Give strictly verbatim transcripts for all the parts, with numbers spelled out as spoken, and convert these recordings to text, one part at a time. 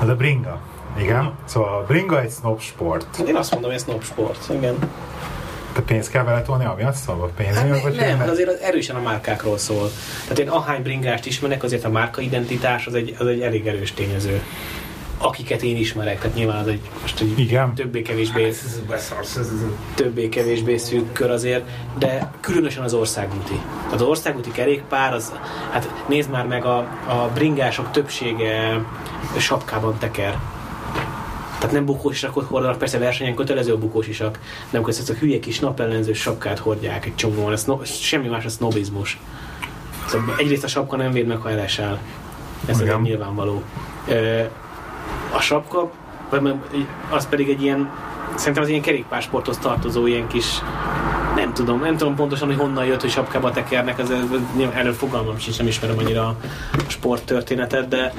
Az a bringa. Igen. Szóval a bringa egy snob sport. Én azt mondom, hogy ez snob sport. Igen. Te pénzt kell vele tolni, amiatt szól? Vagy pénz Hát miatt, ne, vagy nem, mert... azért erősen a márkákról szól. Tehát én ahány bringást ismerek, azért a márkaidentitás az egy, az egy elég erős tényező. Akiket én ismerek, tehát nyilván az egy most egy többé-kevésbé többé-kevésbé szűk kör azért, de különösen az országúti. Tehát az országúti kerékpár, az, hát nézd már meg, a, a bringások többsége sapkában teker. Tehát nem bukós isakot hordanak, persze versenyen kötelező a bukós isak, de amikor ezt a hülye kis napellenző sapkát hordják egy csomóan, ez no, semmi más a sznobizmus. Szóval egyrészt a sapka nem véd meg, ha elesel. Ez az nyilvánvaló. A sapka, az pedig egy ilyen, szerintem az ilyen kerékpársporthoz tartozó ilyen kis, nem tudom, nem tudom pontosan, hogy honnan jött, hogy sapkába tekernek, ez, erről fogalmam sincs, nem ismerem annyira a sporttörténetet, de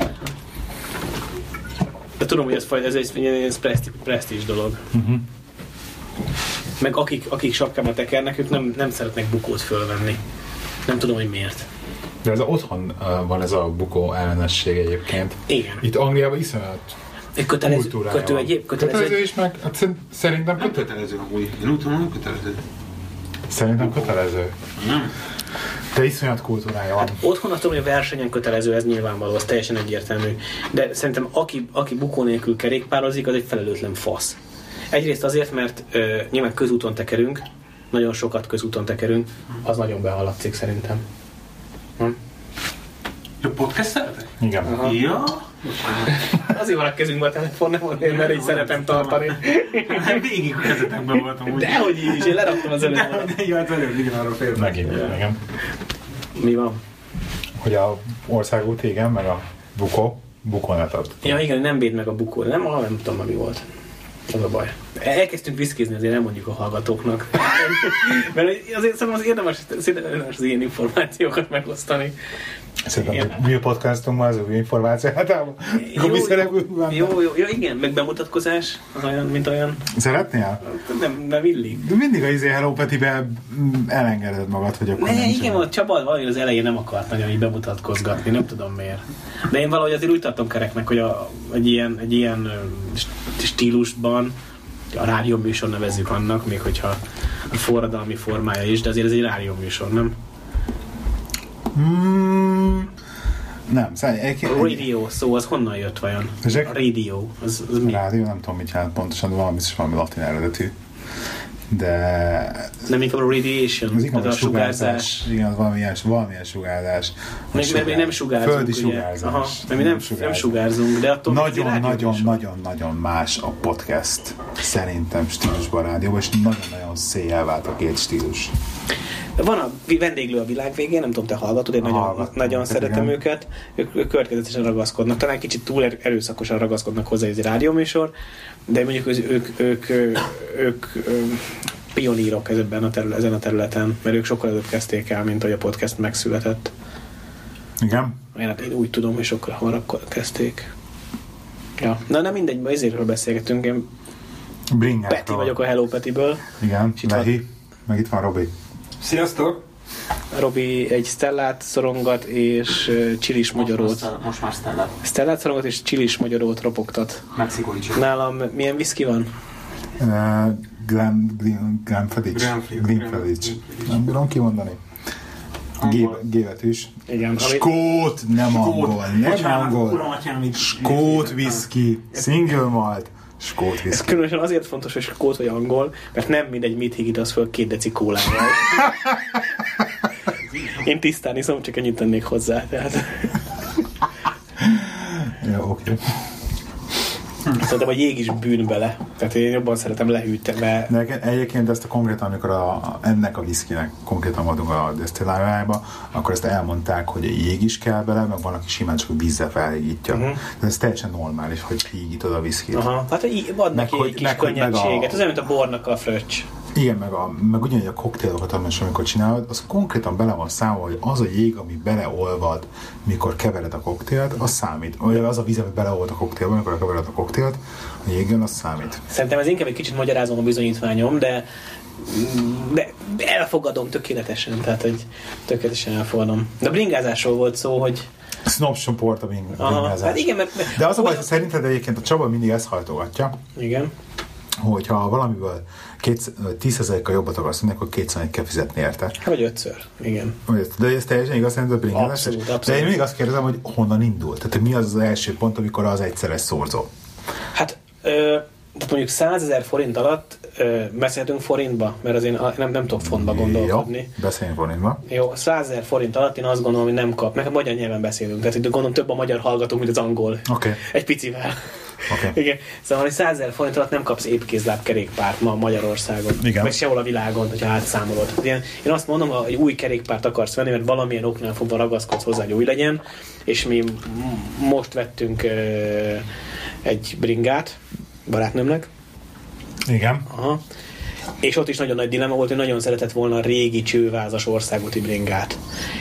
de tudom, hogy ez, ez egy, egy presztízs dolog. Uh-huh. Meg akik, akik sapkába tekernek, ők nem, nem szeretnek bukót fölvenni. Nem tudom, hogy miért. De ez a, otthon uh, van ez a bukó ellenesség egyébként. Igen. Itt Angliában iszonyat kötelező, kötő egyéb, kötelező, kötelező is, meg hát szerintem nem kötelező amúgy. Én úgy tudom, nem kötelező. Szerintem kötelező. Nem. De iszonyat kultúrája van. Hát otthon azt tudom, hogy a versenyen kötelező, ez nyilvánvaló, az teljesen egyértelmű. De szerintem aki, aki bukó nélkül kerékpározik, az egy felelőtlen fasz. Egyrészt azért, mert ö, nyilván közúton tekerünk, nagyon sokat közúton tekerünk, az nagyon behallatszik szerintem. Hm? A podcast szeretek? Igen. Aha. Ja? Azért van a kezünkben a telefon, nem azért, mert így szeretem tartani. Hát végig a kezetekben voltam úgy. Dehogy így is, én leraktam az előbb. De jó, hát előbb, igen, arra fél. Megint, igen. Mi van? Hogy a országút, igen, meg a bukó, bukónetet. Ja, igen, nem véd meg a bukó. Nem, ah, nem tudom, mi volt. Az a baj. Elkezdtünk viszkizni, azért nem mondjuk a hallgatóknak. Mert azért szerintem az érdemes, érdemes az ilyen információkat megosztani. Szerintem mi a podcastunkban az új információ. Hát jó, jó, jó, jó, jó, igen, meg bemutatkozás, az olyan, mint olyan. Szeretnél? Nem, nem illik. De mindig a izé Hello Petibe elengeded magad, hogy akkor ne, nem igen, a Csaba valahogy az elején nem akart nagyon így bemutatkozgatni, nem tudom miért. De én valahogy azért úgy tartom kereknek, hogy a, egy ilyen, egy ilyen stílusban, a rádióműsor nevezzük annak, még hogyha a forradalmi formája is, de azért ez egy rádióműsor, nem? Hmm, nem, szerintem... Radio szó, az honnan jött vajon? Ezek? A radio, az, az mi? Rádió, nem tudom mit jelent pontosan, de valami is valami latin eredetű. De... Nem inkább a radiation, az az a sugárzás. Igen, az valamilyen, valamilyen sugárzás. Még, mert mi nem sugárzunk, földi ugye? sugárzás. Aha, mert mi nem, nem sugárzunk, de attól nagyon-nagyon-nagyon más a podcast. Szerintem stílusban rádióban, és nagyon-nagyon széjjel vált a két stílus. Van a vendéglő a világ végén, nem tudom, te hallgatod, én nagyon, nagyon szeretem igen. őket. Ők, ők következetesen ragaszkodnak, talán kicsit túl erőszakosan ragaszkodnak hozzá, ez egy rádióműsor, de mondjuk ők, ők, ők, ők, ők pionírok ezen a, terület, ezen a területen, mert ők sokkal előbb kezdték el, mint hogy a podcast megszületett. Igen? Én, én úgy tudom, hogy sokkal hamarabb kezdték. Ja. Na, nem mindegy, ezértről beszélgetünk, én Bringától. Peti vagyok a Hello Petiből. Igen, Lehi, meg itt van Robi. Sziasztok! Robi egy Stellát szorongat és uh, csilis magyarót. Most, most már Stellát. Stellát szorongat és csilis magyarót ropogtat. Mexikói csilis. Nálam milyen whisky van? Uh, Glen, Glen, Glenfiddich. Glenfiddich. Nem tudom kimondani. G-betűs. Igen. Skót, nem Skót. Angol. Nem Bocsánat, angol. Skót whisky. Single malt. Skót whisky. Ez különösen azért fontos, hogy skót vagy angol, mert nem mindegy, mit higítasz föl két deci kólával. Én tisztán iszom, csak ennyit tennék hozzá. Tehát. Ja, oké. Okay. Szerintem a jég is bűn bele. Tehát én jobban szeretem lehűteni. Mert... De egyébként ezt a konkrétan, amikor a, a, ennek a whiskynek konkrétan vagyunk a desztillálájába, akkor ezt elmondták, hogy a jég is kell bele, meg van, aki simán csak vízzel felhígítja. Uh-huh. De ez teljesen normális, hogy hígítod a whiskyt. Aha. Hát ad neki egy kis könnyedséget. Ez olyan, mint a bornak a fröccs. Igen, meg, a, meg ugyanúgy a koktélokat, amikor csinálod, az konkrétan bele van számolva, hogy az a jég, ami beleolvad, mikor kevered a koktélt, az számít. Az a víz, ami beleolvad a koktélba, amikor kevered a koktélt, a jégen, az számít. Szerintem ez inkább egy kicsit magyarázom a bizonyítványom, de, de elfogadom tökéletesen, tehát hogy tökéletesen elfogadom. De a bringázásról volt szó, hogy Snob support a bringázás. Hát igen, mert... De az a baj, hogy szerinted egyébként a Csaba mindig ezt hajtogatja. Igen. Hogyha valamiből tíz százalékkal jobbat akarsz venni, akkor kétszer kell fizetni érte. Vagy ötször, igen. De ez teljesen igaz, szerintem a bringázás. Abszolút, abszolút. De én még azt kérdezem, hogy honnan indult? Tehát mi az az első pont, amikor az egyszeres szorzó? Hát, ö, tehát mondjuk százezer forint alatt ö, beszélhetünk forintba, mert az én nem, nem tudok fontba gondolkodni. Jó, beszéljünk forintba. Jó, százezer forint alatt én azt gondolom, hogy nem kap. Meg a magyar nyelven beszélünk, tehát hogy gondolom több a magyar hallgatók, mint az angol. Okay. Egy picivel. Okay. Igen. Szóval, hogy százezer forint alatt nem kapsz épkézláb kerékpárt ma Magyarországon. Igen. Vagy sehol a világon, hogyha átszámolod. Én, én azt mondom, hogy új kerékpárt akarsz venni, mert valamilyen oknál fogva ragaszkodsz hozzá, hogy új legyen, és mi most vettünk uh, egy bringát barátnőmnek. Igen. Aha. És ott is nagyon nagy dilemma volt, hogy nagyon szeretett volna a régi csővázas országúti bringát.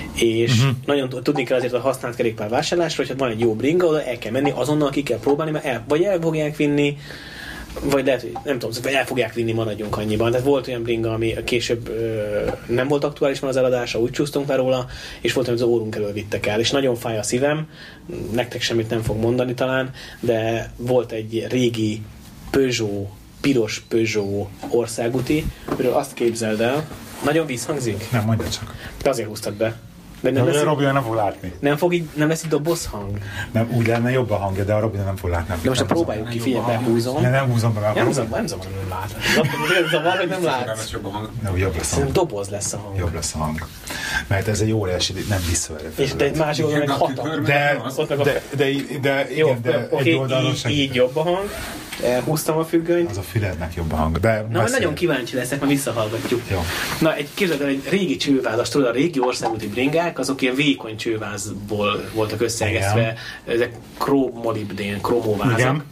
És uh-huh. nagyon tudni kell azért a használt kerékpár vásárlásra, hogy van egy jó bringa, oda el kell menni, azonnal ki kell próbálni, mert el, vagy el fogják vinni, vagy lehet, hogy nem tudom, vagy el fogják vinni, maradjunk annyiban. Tehát volt olyan bringa, ami később ö, nem volt aktuálisan az eladása, úgy csúsztunk le róla, és volt, hogy az órunk elől vittek el. És nagyon fáj a szívem, nektek semmit nem fog mondani talán, de volt egy régi Peugeot, piros Peugeot országúti, amiről azt képzeld el, nagyon visszhangzik? Nem, mondja csak. De azért húztad be. De nem, de lesz, a Robi nem fog látni. nem, fog így, nem lesz így dobozhang. Nem, úgy lenne jobb a hangja, de a Robi nem fog látni. De most próbáljuk ki, figyelj, behúzom. Nem, nem húzom be, mert nem zavar, nem zavar, nem lát. Zavar, hogy nem látsz. Nem, jobb lesz a hang. Doboz lesz a hang. Jobb lesz a hang. Mert ez egy óriási, nem visszaverő. És de egy másik oldalon meg hatalmas. De, de, de, de, jó, igen, de egy oldalon így, így jobb a hang. Húztam a függönyt. Az a fülednek jobb a hang. De na, nagyon kíváncsi leszek, mert visszahallgatjuk. Jó. Na, egy képzeld el, egy régi csővázas, tudod, a régi országúti bringák, azok ilyen vékony csővázból voltak összeegesztve, ezek króm-molibdén, kromóvázak.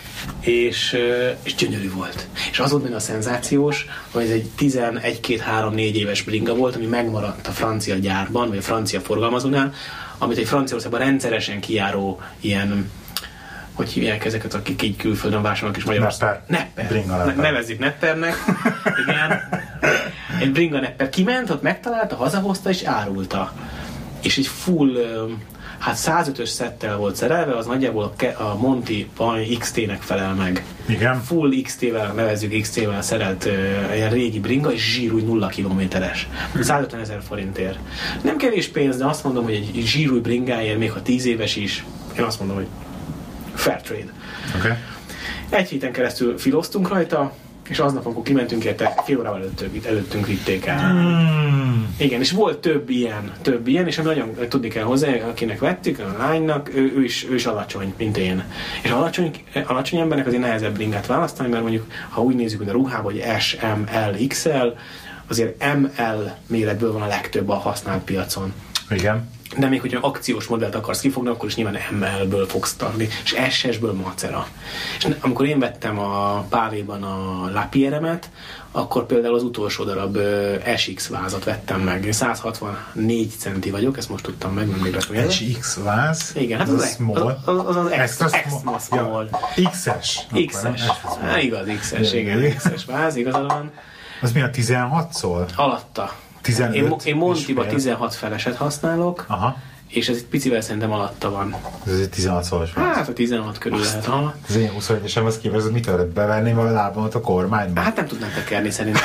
És, és gyönyörű volt. És az volt benne a szenzációs, hogy ez egy tizenegy két három négy éves bringa volt, ami megmaradt a francia gyárban, vagy a francia forgalmazónál, amit egy Franciaországban rendszeresen kijáró ilyen, hogy hívják ezeket, akik így külföldön vásárolnak és Magyarországon? Nepper. Nepper. Ne, nevezzük Neppernek. Igen. Egy bringa Nepper kiment, ott megtalálta, hazahozta és árulta. És egy full, hát százötös szettel volt szerelve, az nagyjából a, a Monty iksz té-nek felel meg. Igen. Full iksz té-vel, nevezzük iksz té-vel szerelt uh, egy régi bringa, és zsírúj nulla kilométeres. százötven ezer forintért. Nem kevés pénz, de azt mondom, hogy egy zsírúj bringáért, még ha tíz éves is, én azt mondom, hogy fair trade. Okay. Egy héten keresztül filoztunk rajta, és aznap, amikor kimentünk érte, fél órával előttünk, előttünk vitték el. Mm. Igen, és volt több ilyen, több ilyen, és ami nagyon tudni kell hozzá, akinek vettük, a lánynak, ő, ő, is, ő is alacsony, mint én. És alacsony, alacsony embernek azért nehezebb bringát választani, mert mondjuk, ha úgy nézzük, hogy a ruhában, hogy S, M, L, iksz el, azért em el méretből van a legtöbb a használt piacon. Igen. De még hogyha akciós modellt akarsz kifogni, akkor is nyilván em el-ből fogsz tartani, és es es-ből macera. És amikor én vettem a Pávéban a Lapierre-et, akkor például az utolsó darab es iksz vázat vettem meg. Én száz hatvannégy centi vagyok, ezt most tudtam meg, nem még vettem el. es iksz váz? Igen, hát az, az, az, az, az, az extra, extra small. Ja, iksz-es. iksz-es. Hát igaz, iksz-es, igen, iksz-es váz, igazad van. Az mi a tizenhat szól? Alatta. tizenöt én, én Montiba tizenhat feleset használok, aha. És ez egy picivel szerintem alatta van. Ez egy tizenhat szoros van. Hát a tizenhat körül lehet. Ha. Az én huszonegyesem az képest, hogy mitől bevenném a lábamat a kormányban? Hát nem tudnám tekerni szerintem.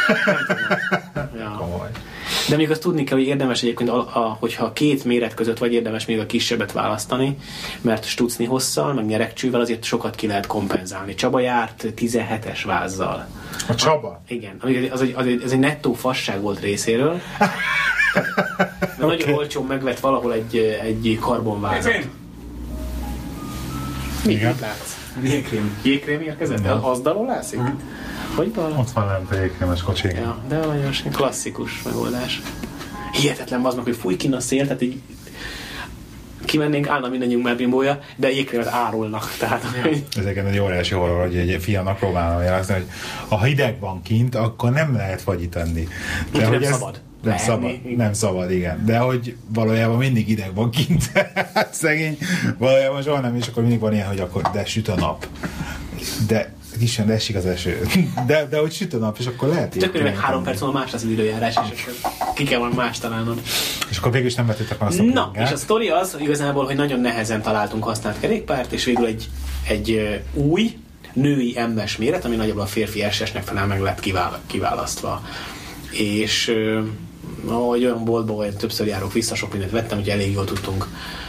Ja. De mondjuk azt tudni kell, hogy érdemes egyébként, a, a, hogyha két méret között vagy érdemes még a kisebbet választani, mert stucni hosszal, meg nyerekcsővel azért sokat ki lehet kompenzálni. Csaba járt tizenhetes vázzal. A Csaba? A, igen. Az egy, az egy, ez egy nettó fasság volt részéről. Tehát, okay. Nagyon olcsón megvett valahol egy, egy karbonvázat. Mit látsz? Jégkrém. Jégkrém érkezett? De az dalol lászik? Mm. Hogy van? Ott van lent a jégkrémes kocsi. Ja, de nagyon klasszikus megoldás. Hihetetlen az meg, hogy fúj kinn a szél, tehát így kimennénk, állna mindannyiunk már bimbója, de jégkrémet árulnak. Tehát, ja. Ezeken egy óriási horror, hogy egy fiamnak próbálom jelezni, hogy ha hideg van kint, akkor nem lehet fagyit enni. De nem ez szabad. Nem szabad, nem szabad, igen. De hogy valójában mindig ideg van kint. Hát szegény, valójában soha nem, és akkor mindig van ilyen, hogy akkor de süt a nap. De kisebb, de esik az eső. De, de hogy süt a nap, és akkor lehet így. Tökre meg három perc múlva más lesz az időjárás, és akkor ki kell valami más találnod. És akkor végül is nem vetítek meg azt a Na, bringát. és a sztori az igazából, hogy nagyon nehezen találtunk használt kerékpárt, és végül egy, egy új, női em-es méret, ami nagyobb a férfi es esnek felel meg lett kiválasztva. És ahogy olyan boltból olyan többször járok vissza, sok mindent vettem, hogy elég jól tudtunk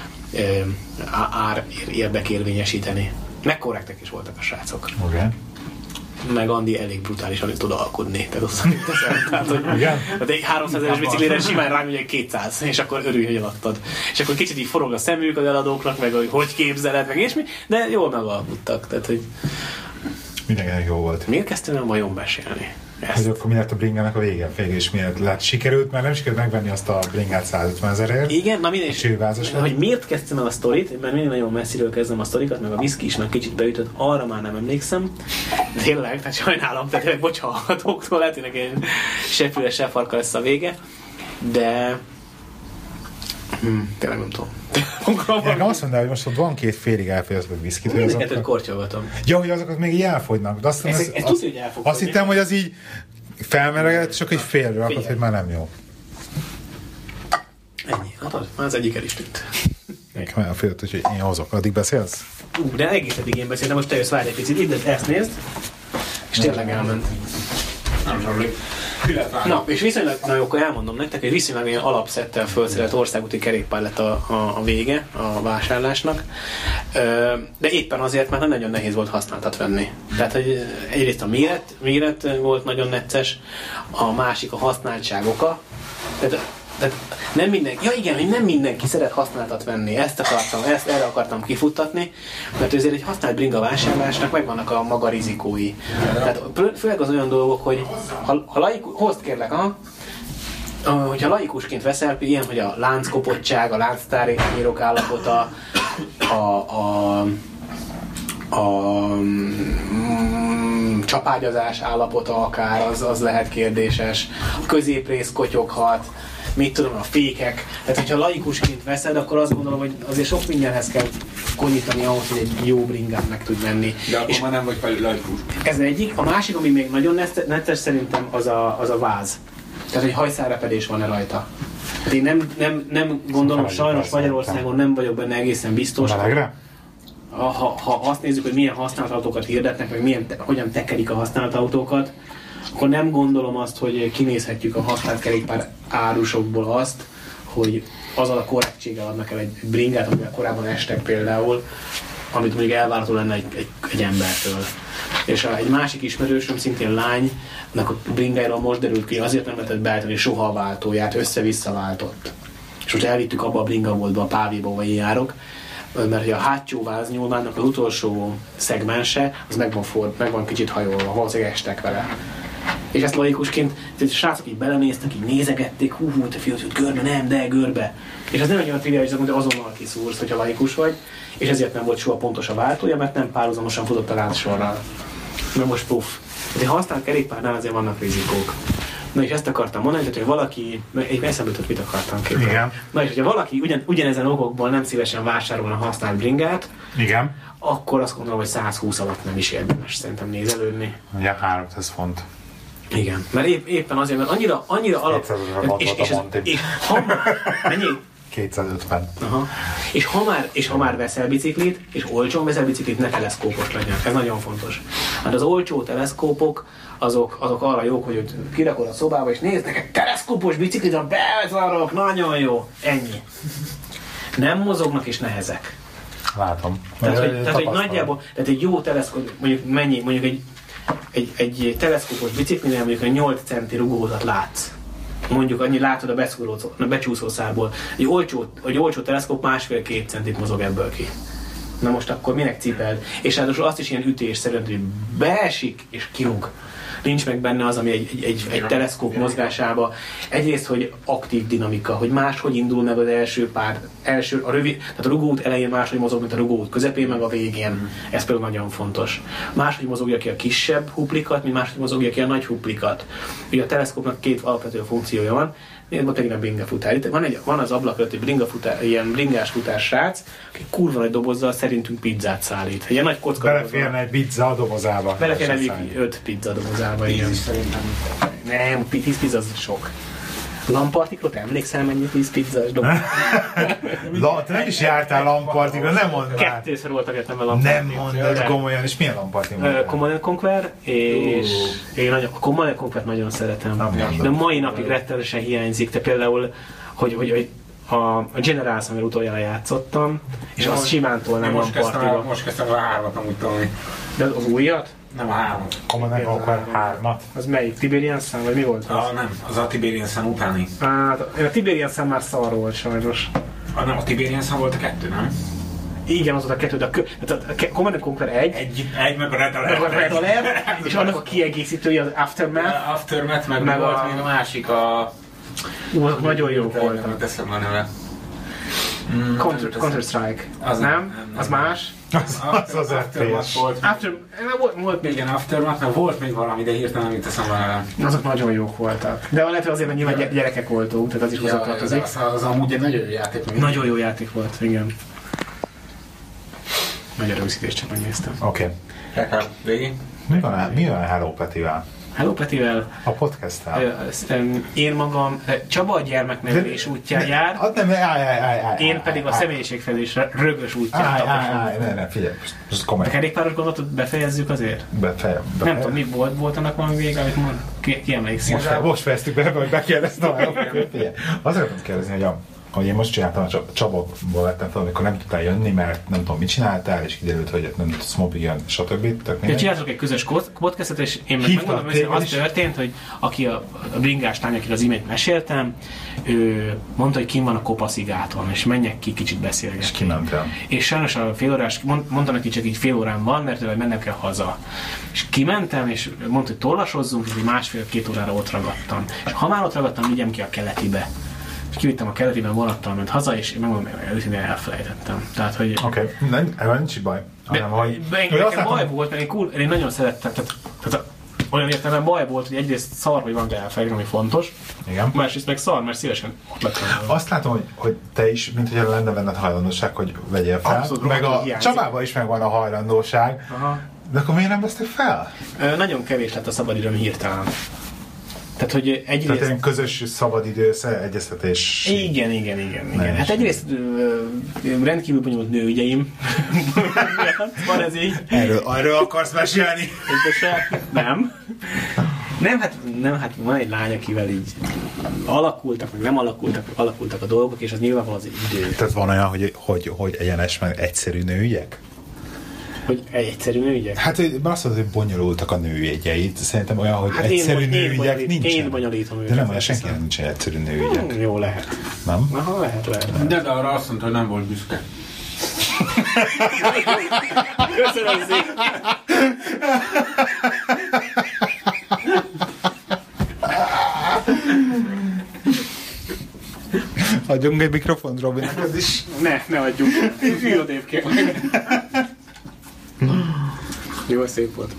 ár érdekérvényesíteni. Meg korrektek is voltak a srácok. Okay. Meg Andi elég brutálisan tud alkudni. Tehát azt amit teszem. Tehát, hogy igen? Hát egy háromszázeres biciklére simán rám ugye kétszáz, és akkor örülj, hogy eladtad. És akkor kicsit így forog a szemük az eladóknak, meg hogy hogy képzeled, meg ilyesmi, de jól megalkudtak. Tehát, hogy mindenkinek jó volt. Miért kezdtem el majom mesélni? Hogy akkor mi lett a bringának a vége? Végül is miért lett sikerült, mert nem sikerült megvenni azt a bringát százötven ezerért. Igen, na mindegy. Hogy miért kezdtem el a sztorit, mert mindig nagyon messziről kezdem a sztorikat, meg a viszki is már kicsit beütött, arra már nem emlékszem. De tényleg, tehát sajnálom, tehát bocs hallgatóktól, lehet, hogy nekem se füle, se farka lesz a vége. De Hmm, tényleg nem tudom. Nekem azt mondja, hogy most ott van két félig elfogyasztott viszkit. Mindeket azokat... kortyolgatom. Ja, hogy azokat még így elfogynak. De azt, ez, ez, ez azt, tudja, hogy elfog azt hittem, hogy az így felmelegett, csak egy félre rakott, hogy már nem jó. Ennyi. Hát már az egyik el is tűnt. Nekem olyan félött, hogy én hozok. Addig beszélsz? Ú, de egész eddig én beszéltem, most te jössz, várj egy picit. Itt ezt nézd. És tényleg elment. Nem zsarlik. Na, és viszonylag, na jó, akkor elmondom nektek, hogy viszonylag ilyen alapszettel felszerelt országúti kerékpár lett a, a, a vége a vásárlásnak, de éppen azért, mert nagyon nehéz volt használtat venni. Tehát, hogy egyrészt a méret, méret volt nagyon necces, a másik a használtság oka, tehát, tehát nem mindenki, ja igen, hogy nem mindenki szeret használtat venni, ezt akartam, ezt erre akartam kifuttatni, mert azért egy használt bringa vásárlásnak megvannak a maga rizikói. Tehát főleg az olyan dolgok, hogy ha, ha laikus, hozd kérlek, aha, hogyha laikusként veszel, ilyen, hogy a lánckopottság, a lánctárírok állapota, a, a, a, a mm, csapágyazás állapota akár, az, az lehet kérdéses, a középrész kotyoghat, mit tudom, a fékek. Tehát, hogyha laikusként veszed, akkor azt gondolom, hogy azért sok mindenhez kell konyítani ahhoz, hogy egy jó bringát meg tud venni. De akkor és már nem vagy fel laikus. Ez egyik. A másik, ami még nagyon netes szerintem, az a, az a váz. Tehát, hogy hajszálrepedés van-e rajta. Hát én nem, nem, nem gondolom, sajnos Magyarországon nem vagyok benne egészen biztos. Ha, ha, ha azt nézzük, hogy milyen használt autókat hirdetnek, meg milyen, hogyan tekerik a használt autókat, akkor nem gondolom azt, hogy kinézhetjük a használt kerékpár árusokból azt, hogy azzal a korrektséggel adnak el egy bringát, amivel korábban estek például, amit mondjuk elvárható lenne egy, egy, egy embertől. És a, egy másik ismerősöm, szintén lánynak a bringáról most derült ki, azért nem lehetett beállítani soha a váltóját, össze-vissza váltott. És most elvittük abba a bringaboltba, a Pávéba, vagy én járok, mert a hátsó váznyúlványnak az utolsó szegmense, az meg van, ford, meg van kicsit hajolva, valószínűleg estek vele. És ezt laikusként, tehát a srácok így belenéztek, így nézegették, hú, hú, te fiú, hogy görbe, nem, de görbe. És ez nem olyan triviális, hogy azonnal kiszúrsz, hogyha laikus vagy, és ezért nem volt soha pontos a váltója, mert nem párhuzamosan futott a láncsorral. Mert most puff. Tehát ha használt kerékpárnál azért vannak rizikók. Na és ezt akartam mondani, tehát, hogy valaki, egy eszembe jutott, mit akartam képzelni. Igen. Na és hogyha valaki ugyan, ugyanezen okokból nem szívesen vásárolna használt bringát, igen, akkor azt gondolom, hogy száz húsz alatt nem is érdemes szerintem nézelődni. Ugye háromszáz font. Igen, mert épp, éppen azért, mert annyira, annyira alap... És, és, és, és ha mennyi? kétszázötven. Aha. És ha már, és ha már veszel biciklit, és olcsón veszel biciklit, ne teleszkópos legyen. Ez nagyon fontos. Mert az olcsó teleszkópok, azok, azok arra jók, hogy kirakod a szobába, és nézd, neked teleszkópos biciklit, a bezárok, nagyon jó. Ennyi. Nem mozognak és nehezek. Látom. Tehát, hogy, tehát, hogy nagyjából, tehát egy jó teleszkóp, mondjuk mennyi, mondjuk egy, egy, egy teleszkópos biciklinél mondjuk egy nyolc centi rugózat látsz. Mondjuk annyi látod a, a becsúszószárból. Egy olcsó, egy olcsó teleszkóp másfél-két centit mozog ebből ki. Na most akkor minek cipeld? És ráadásul azt is ilyen ütésszerűen, hogy beesik és kirúg. Nincs meg benne az, ami egy, egy, egy, egy teleszkóp mozgásába. Egyrészt, hogy aktív dinamika, hogy máshogy indul meg az első pár, első, a rövid, tehát a rugóút elején máshogy mozog, mint a rugóút közepén, meg a végén. Ez például nagyon fontos. Máshogy mozogja ki a kisebb huplikat, mint máshogy mozogja ki a nagy huplikat. Ugye a teleszkópnak két alapvető funkciója van. Nézd, most megint a bringa futár. Itt van, egy, van az ablak előtt egy bringa futár, ilyen bringás futár srác, aki kurva nagy dobozzal szerintünk pizzát szállít. Ilyen nagy kocka. Beleférne egy pizza a dobozába. Beleférne öt pizza a dobozába, igen. Nem, tíz pizza az sok. Lampartikról, te emlékszel, mennyi tíz pizzás dob? La, te nem is jártál lampartikra, nem mondd már. Kettőször voltak egyetemben lampartikra. Nem mondd komolyan, és milyen lampartik mondtál? Command and Conquer, és uh. én nagyon, a Command and Conquer nagyon szeretem. De mai napig rettenetesen hiányzik, te például, hogy, hogy, hogy a, a Generals, amivel utoljára játszottam, és azt simán tolnám lampartiba. Most kezdtem a hármat amúgy tolni. De az újat? Nem a hármat. Command and Conquer hármat. Az melyik? Tiberian Sun, vagy mi volt az? Ah, nem, az a Tiberian Sun utáni. Hát, a Tiberian Sun már szar volt sajnos. Ah, nem, a Tiberian Sun volt a kettő, nem? Igen, az volt a kettő, de a, kö- a, a Command and Conquer egy, Egy, egy meg a Red meg a Red Alert, és annak a kiegészítője az Aftermath. Aftermath, meg, meg meg volt a- még a másik, a... Ú, nagyon jó Nem volt. teszem a neve. Counter, Counter-Strike. Az nem? nem, nem, Az nem. más? Az az, az ef pé es. volt. After, volt, volt még, Igen, Aftermath, meg volt még valami, de hirtelen nem teszem a neve. azok nagyon jók voltak. De lehet, hogy azért, mert nyilván gy- gyerekek voltunk, tehát az is Ja, az, hozzátartozik. az, az amúgy egy nagyon jó játék. még. Nagyon jó játék volt, igen. Nagy erőszítést csak megnéztem. Oké. Okay. Végig? Mi van, mi van a Hello Petivel? Hello Petivel, A podcasttel? ö, ezt, em, én magam, ö, Csaba a gyermeknevelés útján jár, Hát nem, állj, állj, állj, állj. én pedig a személyiségfejlés rögös útján Állj, állj, taposom. állj, ne, ne, figyelj, most, most A komolyan. kerékpáros gondolatot befejezzük azért? Befejem. Nem tudom, mi volt, volt annak valami vége, amit mond? Ki, ki emlékszik? Most, most fejeztük be, hogy bekérdeztem már. Figyelj, azt akartam kérdezni, hogy, a, hogy én most csináltam, a Csab- Csabokból vettem fel, amikor nem tudtál jönni, mert nem tudom, mit csináltál, és kiderült, hogy nem tudsz mobiljön, stb. Tök Ja, mindegy. csináltuk egy közös kod- podcastot, és én meg Hívtak megmondom, hogy téged az is? történt, hogy aki a, a bringás lány, akire az imént meséltem, ő mondta, hogy kim van a Kopaszigáton, és menjek ki kicsit beszélgetni. És kimentem. És sajnos a fél órás, mond, mondta neki csak így fél órán van, mert ő mennem kell haza. És kimentem, és mondta, hogy tollasozzunk, és így másfél-két órára ott ragadtam. És ha már ott ragadtam, vigyem ki a keletibe. És kivittem a keletiben, vonattal ment haza, és én megmondom, hogy őszintén elfelejtettem. Tehát, hogy... Oké, okay. nem, ebben nincs baj. De, Hanem, hogy, de hogy nekem azt látom, baj volt, mert én, cool, én nagyon szerettem, tehát, tehát olyan értelemben baj volt, hogy egyrészt szar, hogy van elfelejteni, ami fontos, igen. másrészt meg szar, mert szívesen ott lettem. Azt látom, hogy, hogy te is, mint hogy lenne benned hajlandóság, hogy vegyél fel. Abszolút, meg a hiányzik. Csabában is megvan a hajlandóság. Aha. De akkor miért nem vesztek fel? Ö, nagyon kevés lett a szabadidőm hirtelen. Tehát, hogy egyrészt... Tehát ilyen közös szabadidő egyeztetés. Igen, igen, igen. igen. Nem Hát is. egyrészt ö, rendkívül bonyolult nőügyeim. Van ez így. Erről, erről akarsz mesélni? Pontosan. Nem. Nem, hát, nem, hát van egy lány, akivel így alakultak, meg nem alakultak, alakultak a dolgok, és az nyilvánvalóan az idő. Tehát van olyan, hogy, hogy, hogy egyenes meg egyszerű nőügyek? Hogy egy egyszerű nőügyek? Hát hogy azt mondod, hogy bonyolultak a nőügyeit. Szerintem olyan, hogy Hát hát én egyszerű bony- én nőügyek bonyolít- nincsen. én bonyolítom De őket, nem olyan azt senkinek hiszem. nincsen egyszerű nőügyek. Hmm, jó lehet. Nem? Aha, lehet, lehet. De, de arra azt mondta, hogy nem volt büszke. Köszönöm szépen. Adjunk egy mikrofont Robinnak, ez is. Ne, ne adjuk. Ülj odébb kell. Jó, szép volt.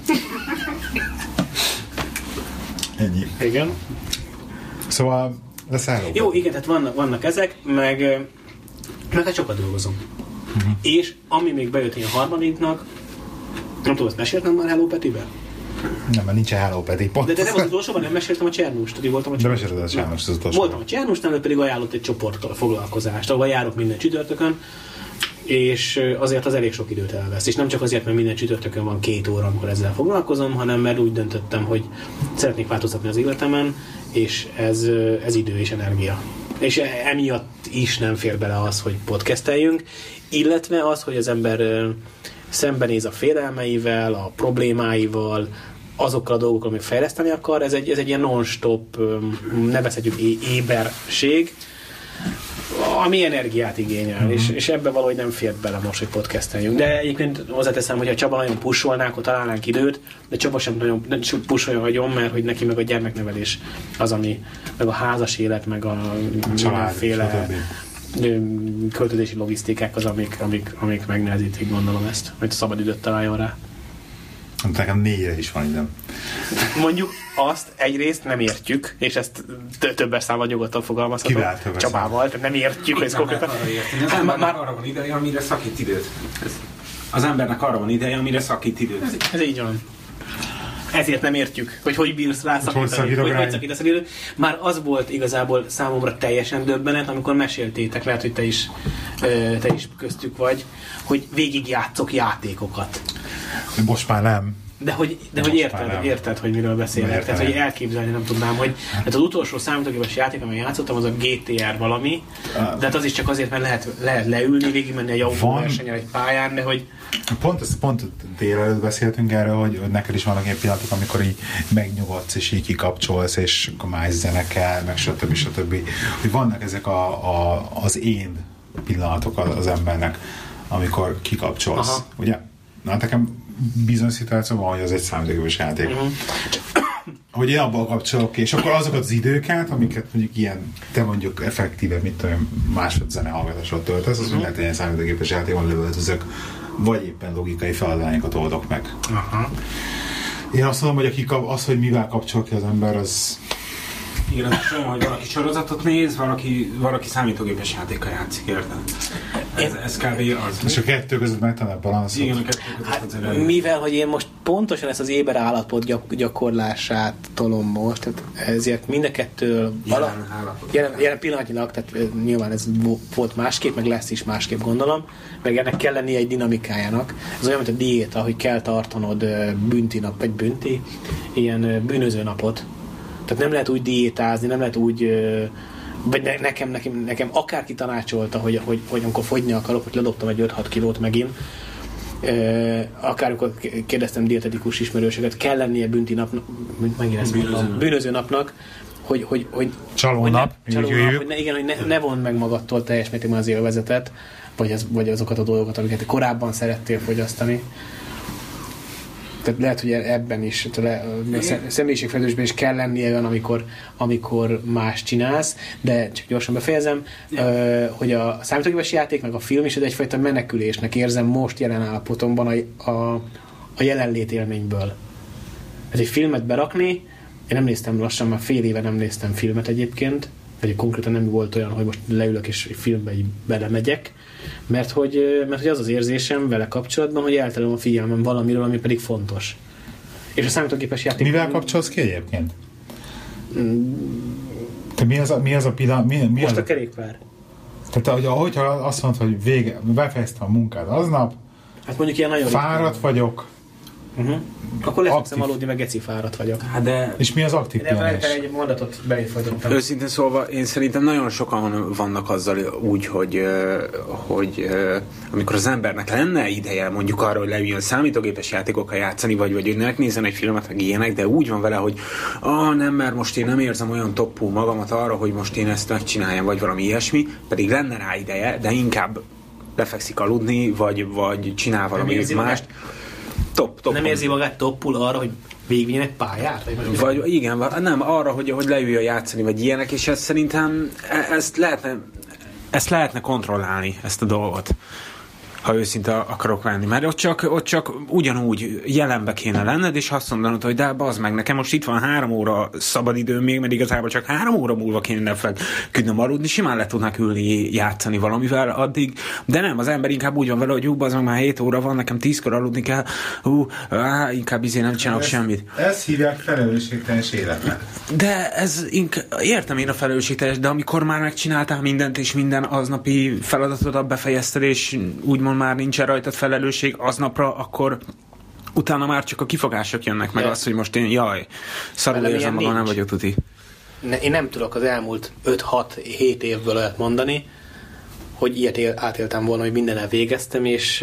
Ennyi. Igen. Szóval leszálló. Jó, igen, tehát vannak, vannak ezek, meg, ö, meg hát sokat dolgozom. Uh-huh. És ami még bejött ilyen harmadiknak, nem tudom, ezt meséltem már Hello Petibe? Nem, mert nincsen Hello Peti pont. De, de nem az utolsóban, nem meséltem a Csernust, hogy voltam a De Csernust. mesélted a Csernust az utolsó. Voltam a Csernusnál, ő pedig ajánlott egy csoporttal a foglalkozást, ahol járok minden csütörtökön, és azért az elég sok időt elvesz. És nem csak azért, mert minden csütörtökön van két óra, amikor ezzel foglalkozom, hanem mert úgy döntöttem, hogy szeretnék változtatni az életemen, és ez, ez idő és energia. És emiatt is nem fér bele az, hogy podcasteljünk, illetve az, hogy az ember ö, szembenéz a félelmeivel, a problémáival, azokkal a dolgokkal, amik fejleszteni akar, ez egy, ez egy ilyen non-stop, ö, nevezhetjük é- éberség, ami energiát igényel, mm-hmm. és, és ebbe valahogy nem fér bele most, hogy podcasteljünk. De egyébként hozzáteszem, hogy ha Csaba nagyon pusolnák, akkor találnánk időt, de Csaba sem nagyon nem pusolja nagyon, mert hogy neki meg a gyermeknevelés az, ami, meg a házas élet, meg a mindenféle költözési logisztikák az, amik, amik, amik megnehezítik, gondolom ezt, hogy szabad időt találjon rá. Nekem négyre is van időm. Mondjuk azt egyrészt nem értjük, és ezt többes számban nyugodtan fogalmazhatom. Kivel többes Csabával, tehát nem értjük, hogy ez konkrétan... Az embernek arra van ideje, amire szakít időt. Az embernek arra van ideje, amire szakít időt. Ez így van. ezért nem értjük, hogy hogy bírsz rászakítani, hogy hogy szakítasz a Már az volt igazából számomra teljesen döbbenet, amikor meséltétek, lehet, hogy te is, te is köztük vagy, hogy végigjátszok játékokat. Most már nem. De hogy, de hogy érted, érted, hogy miről beszélek. Tehát, hogy elképzelni nem tudnám, hogy hát az utolsó számítógépes játék, amely játszottam, az a gé té er valami, de hát az is csak azért, mert lehet, lehet leülni, végigmenni egy autóversenyen egy pályán, de hogy... Pont, ezt, pont délelőtt beszéltünk erről, hogy neked is vannak ilyen pillanatok, amikor így megnyugodsz, és így kikapcsolsz, és akkor más zenekel, meg stb. stb. Hogy vannak ezek a, a, az én pillanatok az embernek, amikor kikapcsolsz, aha. Ugye? Na, nekem bizonyos szituáció van, hogy az egy számítógépes játék. Uh-huh. Hogy én abban kapcsolok, és akkor azokat az időket, amiket mondjuk ilyen, te mondjuk effektíve, mit tudom, másod zenehallgatásról töltesz, az uh-huh. lehet, hogy ilyen számítógépes játékon lövöldözök, vagy éppen logikai feladványokat oldok meg. Uh-huh. Én azt mondom, hogy akik az, hogy mivel kapcsol ki az ember, az... Igen, az olyan, hogy valaki sorozatot néz, valaki, valaki számítógépes játékkal játszik, érted? Ez, ez kb. Az. És a kettő között megtalál balanszot. Igen, a kettő között hát, az mivel, hogy én most pontosan ezt az éber állapot gyak, gyakorlását tolom most, tehát ezért mind a kettő jelen állapot. Jelen, jelen pillanatnyilag, tehát nyilván ez volt másképp, meg lesz is másképp gondolom, meg ennek kell lennie egy dinamikájának. Ez olyan, mint a diéta, hogy kell tartanod bünti nap, vagy bünti, ilyen bűnöző napot. Tehát nem lehet úgy diétázni, nem lehet úgy, vagy ne, nekem, nekem, nekem akárki tanácsolta, hogy, hogy, hogy amikor fogyni akarok, hogy ledobtam egy öt-hat kilót megint, akár amikor kérdeztem dietetikus ismerősöket, kell lennie bünti napnak, megint ezt mondom, bűnöző napnak, hogy, hogy, hogy csalónap, hogy, ne, csalónap, hogy ne, igen, hogy ne, ne vond meg magadtól teljes mértékben az élvezetet, vagy, az, vagy azokat a dolgokat, amiket korábban szerettél fogyasztani. Tehát lehet, hogy ebben is, személyiségfejlődésben is kell lennie olyan, amikor, amikor más csinálsz, de csak gyorsan befejezem, yeah. hogy a számítógépes játék, meg a film is egyfajta menekülésnek érzem most jelen állapotomban a, a, a jelenlét élményből. Ez egy filmet berakni, én nem néztem lassan, már fél éve nem néztem filmet egyébként, vagy konkrétan nem volt olyan, hogy most leülök és egy filmbe így belemegyek, mert hogy, mert hogy az az érzésem vele kapcsolatban, hogy elterelem a figyelmem valamiről, ami pedig fontos. És a számítógépes játék... Mivel kapcsolsz ki egyébként? Te mi az a, mi az a pillanat? Mi, mi most az a kerékpár. Tehát ahogyha azt mondod, hogy vége, befejeztem a munkád aznap, hát mondjuk ilyen nagyon fáradt vagyok, uh-huh. akkor lefekszem aludni, meg geci fáradt vagyok. Hát de... És mi az aktív pihenés? De egy mondatot belét folytatottam. Őszintén szólva, én szerintem nagyon sokan vannak azzal úgy, hogy, hogy amikor az embernek lenne ideje mondjuk arra, hogy leüljön számítógépes játékokkal játszani, vagy, vagy hogy megnézzen egy filmet, meg ilyenek, de úgy van vele, hogy ah, nem, mert most én nem érzem olyan toppú magamat arra, hogy most én ezt megcsináljam, vagy valami ilyesmi, pedig lenne rá ideje, de inkább lefekszik aludni, vagy, vagy csinál valami mást. Top, top. Nem érzi magát toppul arra, hogy végigvigyen egy pályát? Vagy, vagy igen, nem, arra, hogy, hogy leüljön játszani, vagy ilyenek, és ezt szerintem ezt lehetne, ezt lehetne kontrollálni, ezt a dolgot, ha őszinte akarok lenni. Mert ott csak, ott csak ugyanúgy jelenbe kéne lenned, és azt mondanod, hogy de bazd meg, nekem most itt van három óra szabadidőm még, mert igazából csak három óra múlva kéne feküdnöm aludni, simán le tudnak ülni játszani valamivel addig, de nem, az ember inkább úgy van vele, hogy hú, bazd meg, már hét óra van, nekem tízkor aludni kell, hú, á, inkább izé nem csinálok ez, semmit. Ezt hívják felelősségteljes életnek. De ez inkább, értem én a felelősségteljes, de amikor már megcsináltál mindent, és minden aznapi feladatodat befejezted, és úgymond már nincsen rajtad felelősség aznapra, akkor utána már csak a kifogások jönnek meg, az, hogy most én jaj, szarul érzem magam, nem vagyok tuti. Ne, én nem tudok az elmúlt öt-hat-hét évből olyat mondani, hogy ilyet él, átéltem volna, hogy mindennel végeztem, és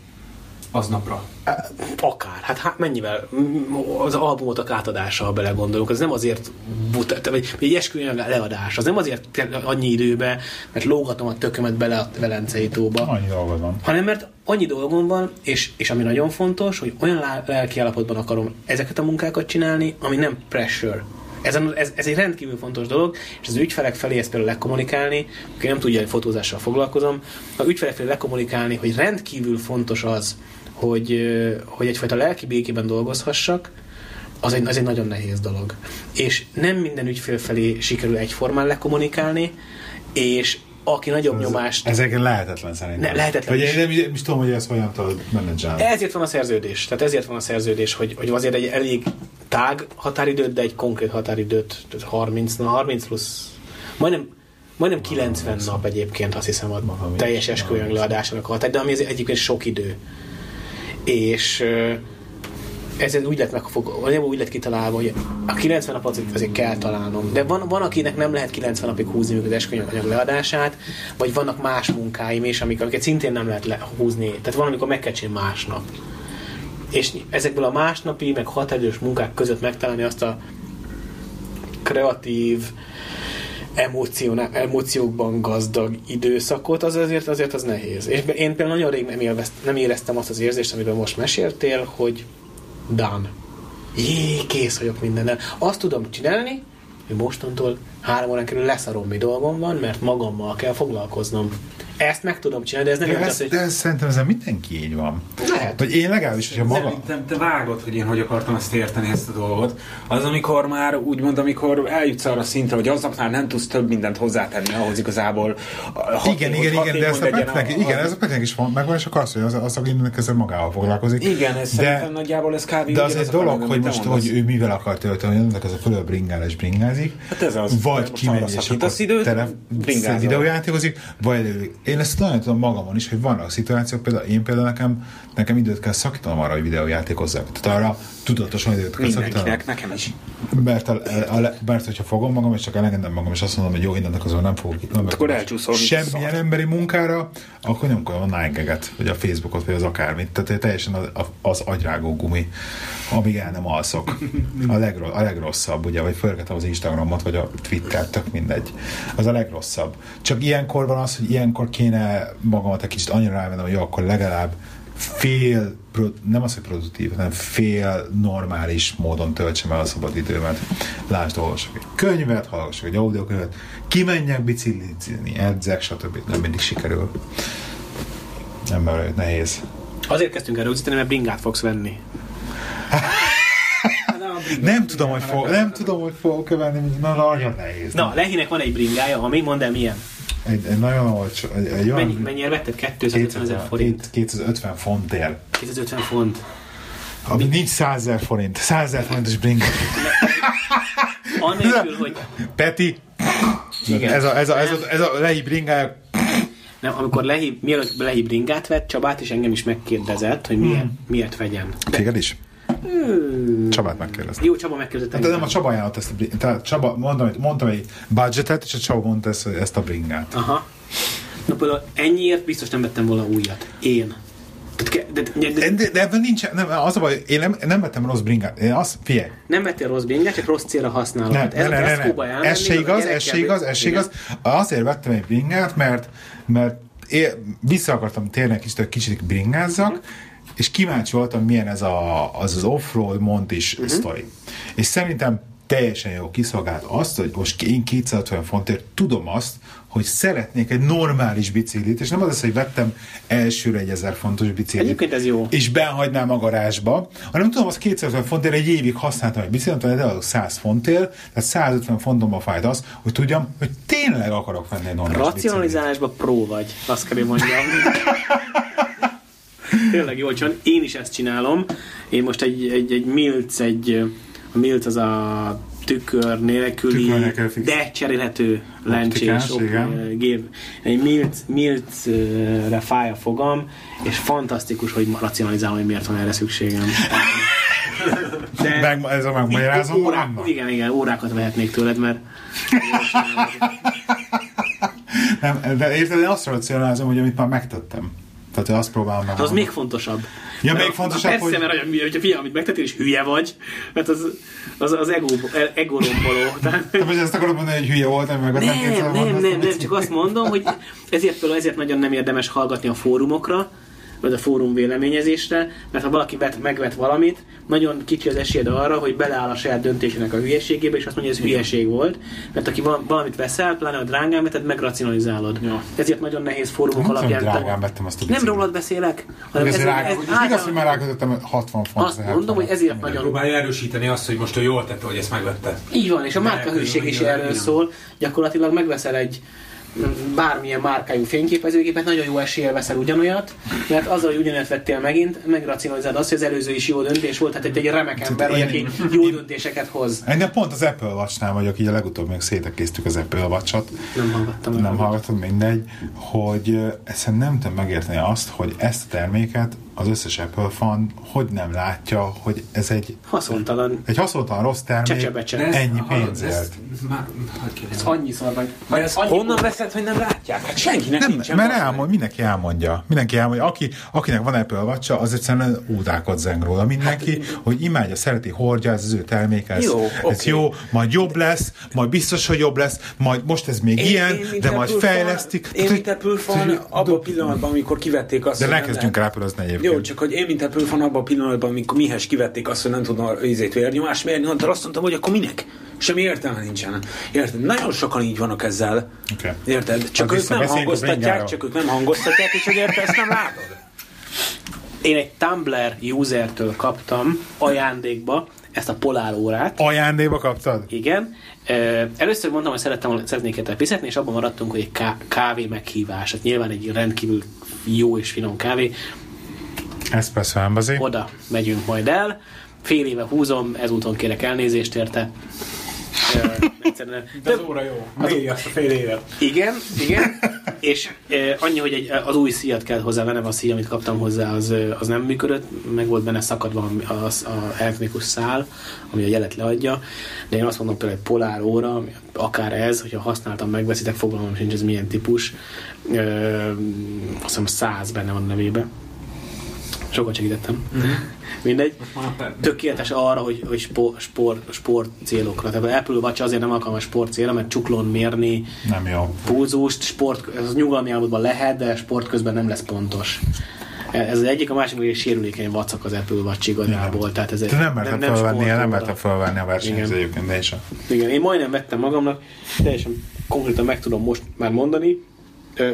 aznapra. Akár. Hát, hát mennyivel? Az albumok átadása, ha belegondolunk, az nem azért buta, vagy egy esküvőn leadás, az nem azért annyi időbe, mert lógatom a tökömet bele a Velencei tóba. Annyi dolgod van. Hanem mert annyi dolgom van, és, és ami nagyon fontos, hogy olyan lelki állapotban akarom ezeket a munkákat csinálni, ami nem pressure. Ez, ez, ez egy rendkívül fontos dolog, és az ügyfelek felé ezt például lekommunikálni, aki nem tudja, hogy fotózással foglalkozom, az ügyfelek felé lekommunikálni, hogy rendkívül fontos az, hogy, hogy egyfajta lelki békében dolgozhassak, az egy, az egy nagyon nehéz dolog. És nem minden ügyfél felé sikerül egyformán lekommunikálni, és aki nagyobb ez, nyomást... Ezek lehetetlen szerintem. Ne, lehetetlen. Vagy én nem is tudom, hogy ezt hogyan tudod menedzselni. Ezért van a szerződés. Tehát ezért van a szerződés, hogy, hogy azért egy elég tág határidőt, de egy konkrét határidőt, tehát harminc, na harminc plusz, majdnem, majdnem kilencven nap egyébként, azt hiszem, a teljes esküvőanyag leadásának a határidő, de ami egyébként sok idő. És ezért úgy lett megfog, úgy lett kitalálva, hogy a kilencven napot azért kell találnom. De van, van, akinek nem lehet kilencven napig húzni az esküvőanyag leadását, vagy vannak más munkáim is, amik, amiket szintén nem lehet húzni. Tehát van, amikor meg kell csinálni másnap. És ezekből a másnapi, meg határidős munkák között megtalálni azt a kreatív, emóciókban gazdag időszakot, az azért, azért az nehéz. És én például nagyon rég nem, élvezt, nem éreztem azt az érzést, amiről most meséltél, hogy done. Jé, kész vagyok mindennel. Azt tudom csinálni, hogy mostantól három órán kerül leszarom, mi dolgom van, mert magammal kell foglalkoznom. Ezt meg tudom csinálni, de ez nem de jelenti ez, azt, hogy... De ez szerintem ezen mindenki így van. Lehet. Hogy én legalábbis, hogyha maga... Szerintem te vágod, hogy én hogy akartam ezt érteni, ezt a dolgot. Az, amikor már úgymond, amikor eljutsz arra szintre, hogy aznap már nem tudsz több mindent hozzátenni ahhoz igazából. Igen, igen, igen, de ez a Petinek, igen, ez a Petinek is van, megvan, és akkor azt, hogy az, az aki ezzel magával foglalkozik. Igen, ez de, szerintem nagyjából ez kb. De az egy dolog, hogy most, hogy ő mivel akar tölteni, hogy ennek ez a fölöbb bringál és bringázik, hát ez az, vagy kimegy és akkor tele videójátékozik, vagy én ezt nagyon tudom magamon is, hogy vannak szituációk, például én például nekem, nekem időt kell szakítanom arra, hogy videójátékozzak. Tehát arra tudatosan időt kell szakítanom. Nekem is. Mert, a, a, a, mert hogyha fogom magam, és csak elengedem magam, és azt mondom, hogy jó, innennek azon nem fogok itt. Akkor elcsúszol. Semmilyen emberi munkára, akkor nem kell a nájgeget, vagy a Facebookot, vagy az akármit. Tehát teljesen az, az agyrágó gumi, amíg el nem alszok. A, legro, a legrosszabb, ugye, vagy fölgetem az Instagramot, vagy a Twittert, tök mindegy. Az a legrosszabb. Csak ilyenkor van az, hogy ilyenkor kéne magamat egy kicsit annyira rávennem, hogy jó, akkor legalább fél, nem az, hogy produktív, hanem fél normális módon töltsem el a szabad időmet. Lásd, olvasok egy könyvet, hallgassuk egy audiokönyvet, kimenjek biciklizni, edzek, stb. Nem mindig sikerül. Nem, mert nehéz. Azért kezdtünk el rögzíteni, mert bringát fogsz venni. nem tudom, hogy fog, nem tudom, hogy fogok venni, na, nagyon nehéz. Na, Lehinek van egy bringája, ami, mondd el milyen. Egy, egy nagyon olcsó, egy, egy olyan... Mennyi, mennyire vetted? kétszázötven ezer forint? kétszázötven fontért. kétszázötven font. Ami nincs százezer forint. százezer forintos bringa. Annélkül, hogy... Peti, ez a, ez a, ez a, ez a Lehi bringája. Nem, amikor Lehi, mielőtt Lehi bringát vett, Csabát is engem is megkérdezett, hogy miért, hmm. miért vegyen. Téged is? Hmm. Csabát megkérdeztem. Jó, Csaba megkérdezett. De nem, a Csaba ajánlott ezt a bringát. Tehát Csaba, mondtam, mondtam egy budgetet, és a Csaba mondta ezt, ezt a bringát. Aha. Na például ennyiért biztos nem vettem volna újat. Én. De, de, de, de, de ebben nincs, nem, az a baj, én nem, nem vettem rossz bringát. Én azt, figyelj. Nem vettél rossz bringát, csak rossz célra használod. Nem, ez ne, ne, ne, ne. Ez se igaz, ez se igaz, ez se igaz. Azért vettem egy bringát, mert, mert én vissza akartam térni egy kicsit, hogy kicsit bringázzak, uh-huh. és kíváncsi voltam, milyen ez a, az, az off-road montis uh-huh. sztori. És szerintem teljesen jó kiszolgált azt, hogy most én kétszázötven fontért tudom azt, hogy szeretnék egy normális biciklit, és nem az az, hogy vettem elsőre egy ezer fontos biciklit, egyébként ez jó. És behagynám a garázsba, hanem tudom, az kétszázötven fontért egy évig használtam egy biciklit, de eladok száz fontért, tehát százötven fontomba fájt az, hogy tudjam, hogy tényleg akarok venni egy normális biciklit. Racionalizálásban pró vagy, azt kell mondjam. Tényleg jól csinálom. Én is ezt csinálom. Én most egy, egy, egy Milc, egy, a Milc az a tükör nélküli, de cserélhető lencsés gép. Egy Milc, Milcre fáj a fogam, és fantasztikus, hogy racionalizálom, hogy miért van erre szükségem. De meg, ez a megmagyarázom. Órák, igen, igen, órákat vehetnék tőled, mert nem, de érted, én azt racionalizálom, hogy amit már megtettem. Tehát azt próbálom meg. Az még fontosabb. Ja, még fontosabb, persze, hogy... mert hogyha figyelj, amit megtettél, és hülye vagy, mert az, az, az ego, ego romboló. Te most ezt akarod mondani, hogy hülye voltam, meg nem, nem, nem, nem, nem, csak azt mondom, hogy ezért, ezért nagyon nem érdemes hallgatni a fórumokra, vagy a fórum véleményezésre, mert ha valaki vet, megvet valamit, nagyon kicsi az esélyed arra, hogy beleáll a saját döntésének a hülyeségébe, és azt mondja, hogy ez hülyeség volt. Mert aki valamit veszel, pláne a drágán veted, megracionalizálod. Ja. Ezért nagyon nehéz fórumok nem alapján... Nem drágán vettem azt a Nem rólad beszélek, hanem ez, ez, ez, ez igaz, hogy már rákötöttem hatvan font. Azt mondom, hogy ezért nagyon... Próbálja erősíteni azt, hogy most ő jól tette, hogy ezt megvette. Így van, és a márkahőség is erről szól. Gyakorlatilag megveszel egy bármilyen márkájú fényképezőgépet, nagyon jó eséllyel veszel ugyanolyat, mert azzal, hogy ugyanolyat vettél megint, megracionalizálod azt, hogy az előző is jó döntés volt, tehát egy remek ember vagy, aki jó döntéseket hoz. Én pont az Apple Watch-nál vagyok, így a legutóbb még szétekésztük az Apple Watch-ot. Nem hallgattam. Nem hallgattam, mindegy, hogy ezt nem tudom megérteni azt, hogy ezt a terméket az összes Apple fan hogy nem látja, hogy ez egy haszontalan, egy haszontalan rossz termék, Csecsebecse. ennyi pénzért. Ez annyiszor vagy. vagy ez honnan veszed, hogy nem látják? Hát senkinek nem, nincsen. mert elmond, mindenki elmondja. Mindenki elmondja. Aki, akinek van Apple Watch-a, az egyszerűen údákat zeng róla. Mindenki, hát, hogy imádja, szereti, hordja, ez az ő termék, ez jó, ez okay. jó, majd jobb lesz, majd biztos, hogy jobb lesz, majd most ez még én, ilyen, én, de majd fejlesztik. Fan, én, mint Apple fan, abban a pillanatban, amikor kivették azt, de ne kezdjünk el Apple, az ne egyébként. Jó, csak hogy én, mint Apple fan, abban a pillanatban, amikor mihez kivették azt, hogy nem tudna ízét vérnyomást mérni, de azt mondtam, hogy akkor minek? Semmi értelme nincsen. Érted? Nagyon sokan így vannak ezzel. Okay. Érted? Csak ők nem hangoztatják, csak ők nem hangoztatják, és hogy érted, ezt nem látod. Én egy Tumblr usertől kaptam ajándékba ezt a Polar órát. Ajándékba kaptad? Igen. Először mondtam, hogy szerettem, szeretnék érte fizetni, és abban maradtunk, hogy egy kávé meghívás. Hát nyilván egy rendkívül jó és finom kávé. Espresso Embassy. Oda megyünk majd el. Fél éve húzom, ezúton kérek elnézést érte. Egyszerűen. De az óra jó. Még azt a fél évet. Igen, igen. És e, annyi, hogy egy, az új szíjat kell hozzá vennem, a szíj, amit kaptam hozzá, az, az nem működött, meg volt benne szakadva az a elektronikus szál, ami a jelet leadja, de én azt mondom például egy Polar óra, akár ez, hogyha használtam, megveszitek, fogalmam sincs, ez milyen típus. E, azt hiszem száz benne van a nevében. Sokat segítettem. Mm-hmm. Mindegy. Tökéletes arra, hogy, hogy sport, sport, sport célokra. Tehát Apple Watch azért nem alkalmas sport célra, mert csuklón mérni nem jó. Pulzust, sport, az nyugalmi állapotban lehet, de sport közben nem lesz pontos. Ez az egyik, a másik, hogy egy sérülékeny vacak az Apple Watch igazából. Tehát ez egy, nem mertem nem, felvenni, nem mertem felvenni a versenyző egyébként, de is. Igen, én majdnem vettem magamnak, teljesen konkrétan meg tudom most már mondani, Ö,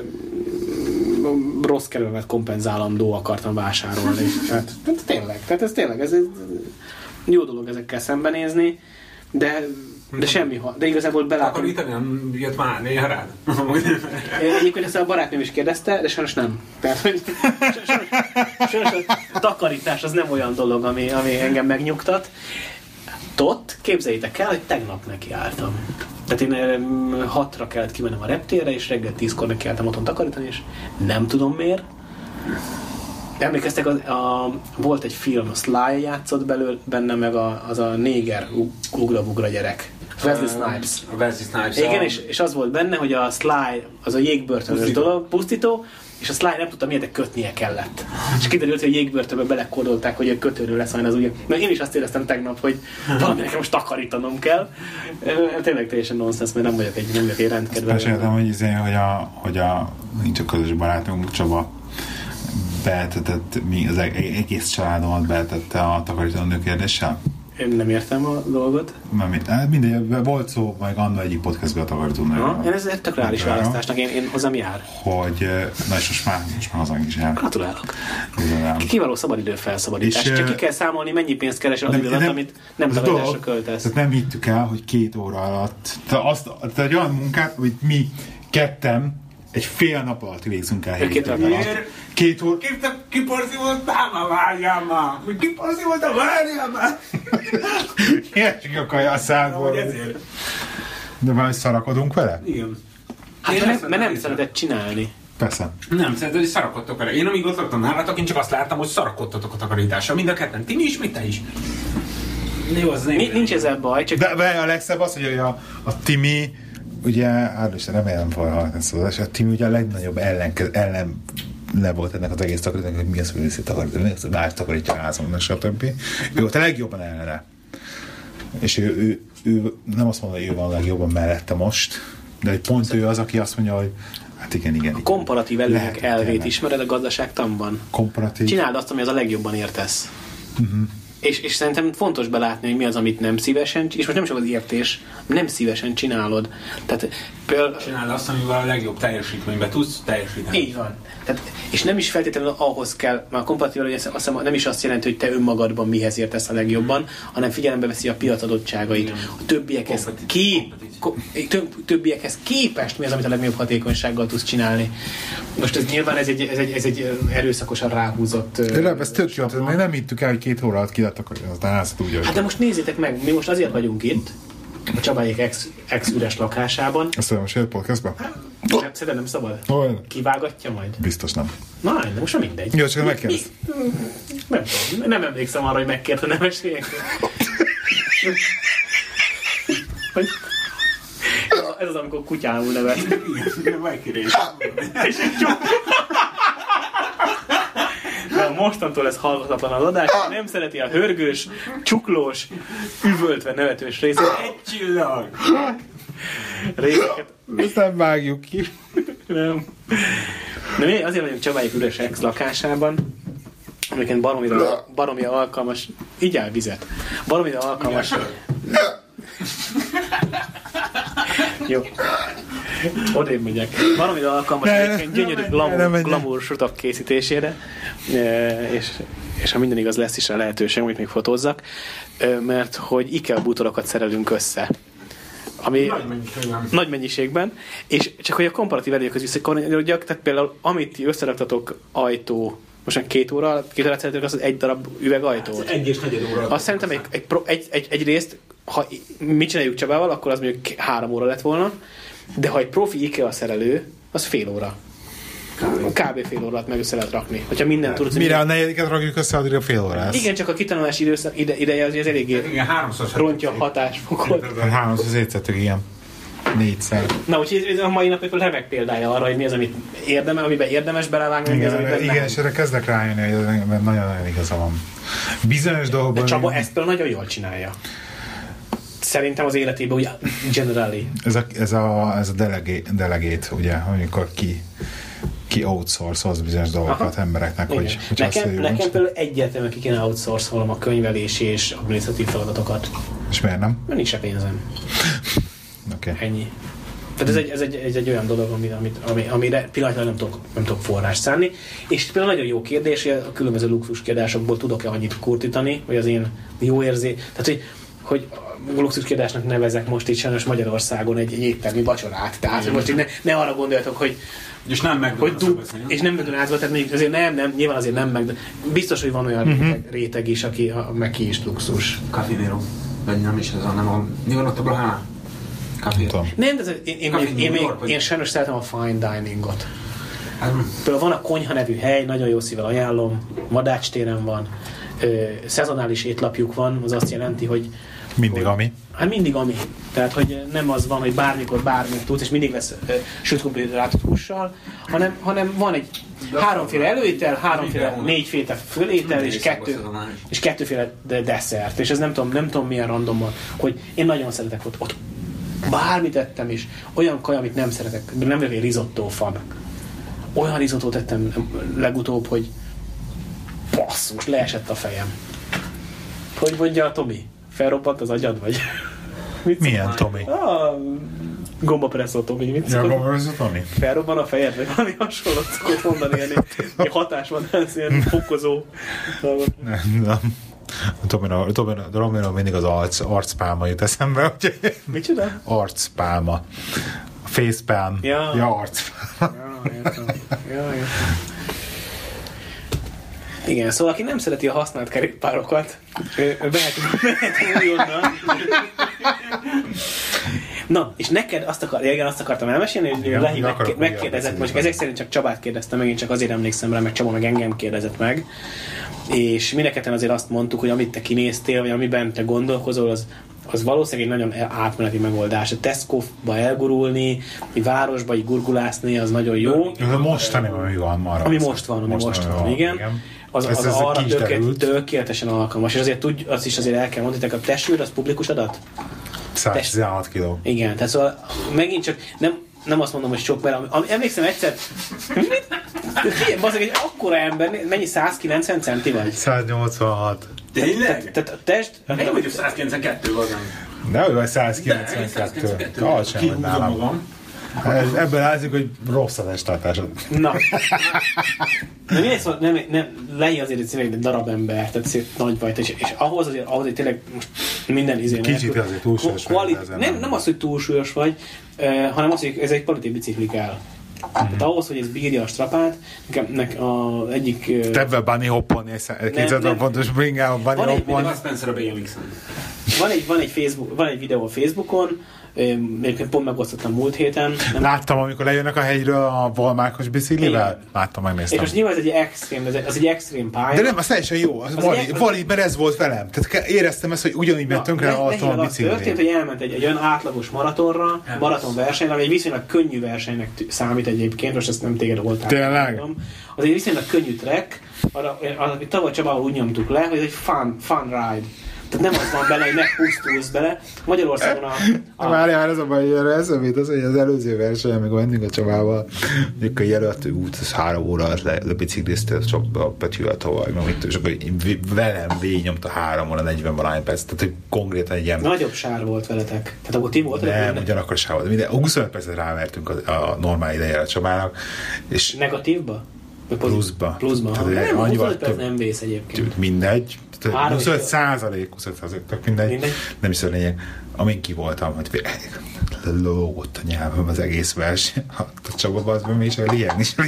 rossz kerülmet kompenzálandó akartam vásárolni. Tehát, tehát tényleg, tehát ez tényleg, ez, ez jó dolog ezekkel szembenézni, de, de semmi, de igazából belátom. Takarítani nem jött már néha rád? Egyébként ezt a barátnőm is kérdezte, de sajnos nem. Tehát, hogy sajnos, sajnos a takarítás az nem olyan dolog, ami, ami engem megnyugtat. Tot, képzeljétek el, hogy tegnap nekiálltam. Tehát én hatra kellett kimennem a reptérre, és reggel tízkor nekiálltam otthon takarítani, és nem tudom miért. Emlékeztek, az, a, volt egy film, a Sly játszott belőle, benne meg a, az a néger ugra-bugra gyerek. Wesley Snipes. A Wesley Snipes. Igen, és, és az volt benne, hogy a Sly, az a jégbörtönös dolog, pusztító, és a Sly nem tudta, miért kötnie kellett. És kiderült, hogy a jégbörtönbe belekódolták, hogy a kötőről lesz majd az ugye. Na én is azt éreztem tegnap, hogy valami nekem most takarítanom kell. Tényleg teljesen nonsense, mert nem vagyok egy, nem vagyok egy rendkedvelő. Meséltem, hogy, izé, hogy a, hogy a nincs a közös barátunk, Csaba beeltetett, mi az egész családomat beeltette a takarítónő kérdéssel. Én nem értem a dolgot. Nem, mindegy, volt szó, majd annól egyik podcastban a takarítónő. Én ez egy tök reális választásnak, én, én hozzám jár. Hogy, na és most már, most már hazánk is jár. Gratulálok. Kiváló szabadidő felszabadítás. És, csak ki kell számolni, mennyi pénzt keresel az időt, amit nem takarításra költesz. Tehát nem hittük el, hogy két óra alatt, tehát, azt, tehát egy olyan munkát, hogy mi ketten egy fél nap alatt végzünk el. Két óra alatt. Két óra. Kiporszi voltál már, várjál már! Kiporszi voltál, várjál már! Hiányzik a kaja a szádból. De már szarakodunk vele? Igen. Hát nem, mert nem szeretett csinálni. Persze. Nem szeretett, hogy szarakodtok vele. Én amíg ott laktam nálatok, én csak azt láttam, hogy szarakodtatok a takarítással. Mind a ketten. Ti is, mit te is. Jó, az nem. Nincs ezzel baj. Csak... De, de a legszebb az, hogy a, a Timi, ugye, állósan remélem fajhalni szóval, és a Timi ugye a legnagyobb ellen, ellen le volt ennek az egész takarítónak, hogy mi az, hogy vissza takarítani, más takarítja a házamnak, stb. Ő volt a legjobban ellene. És ő, ő, ő nem azt mondja, hogy ő van a legjobban mellette most, de hogy pont ő az, aki azt mondja, hogy hát igen, igen. A komparatív előnyök elvét ismered a gazdaságtanban? Komparatív. Csináld azt, ami az a legjobban értesz. Uh-huh. És, és szerintem fontos belátni, hogy mi az, amit nem szívesen, és most nem csak az értés, nem szívesen csinálod. Tehát Például... Csináld azt, amivel a legjobb teljesítményben tudsz teljesíteni. Így van. Tehát, és nem is feltétlenül ahhoz kell, mert a kompatibil azt hiszem, nem is azt jelenti, hogy te önmagadban mihez értesz a legjobban, hanem figyelembe veszi a piac adottságait. A többiekhez, kép, több, többiekhez képest mi az, amit a legnagyobb hatékonysággal tudsz csinálni. Most ez nyilván ez egy, ez egy, ez egy erőszakosan ráhúzott... De ez tök jó, nem hittük el, hogy két óra alatt kiadtak, aztán ezt úgy. Hát de most nézzétek meg, mi most azért vagyunk itt, a Csabáék ex, ex üres lakásában. Ezt tudom, most egy podcastban? Nem, szerintem nem szabad. Olyan. Kivágatja majd? Biztos nem. Na, de most már mindegy. Jó, csak megkérdez. Nem tudom, nem emlékszem arra, hogy megkérte, nem esélyek. Ez az, amikor kutyául nevet. Igen, megkérés. És egy csuk. De mostantól ez hallgatatlan az adás, nem szereti a hörgős, csuklós, üvöltve nevetős részét. Egy csillag! Részeket. Ezt nem vágjuk ki. Nem. De mi azért vagyunk Csabáék üres ex lakásában, amiken baromira, baromira alkalmas... Igyál vizet. Baromira alkalmas... Jó. Odébb megyek. Valamire alkalmas egyébként gyönyörű glamour, glamour sutak készítésére, és, és ha minden igaz, lesz is a lehetőség, amit még fotózzak, mert hogy IKEA bútorokat szerelünk össze. Ami nagy mennyiségben. Nagy mennyiségben, és csak hogy a komparatív előnyökhöz visszakanyarodjak, tehát például amit ti összeraktatok ajtó, most már két óra, két órát szeretnék, az egy darab üvegajtót. Egy és negyed óra. Azt szerintem egy, egy, egy, egy, egy részt, ha mit csináljuk Csabával, akkor az mondjuk három óra lett volna, de ha egy profi IKEA szerelő, az fél óra. Kb. Fél órát meg össze lehet rakni. Hogyha minden tudsz... Mire a negyediket rakjuk össze, addig a fél órás. Igen, csak a kitanulási időszak ide, ideje az, az eléggé igen, rontja a hatásfokot. Háromszor szétszettük, igen. Négyszer. Na, úgyhogy ez a mai nap például remek példája arra, hogy mi az, amit érdemel, amiben érdemes belevágni, mi az, amiben igen, nem. és erre kezdek rájönni, hogy nagyon-nagyon igaza van. Bizonyos dolgokban... De Csaba ezt például nagyon jól csinálja. Szerintem az életében ugye generally. Ez a, ez a, ez a delegate, delegate, ugye, amikor ki, ki outsource-olsz bizonyos dolgokat aha. embereknek, igen. hogy, hogy nekem, azt nekem például egyértelműen ki kéne outsource-olnom a könyvelési és adminisztratív feladatokat. És miért nem? Mert nincs se pénzem. Okay. Ennyi. Tehát ez egy, ez egy, ez egy olyan dolog, ami, amit, ami, amire pillanatnyilag nem tudok, nem tudok forrást szánni. És például nagyon jó kérdés, hogy a különböző luxus kiadásokból tudok-e annyit kurtítani, hogy az én jó érzé... Tehát, hogy, hogy luxuskiadásnak nevezek most itt sajnos Magyarországon egy, egy éttermi vacsorát. Tehát, hogy most így ne, ne arra gondoljatok, hogy és nem meg hogy du- és nem McDonald's-ba, tehát mondjuk azért nem, nem, nyilván azért nem meg, biztos, hogy van olyan uh-huh. réteg, réteg is, aki a, meg ki is luxus. Café Nero. Vagy nem is ez a, nem a... Mi van ott a Blahánál? Café. Nem, de ez, én, én, én, én, én, én sajnos szeretem a fine diningot. Például van a Konyha nevű hely, nagyon jó szívvel ajánlom, Madács téren van, ö, szezonális étlapjuk van, az azt jelenti, hogy mindig hogy, ami. Hát mindig ami. Tehát, hogy nem az van, hogy bármikor bármit tudsz, és mindig lesz ö, süt krumplit rátott hússal, hanem, hanem van egy háromféle előétel, háromféle, négyféle fölétel, és, kettő, és kettőféle desszert. És ez nem tudom, nem tudom milyen random van, hogy én nagyon szeretek ott, ott bármit ettem is, olyan kaj, amit nem szeretek, nem vagyok egy risotto fan. Olyan risottót ettem legutóbb, hogy basszus, leesett a fejem. Hogy mondja a Tomi? Felrobbant az agyad, vagy? Mit milyen Tomi? Ah, gombapresszó Tomi. Mit ja, gombapresszó Tomi? Felrobban a fejed, vagy valami hasonlót szokott mondani, ilyen egy hatás van, ez ilyen fokozó. Nem, nem. Tomiról mindig az arc, arcpálma jut eszembe. Micsoda? Arcpálma. Facepalm. Ja. Ja, arcpálma. Ja, értem. Ja, értem. Igen, szóval aki nem szereti a használt kerékpárokat, vehet újonnan. Na, és neked azt, akar, igen, azt akartam elmesélni, hogy ja, Lehi megké- megkérdezett, most ezek szerint csak Csabát kérdeztem meg, én csak azért emlékszem rá, meg Csaba meg engem kérdezett meg, és mindketten azért azt mondtuk, hogy amit te kinéztél, vagy amiben te gondolkozol, az, az valószínűleg egy nagyon átmeneti megoldás. A Tesco-ba elgurulni, egy városba így gurgulászni, az nagyon jó. Ez a mostani, ami van már. Ami most van, ami most, most van, van, igen. igen. Az, az, az arra tökéletesen alkalmas. És azért tudj, azt is azért el kell mondani, hogy a testőr az publikus adat? száz tizenhat kiló. Igen, tehát szóval megint csak nem, nem azt mondom, hogy sok, mert am, emlékszem egyszer, bazdmeg egy akkora ember, mennyi száz kilencven centi vagy? száz nyolcvanhat. Tényleg? Tehát a test... Én vagyok száz kilencvenkettő, azon. De ő vagy száz kilencvenkettő. Alacsony vagy nálam. Ebből látszik, hogy rossz a testtartásod. Na. De miért szóval nem, nem, legyen azért egy színek, egy darab ember, tehát szép nagy bajt, és, és ahhoz azért, ahhoz, hogy tényleg most minden izé kicsit nélkül, azért túlsúlyos kvali- vagy. Nem, nem az, hogy túlsúlyos vagy, uh, hanem az, hogy ez egy kvalitív bicikli kell. Mm-hmm. Tehát ahhoz, hogy ez bírja a strapát, nekem az egyik... Uh, Te bunny hoppon, kétszáz fontos bringában bunny van hoppon. Egy, Spencer a bé em iksen. Van egy, van, egy Facebook, van egy videó a Facebookon, egyébként pont megosztottam múlt héten. Nem Láttam, amikor lejönnek a hegyről a valmákos biciklivel? Láttam, megnéztem. És most nyilván ez egy extrém, ez egy, az egy extrém pálya. De nem, az teljesen jó. Az, az valid, valid, mert ez volt velem. Tehát éreztem ezt, hogy ugyanígy ment tönkre a autón a bicikli. Történt, hogy elment egy, egy olyan átlagos maratonra, maratonversenyre, ami egy viszonylag könnyű versenynek számít egyébként, most ezt nem téged voltál. Tényleg? Az egy viszonylag könnyű track, arra, arra tavaly Csabával úgy nyomtuk le, hogy ez egy fun, fun ride. Tehát nem az van bele, hogy megpusztulsz bele. Magyarországon a... a... Várjál, már ez a baj, hogy eszemét az, hogy az előző verseny, amikor mentünk a Csabával, amikor jelöltő út, az három óra alatt le, lebiciklizte, csak a Petővel tovább, és akkor velem végignyomta három óra, negyven valány perc, tehát hogy konkrétan egy ilyen... Nagyobb sár volt veletek. Tehát akkor ti voltatok? Nem, ugyanakkor sár volt. Minden, huszonöt percet rávertünk a, a normál idejére a Csabának. És negatívba? Pluszba. Pluszba. Tehát, nem, huszonöt perc nem vész egyébként. Mindegy. huszonöt százalék, huszonöt százalék, mindegy. mindegy. Nem is szóval lényeg. Amin ki voltam, hogy lógott a nyelvem az egész verseny. A Csaba az még csak liegni is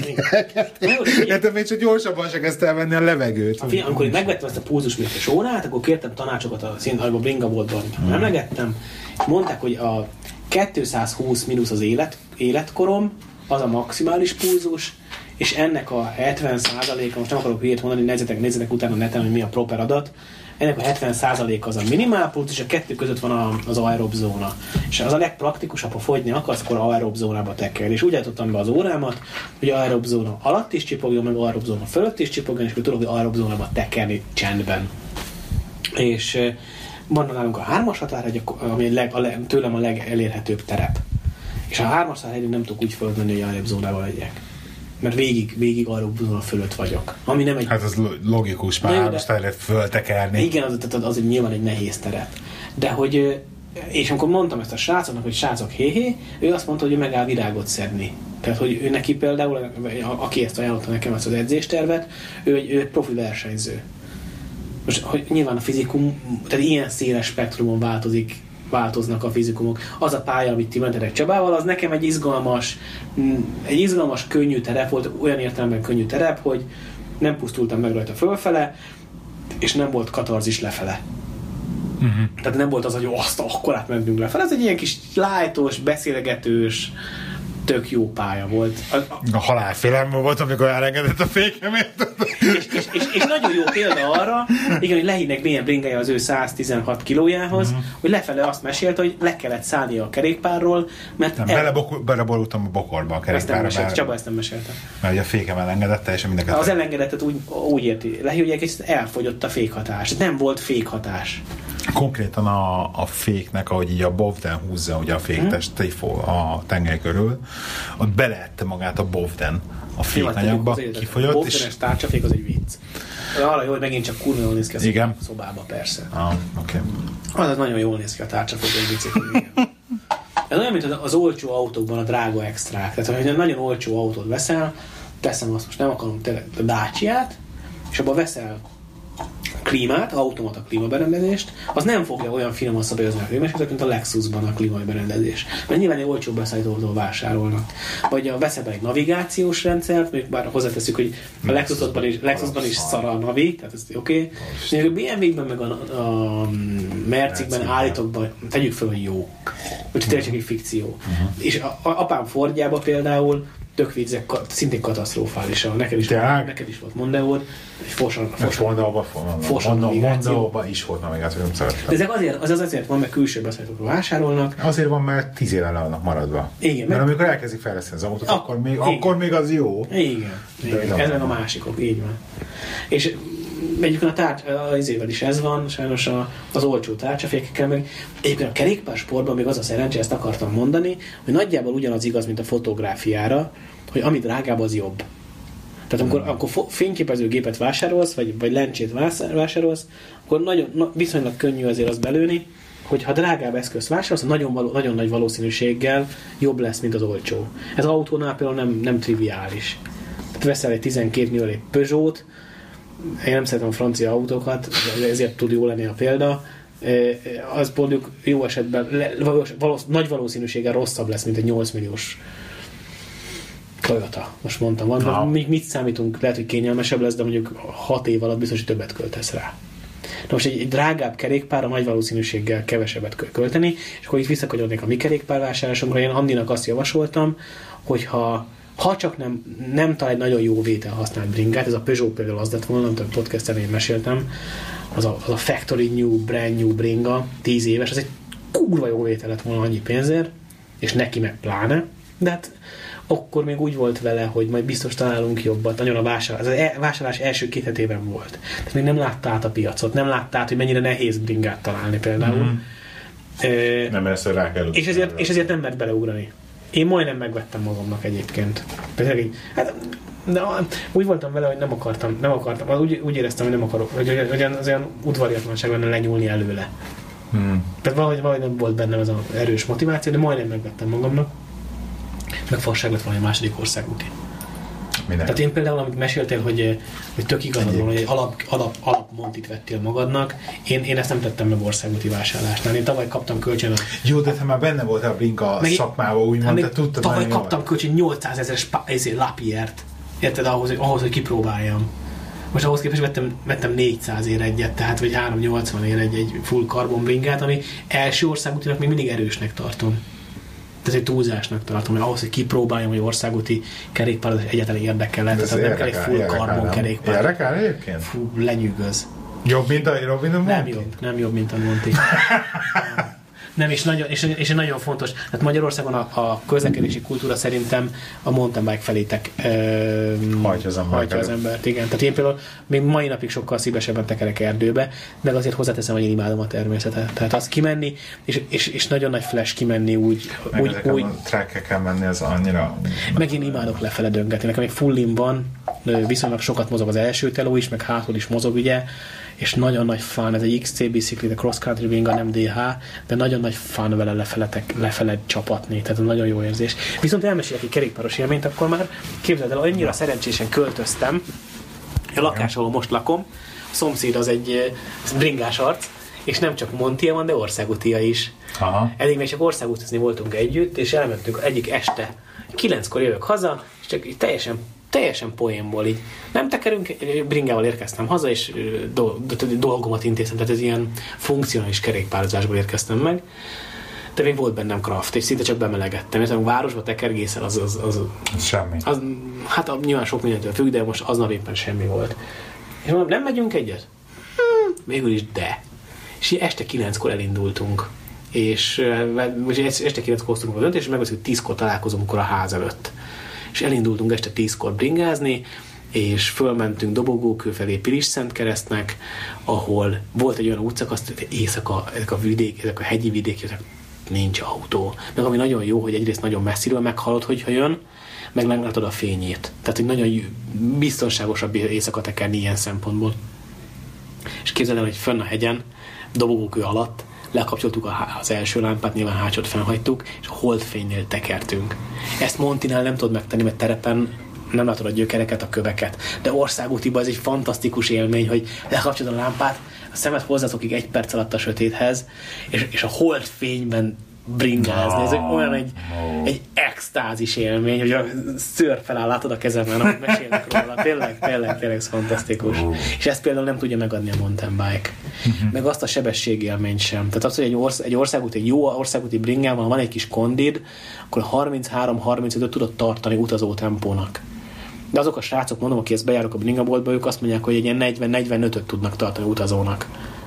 értem, még csak gyorsabban se kezdte elvenni a levegőt. A fiam, amikor én megvettem ezt a pulzusmérős órát, akkor kértem tanácsokat a színhajban, a Bringa boltban, amit emlegettem, és mondták, hogy a kétszázhúsz mínusz az élet, életkorom, az a maximális pulzus, és ennek a hetven százaléka, most nem akarok hülyét mondani, nézzetek, nézzetek utána a neten, hogy mi a proper adat, ennek a hetven százaléka az a minimál puls, és a kettő között van az aerob zóna. És az a legpraktikusabb, ha fogyni akarsz, akkor aerob zónába tekerj. És úgy állítottam be az órámat, hogy aerob zóna alatt is csipogjon, meg aerob zóna fölött is csipogjon, és akkor tudok, hogy aerob zónába tekerni csendben. És van nálunk a hármas határhegy, ami leg, a leg, tőlem a legelérhetőbb terep. És a hármas határhegyen nem tudok úgy fölmenni, hogy aerob zónába legyek. Mert végig, végig aerob zóna fölött vagyok. Ami nem egy... Hát az logikus, már hármas határhegyet föltekerni. Igen, az, az, az nyilván egy nehéz terep. De hogy, és amikor mondtam ezt a srácoknak, hogy srácok, hé-hé, ő azt mondta, hogy ő megáll virágot szedni. Tehát, hogy ő neki például, aki ezt ajánlotta nekem ezt az edzéstervet, ő egy, ő egy profi versenyző. Most, hogy nyilván a fizikum, tehát ilyen széles spektrumon változik, változnak a fizikumok. Az a pálya, amit ti mentetek Csabával, az nekem egy izgalmas, egy izgalmas, könnyű terep volt, olyan értelemben könnyű terep, hogy nem pusztultam meg rajta fölfele, és nem volt katarzis lefele. Uh-huh. Tehát nem volt az, hogy jó, azt akkorát mentünk lefele. Ez egy ilyen kis lájtos, beszélgetős, tök jó pálya volt. A, a, a halálfélelem volt, amikor elengedett a fékemért. És, és, és, és nagyon jó példa arra, igen, hogy Lehinek milyen bringája az ő száztizenhat kilójához, mm-hmm. hogy lefele azt mesélte, hogy le kellett szállnia a kerékpárról, mert... Nem, el... beleborultam a bokorba a kerékpárra. Ezt nem mesélt, Csaba ezt nem mesélte. Mert ugye a fékem elengedette, és mindenket... Az elengedettet úgy, úgy érti Lehi, hogy egész elfogyott a fékhatás. Nem volt fékhatás. Konkrétan a, a féknek, ahogy így a bovden húzza ugye a féktest hmm. a tengely körül, ott beleette magát a bovden a fékanyagba, kifogyott. A bovdenes tárcsafék az egy vicc. Arra jó, hogy megint csak kurva jól néz ki a igen. szobába, persze. Ah, okay. Az, az nagyon jól néz ki a tárcsafék egy vicc. Ez olyan, mint az olcsó autókban a drága extrák. Tehát, ha nagyon olcsó autót veszel, teszem azt, most nem akarom tényleg a Dacia-t, és abban veszel klímát, automata klímaberendezést, az nem fogja olyan finoman szabályozni a hőmérsékletet, mint a Lexusban a klímaberendezés. Mert nyilván egy olcsó beszállítótól vásárolnak. Vagy a veszel egy navigációs rendszert, még bár hozzáteszük, hogy a Lexusban is, Lexusban is szar a navi, tehát ez oké. Okay. A bé em vé-ben meg a, a Mercikben állítókban tegyük fel, hogy jó. Úgyhogy tényleg csak egy fikció. Uh-huh. És a, a apám Fordjában például tök viccek, szintén katasztrofálisan. Neked is, volt, neked is volt Mondeód, egy Fosan, Mondeóban is volt navigáció, nem szeretem. De ezek azért, az azért van, mert külső beszállítókról vásárolnak. Azért van, mert tíz éve le vannak maradva. Igen. Mert amikor elkezdik fejleszteni az autót, akkor még, akkor még az jó. Igen. igen. Ez meg a másikok, így van. És egyébként a tárgy, az évvel is ez van, sajnos a, az olcsó tárcsafékekkel, meg egyébként a kerékpársportban még az a szerencsé, ezt akartam mondani, hogy nagyjából ugyanaz igaz, mint a fotográfiára, hogy ami drágább, az jobb. Tehát amikor, hmm. akkor fényképezőgépet vásárolsz, vagy, vagy lencsét vásárolsz, akkor nagyon, na, viszonylag könnyű azért azt belőni, hogy ha drágább eszközt vásárolsz, nagyon, való, nagyon nagy valószínűséggel jobb lesz, mint az olcsó. Ez az autónál például nem, nem triviális. Tehát veszel egy tizenkét millió egy Peugeot, én nem szeretem a francia autókat, ezért tud jó lenni a példa, az mondjuk jó esetben valósz, nagy valószínűséggel rosszabb lesz, mint egy nyolc milliós Toyota. Most mondtam, van, no. mit, mit számítunk, lehet, hogy kényelmesebb lesz, de mondjuk hat év alatt biztos, hogy többet költesz rá. Na most egy, egy drágább kerékpárra nagy valószínűséggel kevesebbet kell költeni, és akkor itt visszakanyarodnék a mi kerékpárvásárlásomra, én Andinak azt javasoltam, hogyha ha csak nem, nem talál egy nagyon jó vétel használt bringát, ez a Peugeot például az lett volna, amit a podcast elején meséltem, az a, az a Factory New, Brand New bringa, tíz éves, az egy kurva jó vétel lett volna annyi pénzért, és neki meg pláne, de hát akkor még úgy volt vele, hogy majd biztos találunk jobbat. Nagyon a vásárlás, az a vásárlás első két hetében volt. Tehát még nem látta át a piacot, nem látta át, hogy mennyire nehéz bringát találni például. Mm-hmm. E, nem ezt rá kell. És ezért, és ezért nem mert beleugrani. Én majdnem megvettem magamnak egyébként. Pedig, hát, de úgy voltam vele, hogy nem akartam, nem akartam, úgy, úgy éreztem, hogy nem akarok, hogy, hogy az olyan udvariatlanság lenne lenyúlni előle. Mm. Tehát valahogy, valahogy nem volt bennem ez az erős motiváció, de majdnem megvettem magamnak. Meg fasság lett valami második országúti. Minden. Tehát én például, amit meséltél, hogy, hogy tök igazad van, hogy egy alap, alap, alap montit vettél magadnak, én, én ezt nem tettem meg országúti vásárlásnál. Én tavaly kaptam kölcsön... Jó, de te már benne voltál a bringa szakmában, úgymond, te tudtad. Tavaly kaptam kölcsön nyolcszázezeres lapiert, érted, ahhoz, ahhoz, hogy kipróbáljam. Most ahhoz képest vettem, vettem négyszáz ér egyet, tehát vagy háromszáznyolcvan ér egy, egy full carbon bringát, ami első országútinak még mindig erősnek tartom. Tehát egy túlzásnak tartom, hogy ahhoz, hogy kipróbáljam, hogy országúti kerékpár egyáltalán érdekel lehet, tehát nem kell egy full carbon kerékpár. Érdekel egyébként? Fú, lenyűgöz. Jobb, mint a, jobb, mint a Monty? Nem jobb, nem jobb, mint a Monty. Nem, és nagyon, és, és nagyon fontos. Hát Magyarországon a, a közlekedési kultúra szerintem a mountain bike felétek um, hajtja az, hajtja az embert. Igen. Tehát én például még mai napig sokkal szívesebben tekerek erdőbe, de azért hozzáteszem, hogy én imádom a természetet. Tehát az kimenni, és, és, és nagyon nagy flash kimenni úgy... Meg úgy, úgy a trekkeken menni, az annyira... Meg én imádok lefele döngetni. Nekem még fullim van, viszonylag sokat mozog az első teló is, meg hátul is mozog, ugye, és nagyon nagy fun, ez egy iksz cé bicikli, de cross country bringa, nem dé há, de nagyon nagy fun vele lefeletek, lefele csapatni, tehát nagyon jó érzés. Viszont elmesélek egy kerékpáros élményt, akkor már képzeld el, annyira szerencsésen költöztem, a lakás, ahol most lakom, a szomszéd az egy bringás arc, és nem csak Montia van, de országútia is. Aha. Eddig még csak országútizni voltunk együtt, és elmentünk egyik este. Kilenckor jövök haza, és csak teljesen teljesen poénból így. Nem tekerünk, bringával érkeztem haza, és dolgomat intéztem, tehát ez ilyen funkcionális kerékpározásból érkeztem meg. De még volt bennem craft, és szinte csak bemelegettem. Értem, a városba tekergészel az... az, az semmi. Az, hát nyilván sok mindentől függ, de most aznap éppen semmi volt. És mondom, nem megyünk egyet? Hmm, végül is de. És este kilenckor elindultunk. És este kilenckor hoztunk a döntést, és megveszünk, hogy tízkor találkozunk akkor a ház előtt. És elindultunk este tízkor bringázni, és fölmentünk Dobogókő felé Pilis-Szentkeresztnek, ahol volt egy olyan útszakasz, hogy éjszaka, ezek a vidék, ezek a hegyi vidék, nincs autó. Meg ami nagyon jó, hogy egyrészt nagyon messziről meghallod, hogyha jön, meg meglátod a fényét. Tehát, hogy nagyon biztonságosabb éjszaka tekerni ilyen szempontból. És képzeld el, hogy fönn a hegyen, Dobogókő alatt lekapcsoltuk az első lámpát, nyilván hátsót fennhagytuk, és a holdfénynél tekertünk. Ezt Montinál nem tudod megtenni, mert terepen nem látod a gyökereket, a köveket. De országútiban ez egy fantasztikus élmény, hogy lekapcsolod a lámpát, a szemed hozzátokig egy perc alatt a sötéthez, és, és a holdfényben bringázni. Ez olyan egy, egy extázis élmény, hogy a szőr feláll, látod a kezemben, ahogy mesélnek róla. Tényleg, tényleg, tényleg ez fantasztikus. Oh. És ezt például nem tudja megadni a mountain bike. Uh-huh. Meg azt a sebességélményt sem. Tehát az, hogy egy, orsz- egy országúti, egy jó országúti bringában van egy kis kondid, akkor harminchárom harmincötöt tudod tartani utazó tempónak. De azok a srácok, mondom, aki ezt bejárok a bringaboltba, ők azt mondják, hogy egy ilyen negyven negyvenötöt tudnak tartani utazónak.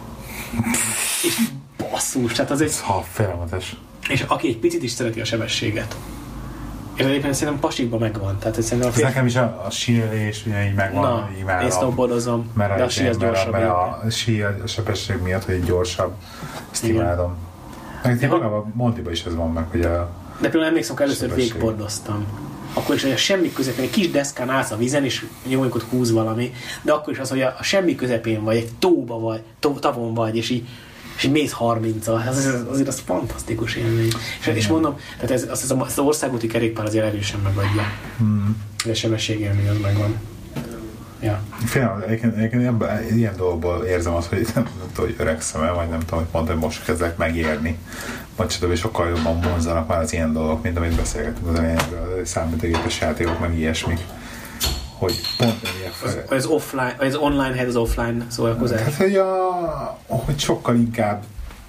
És basszus, tehát az egy... Ha, félelmetes. És aki egy picit is szereti a sebességet. És egyébként szerintem pasikban megvan. Tehát szerintem a fél... Nekem is a, a síelés ugye így megvan. Na, imádom, én snowboardozom, de a sí az gyorsabb. Mert a sí a sebesség miatt, hogy gyorsabb. Ezt imádom. Meg tényleg a Montiba is ez van meg, hogy a... De például emlékszem, hogy először wakeboardoztam. Akkor is, hogy a semmi közepén, egy kis deszkán állsz a vízen, és nyomjuk húz valami, de akkor is az, hogy a, a semmi közepén vagy, egy tóba vagy, tó, tavon vagy, és így és mész harminccal, az, az, azért az fantasztikus élmény. És, és mondom, tehát ez, az, az országúti kerékpár azért erősen megadja. Hmm. De a sebességélmény az megvan. Ja. Félem, egyébként, egyébként ebben, ilyen dolgokból érzem azt, hogy nem, nem tudom, hogy öregszem el, vagy nem tudom, hogy mondtam, hogy most kezdek megérni. Vagy csak sokkal jobban vonzanak már az ilyen dolgok, mint amit beszélgetünk az elejéről, a számítógépes játékok, meg ilyesmik. Hogy pont az, az, offline, az online helyett az offline szórakozás. Hát, hogy, a, hogy sokkal inkább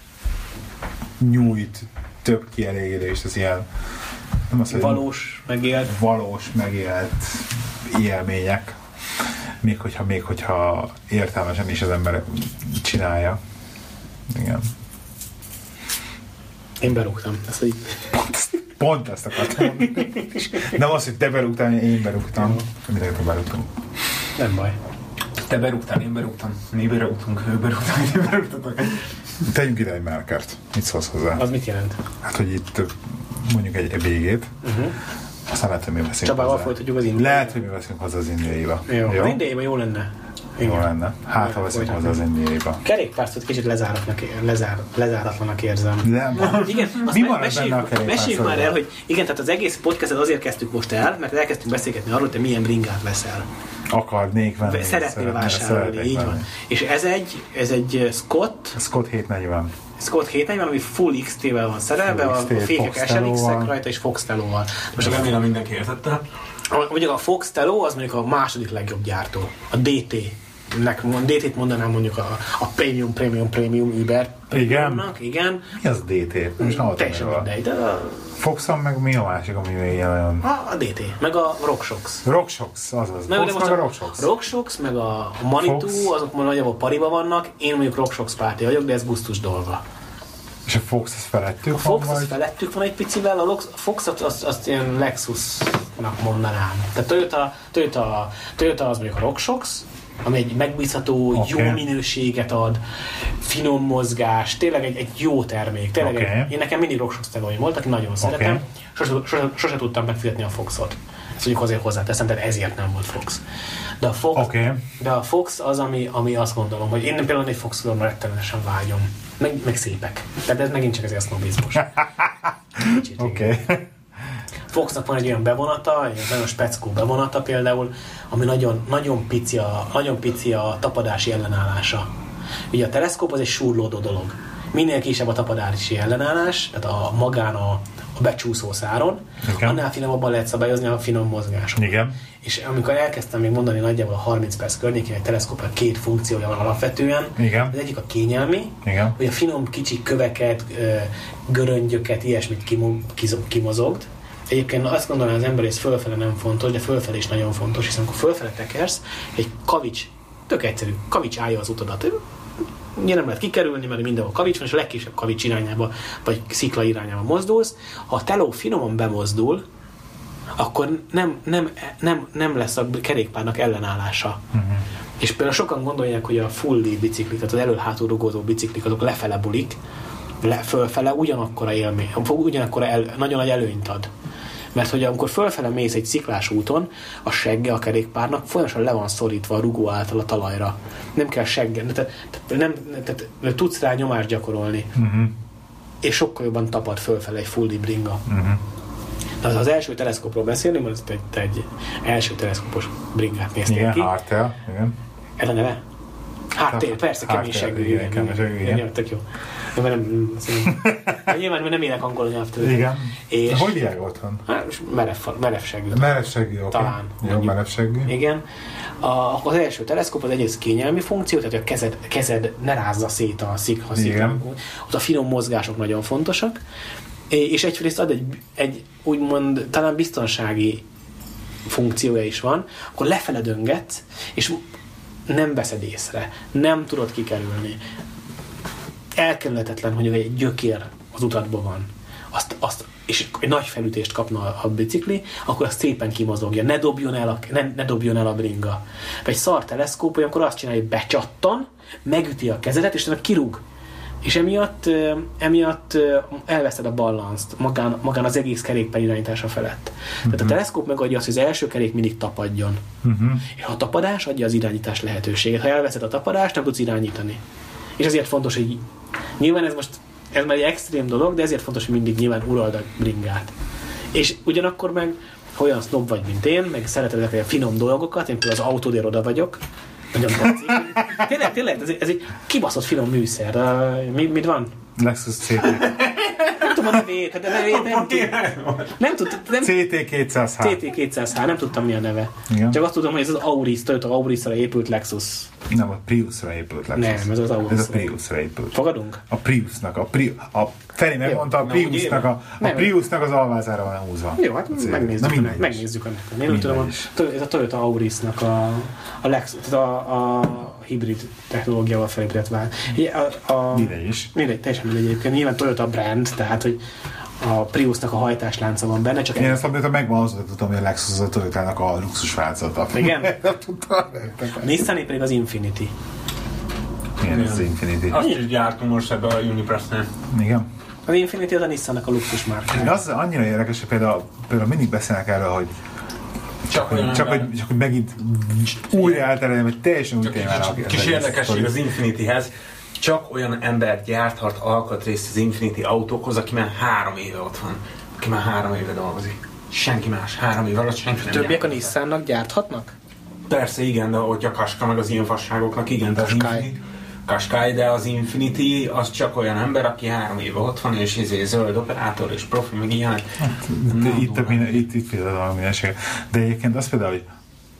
nyújt több kielégülést az ilyen nem az, valós, megélt valós, megélt élmények. Még hogyha, még hogyha értelmesen is az ember csinálja. Igen. Én berúgtam. Ezt így... Pont, pont ezt akartam mondani. Nem az, hogy te berúgtál, én berúgtam. Mindenki berúgtunk. Nem baj. Te berúgtál, én berúgtam. Mi berúgtunk, ő berúgtam, én berúgtatok. Tegyünk ide egy melkert. Mit szólsz hozzá? Az mit jelent? Hát, hogy itt mondjuk egy végét. Uh-huh. Aztán lehet, hogy mi veszünk Csabával folytatjuk az indiaiba. Lehet, hogy mi veszünk hozzá az indiaiba. Jó. jó? Az indiaiba jó lenne. Igen. Jó lenne. Hát, ha veszünk hozzá az indiaiba. Kerékpárt kicsit lezáratlanak, lezár, lezáratlanak érzem. Nem. Igen, mi van benne a kerékpár? Meséljük már el, hogy igen, tehát az egész podcastet azért kezdtük most el, mert elkezdtünk beszélgetni arról, hogy te milyen bringát veszel. Akarnék venni. Szeretnél vásárolni, így venni. Van. És ez egy, ez egy Scott... Scott hétszáznegyven. Scott hétszáznegyven, ami full iksz té-vel van szerelve, a fékek es el iksz-ek rajta és Fox Telóval. Most remélem mindenki értette. Mondjuk a Fox Teló az mondjuk a második legjobb gyártó. A dé té. dé té-t mondanám mondjuk a, a Premium, Premium, Premium Uber. Igen. Igen. Mi az dé té? Most nem teljesen mindegy. A... Foxon meg mi a másik, ami még olyan? A, a dé té, meg a RockShox. RockShox, azaz. Meg, Fox meg a RockShox. RockShox, meg a Manitou, Fox. Azok már nagyjából pariba vannak. Én mondjuk RockShox párti vagyok, de ez gusztus dolga. És a Fox az felettük a van? A Fox az felettük van egy picivel, a Foxot azt, azt ilyen Lexusnak mondanám. Tehát Toyota, Toyota, Toyota az mondjuk a RockShox, ami egy megbízható, okay. Jó minőséget ad, finom mozgás, tényleg egy, egy jó termék. Tényleg okay. egy, én nekem mindig RockShox telóim volt, aki nagyon szeretem, okay. sose, sose, sose tudtam megfizetni a Foxot. Ezt mondjuk azért hozzáteszem, tehát ezért nem volt Fox. De a Fox, okay. de a Fox az, ami, ami azt gondolom, hogy én például egy Fox-ra rettenetesen vágyom. Meg, meg szépek. Tehát ez megint csak ezért sznobizmus. Oké. Okay. Foxnak van egy olyan bevonata, egy nagyon speckó bevonata például, ami nagyon, nagyon, pici a, nagyon pici a tapadási ellenállása. Ugye a teleszkóp az egy súrlódó dolog. Minél kisebb a tapadási ellenállás, tehát a magán a, a becsúszó száron, igen. Annál finomabban lehet szabályozni a finom mozgásokat. Igen. És amikor elkezdtem még mondani nagyjából a harminc perc környékén, egy teleszkópnak két funkciója van alapvetően. Igen. Az egyik a kényelmi, igen. hogy a finom kicsi köveket, göröngyöket, ilyesmit kimozogd. Egyébként azt gondolom, hogy az ember ez fölfele nem fontos, de fölfele is nagyon fontos, hiszen amikor fölfele tekersz, egy kavics, tök egyszerű, kavics állja az utadat. Ugye nem lehet kikerülni, mert mindenhol kavics van, és a legkisebb kavics irányába, vagy szikla irányába mozdulsz. Ha a teló finoman bemozdul, akkor nem, nem, nem, nem lesz a kerékpárnak ellenállása. Uh-huh. És például sokan gondolják, hogy a fully biciklik, tehát az elől-hátul rugózó biciklik, azok lefele bulik, le, fölfele ugyanakkora élmény, ugyanakkora el, nagyon nagy előnyt ad. Mert hogy amikor fölfele mész egy sziklás úton, a segge a kerékpárnak folyamatosan le van szorítva a rugó által a talajra. Nem kell seggen, tehát, tehát, nem, tehát tudsz rá nyomást gyakorolni. Uh-huh. És sokkal jobban tapad fölfele egy fully bringa. Uh-huh. De az, az első teleszkópról beszélni, mert egy, egy első teleszkópos bringát néztél igen, ki. Hardtail, igen. Ez a neve? Hardtail, persze, kemény seggű. Igen, kemény seggű, igen. igen. Tök jó. De mert nem, nem, nyilván, mert nem élek angol nyelvtől. Igen. És de hogy jár otthon? Merev, merev seggű. Merev seggű, oké. Talán. Jó, merev seggű. Igen. A, az első teleszkóp az egyrészt kényelmi funkció, tehát a kezed, kezed ne rázza szét a szikha szikla. Ott a finom mozgások nagyon fontosak. És egyrészt ad egy, egy úgymond talán biztonsági funkciója is van, akkor lefele döngetsz, és nem veszed észre, nem tudod kikerülni. Elkerülhetetlen, hogy egy gyökér az utatban van, azt, azt, és egy nagy felütést kapna a bicikli, akkor azt szépen kimozogja, ne dobjon el a, ne, ne dobjon el a bringa. Vagy egy szar teleszkóp, olyankor azt csinálja, hogy becsattan, megüti a kezedet, és kirúg. És emiatt, emiatt elveszed a balanszt magán, magán az egész kerékpár irányítása felett. Uh-huh. Tehát a teleszkóp megadja azt, hogy az első kerék mindig tapadjon. Uh-huh. És a tapadás adja az irányítás lehetőséget. Ha elveszed a tapadást, nem tudsz irányítani. És ezért fontos, hogy Nyilván ez most ez már egy extrém dolog, de ezért fontos, hogy mindig nyilván urald a bringát. És ugyanakkor meg, ha olyan sznob vagy, mint én, meg szereted ezeket a finom dolgokat, én például az autódér oda vagyok, nagyon tetszik. Tényleg, tényleg, ez egy, ez egy kibaszott finom műszer. Uh, mit, mit van? Lexus cé té. Nem tudom a nevét, de nevét nem tudom. Nem tudtam. cé té kétszáz há. cé té kétszáz há, nem tudtam mi a neve. Igen. Csak azt tudom, hogy ez az Auris, Toyota Aurisra épült Lexus. Nem, a Priusra épült Lexus. Nem, ez az Auris. Ez a Priusra épült. Fogadunk? A Priusnak, a, Pri, a Feri megmondta, a Priusnak, a, a Priusnak az alvázára van húzva. Jó, hát megnézzük, Na, megnézzük ennek. Én úgy tudom, ez a Toyota Aurisnak a, a, Lex, a, a hibrid technológiával felépített vál. A, a, mindegy is. Mindegy, teljesen mindegy egyébként. Nyilván Toyota brand, tehát hogy a Priusnak a hajtáslánca van benne, csak... Én ezt amikor megvan azóta tudtam, hogy a Lexus a Toyotának a luxus változata. Igen? Nem tudtam. A Nissan pedig az Infinity. Igen, ez az Infinity. Azt is gyártunk most ebbe a Unipress-nél. Igen. Az Infinity az a Nissannak a luxus márkája. Az annyira érdekes, hogy például, például mindig beszélnek erről, hogy Csak, csak, csak, hogy, csak hogy megint újra eltereljem, hogy teljesen új témára. Kis, kis érdekesség az Infinityhez. Csak olyan ember gyárthat alkatrészt az Infinity autókhoz, aki már három éve ott van. Aki már három éve dolgozik. Senki más. Három év alatt senki nem Többiek gyárt. a Nissannak gyárthatnak? Persze igen, de hogy a Qashqai meg az ilyen fasságoknak igen. De az Qashqai. Infinity, Qashqai, de az Infinity az csak olyan ember, aki három éve ott van, és izé zöld operátor, és profi, meg ilyen. Hát, itt, itt, itt, itt például a minőség. De egyébként az például, hogy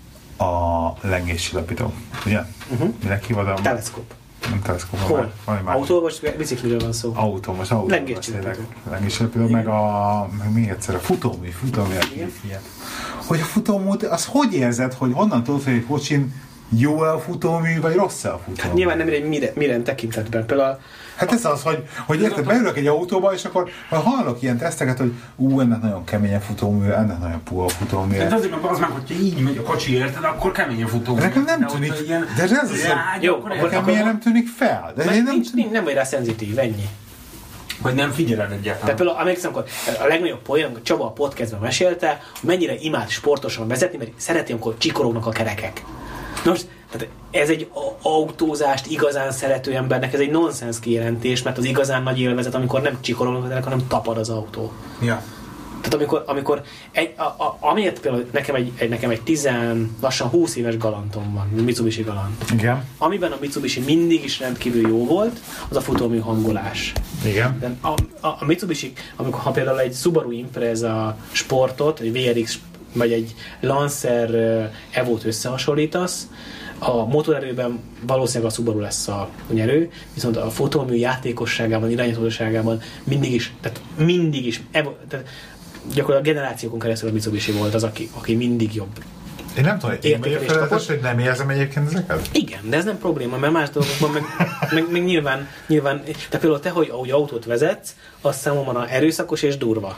a lengéscsillapító, ugye? Uh-huh. Minek hivadom? Teleszkóp. Nem teleszkóp. Hol? Autó vagy bicikliről van szó? Autó, most autó. Lengéscsillapító. Lengéscsillapító, meg, a, meg még egyszer a futómű, futómű. Hogy a futómű, az hogy érzed, hogy honnan tudod, hogy egy kocsin jó a futómű, vagy rossz a futómű? Hát nyilván nem mindegy, mire, mire tekintetben. Például Hát ez az, hogy, hogy érted, beülök egy autóba, és akkor hallok ilyen teszteket, hogy ú, ennek nagyon keményen futómű, ennek nagyon puha futómű. De azért meg az meg, hogyha így megy a kocsi, érted, akkor keményen futómű. Nekem nem tűnik, ilyen, de ez az, hogy jó, akkor nekem milyen nem tűnik fel. De én nem, nincs, nincs, nem vagy rá szenzitív, ennyi. Vagy nem figyeled egyáltalán. Tehát például emlékszem, amikor a legnagyobb poén, amikor Csaba a podcastben mesélte, hogy mennyire imád sportosan vezetni, mert szereti, amikor csikorognak a kerekek. Most, tehát ez egy autózást igazán szerető embernek, ez egy nonsens kijelentés, mert az igazán nagy élvezet, amikor nem csikorognak a kerekek, hanem tapad az autó. Ja. Tehát amikor, amikor egy, a, a, amiért például nekem egy, egy, nekem egy tizen, lassan húsz éves galantom van, Mitsubishi Galant. Igen. Amiben a Mitsubishi mindig is rendkívül jó volt, az a futómű hangolás. Igen. De a, a, a Mitsubishi, amikor ha például egy Subaru Impreza sportot, egy vé er iksz vagy egy Lancer Evo-t összehasonlítasz, a motorerőben valószínűleg a Subaru lesz a nyerő, viszont a futómű játékosságában, irányítóságában mindig is, tehát mindig is, Evo, tehát gyakorlatilag generációkon keresztül a Mitsubishi volt az, aki, aki mindig jobb. Én nem tudom, hogy én vagyok feladatos, hogy nem érzem egyébként ezeket? Igen, de ez nem probléma, mert más dolgokban meg, meg, meg nyilván, nyilván, de például te, hogy ahogy autót vezetsz, az számomra erőszakos és durva.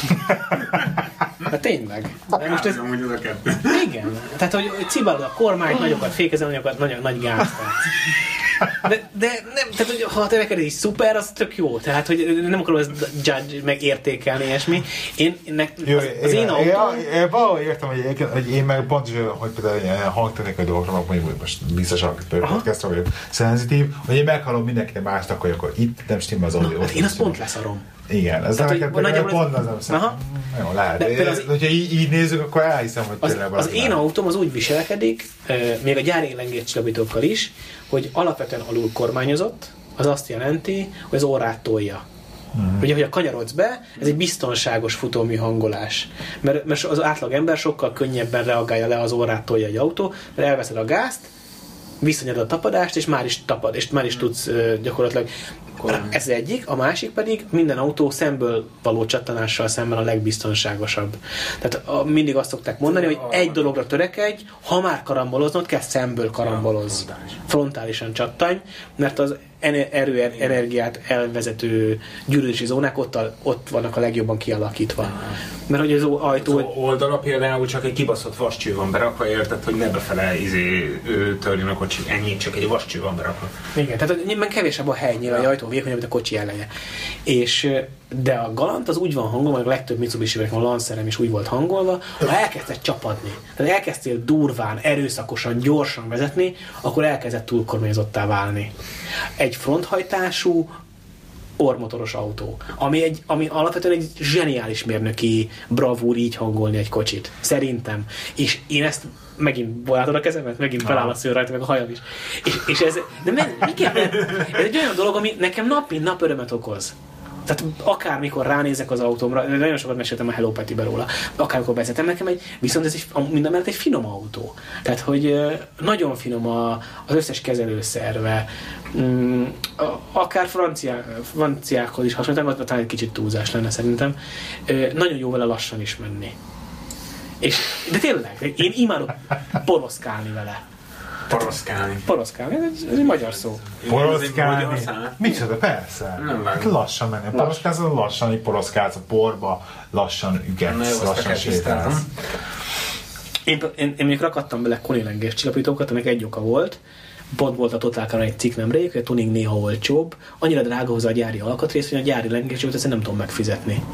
Hát tényleg. De most ez... Igen. Tehát, hogy, hogy cibálod a kormányt, nagyokat fékezel, nagyokat, nagy, nagy gázt. De, de nem, tehát, hogy ha te neked is szuper, az tök jó. Tehát, hogy nem akarom ezt judge, meg értékelni, ilyesmi. Én, nek, Jó, az, az én, én autóm... Én, én valahogy értem, hogy, hogy én meg pont is, hogy például ilyen hangtechnikai dolgokra, mondjuk most biztosan podcastra vagyok szenzitív, hogy én meghallom mindenkinek másnak, hogy akkor itt nem stimmel az audio. Hát én azt pont leszarom. Igen, ez neked pont az, az jó, lehet. De, az, hogyha így, így nézzük, akkor elhiszem, hogy az, az én autóm az úgy viselkedik, még a gyári lengéscsillapítókkal is, hogy alapvetően alul kormányozott, az azt jelenti, hogy az órát tolja. Mm. Ugye, hogy a kanyarodsz be, ez egy biztonságos futómű hangolás. Mert, mert az átlag ember sokkal könnyebben reagálja le, az órát tolja egy autó, mert elveszed a gázt, visszanyad a tapadást, és már is tapad, és már is tudsz uh, gyakorlatilag. Ez egyik, a másik pedig minden autó szemből való csattanással szemben a legbiztonságosabb. Tehát a, mindig azt szokták mondani, hogy egy dologra törekedj, ha már karamboloznod kell, szemből karambolozz. Frontálisan csattanj, mert az erő, energiát elvezető gyűrűzési zónák ott, a, ott vannak a legjobban kialakítva. Mert hogy az ajtó... Az oldala például csak egy kibaszott vascső van berakva, érted, hogy ne befele izé, törjön a kocsi. Ennyi, csak egy vascső van berakva. Igen, tehát nyilván kevésebb a hely, nyilván, ja. Ajtó vékonyabb, mint a kocsi eleje. És, de a Galant az úgy van hangolva, a legtöbb Mitsubishi-nek a Lancerem is úgy volt hangolva, ha elkezdett csapadni, tehát elkezdtél durván, erőszakosan, gyorsan vezetni, akkor elkezdett túlkormányozottá válni. Egy fronthajtású ormotoros autó, ami, egy, ami alapvetően egy zseniális mérnöki bravúr így hangolni egy kocsit. Szerintem. És én ezt megint látod a kezemet, megint feláll a szőr rajta, meg a hajam is. És, és ez, de meg, igen, ez egy olyan dolog, ami nekem nap mint nap örömet okoz. Tehát akármikor ránézek az autómra, nagyon sokat meséltem a Hello Petty-be róla, akármikor beszéltem, nekem egy, viszont ez egy, minden mellett egy finom autó. Tehát, hogy nagyon finom a, az összes kezelőszerve, akár franciá, franciákhoz is hasonlítom, talán egy kicsit túlzás lenne szerintem. Nagyon jó vele lassan is menni. És, de tényleg, én imádok poroszkálni vele. Poroszkálni. Poroszkálni, ez, ez egy magyar szó. Poroszkálni? Micsoda, persze. Nem hát lassan menni. Poroszkálsz, lassan így poroszkálsz a porba, lassan ügetsz, lassan sétálsz. Én, én, én mondjuk rakadtam bele konilengés csillapítókat, aminek egy oka volt. Pont volt a Total Car egy cikk nemrég, hogy a tuning néha olcsóbb. Annyira drága hozzá a gyári alkatrész, hogy a gyári lengéscsillapítót ezt nem tudom megfizetni.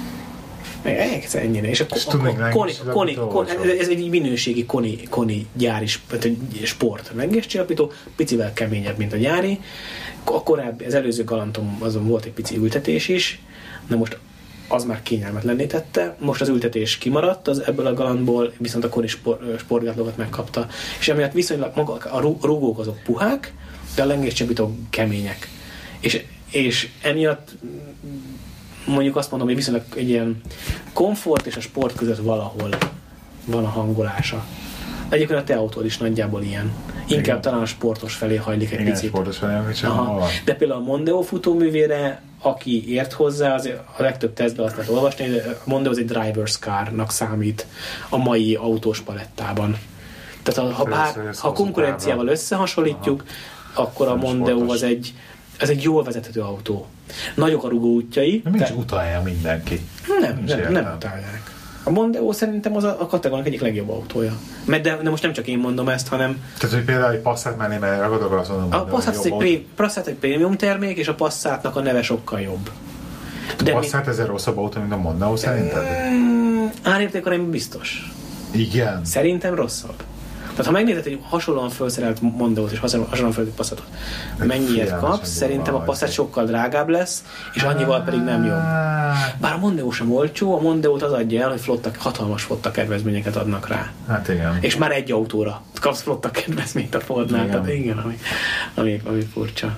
Egyszer ennyire. És a koni, koni, koni, ez egy minőségi koni, koni gyári sport lengéscsillapító, picivel keményebb, mint a gyári. A korábbi, az előző Galantom azon volt egy pici ültetés is, de most az már kényelmetlenné tette. Most az ültetés kimaradt az ebből a Galantból, viszont a koni sport, sportgátlókat megkapta. És emiatt viszonylag maga, a rúgók azok puhák, de a lengéscsillapítók kemények. És, és emiatt mondjuk azt mondom, hogy viszonylag egy ilyen komfort és a sport között valahol van a hangolása. Egyébként a te autód is nagyjából ilyen. Inkább igen. Talán a sportos felé hajlik egy igen, picit. Sportos felé, de például a Mondeo futóművére, aki ért hozzá, az a legtöbb tesztben azt lehet olvasni, hogy a Mondeo az egy driver's car-nak számít a mai autós palettában. Tehát ha, ha, bár, ha konkurenciával összehasonlítjuk, aha. akkor a Mondeo az egy, az egy jól vezethető autó. Nagyok a rugóútjai. Nem te... utálja mindenki. Nem, nem, nem, nem utálják. A Mondeo szerintem az a, a kategóriák egyik legjobb autója. De, de most nem csak én mondom ezt, hanem... Tehát, hogy például egy Passat menni, mert ragadok azt mondom, a Passat egy, pré, Passat egy prémium termék, és a Passatnak a neve sokkal jobb. De a Passat mi... ezzel rosszabb autó, mint a Mondeo szerinted? Mm, árértékarányban biztos. Igen? Szerintem rosszabb. Tehát ha megnézed egy hasonlóan felszerelt Mondeót és hasonlóan felszerelt Passatot, mennyiért kapsz, szerintem a Passat sokkal drágább lesz, és annyival pedig nem jobb. Bár a Mondeo sem olcsó, a Mondeót az adja el, hogy flotta, hatalmas flotta kedvezményeket adnak rá. Hát igen. És már egy autóra kapsz flotta kedvezményt a Fordnál, igen. Tehát igen, ami, ami, ami furcsa.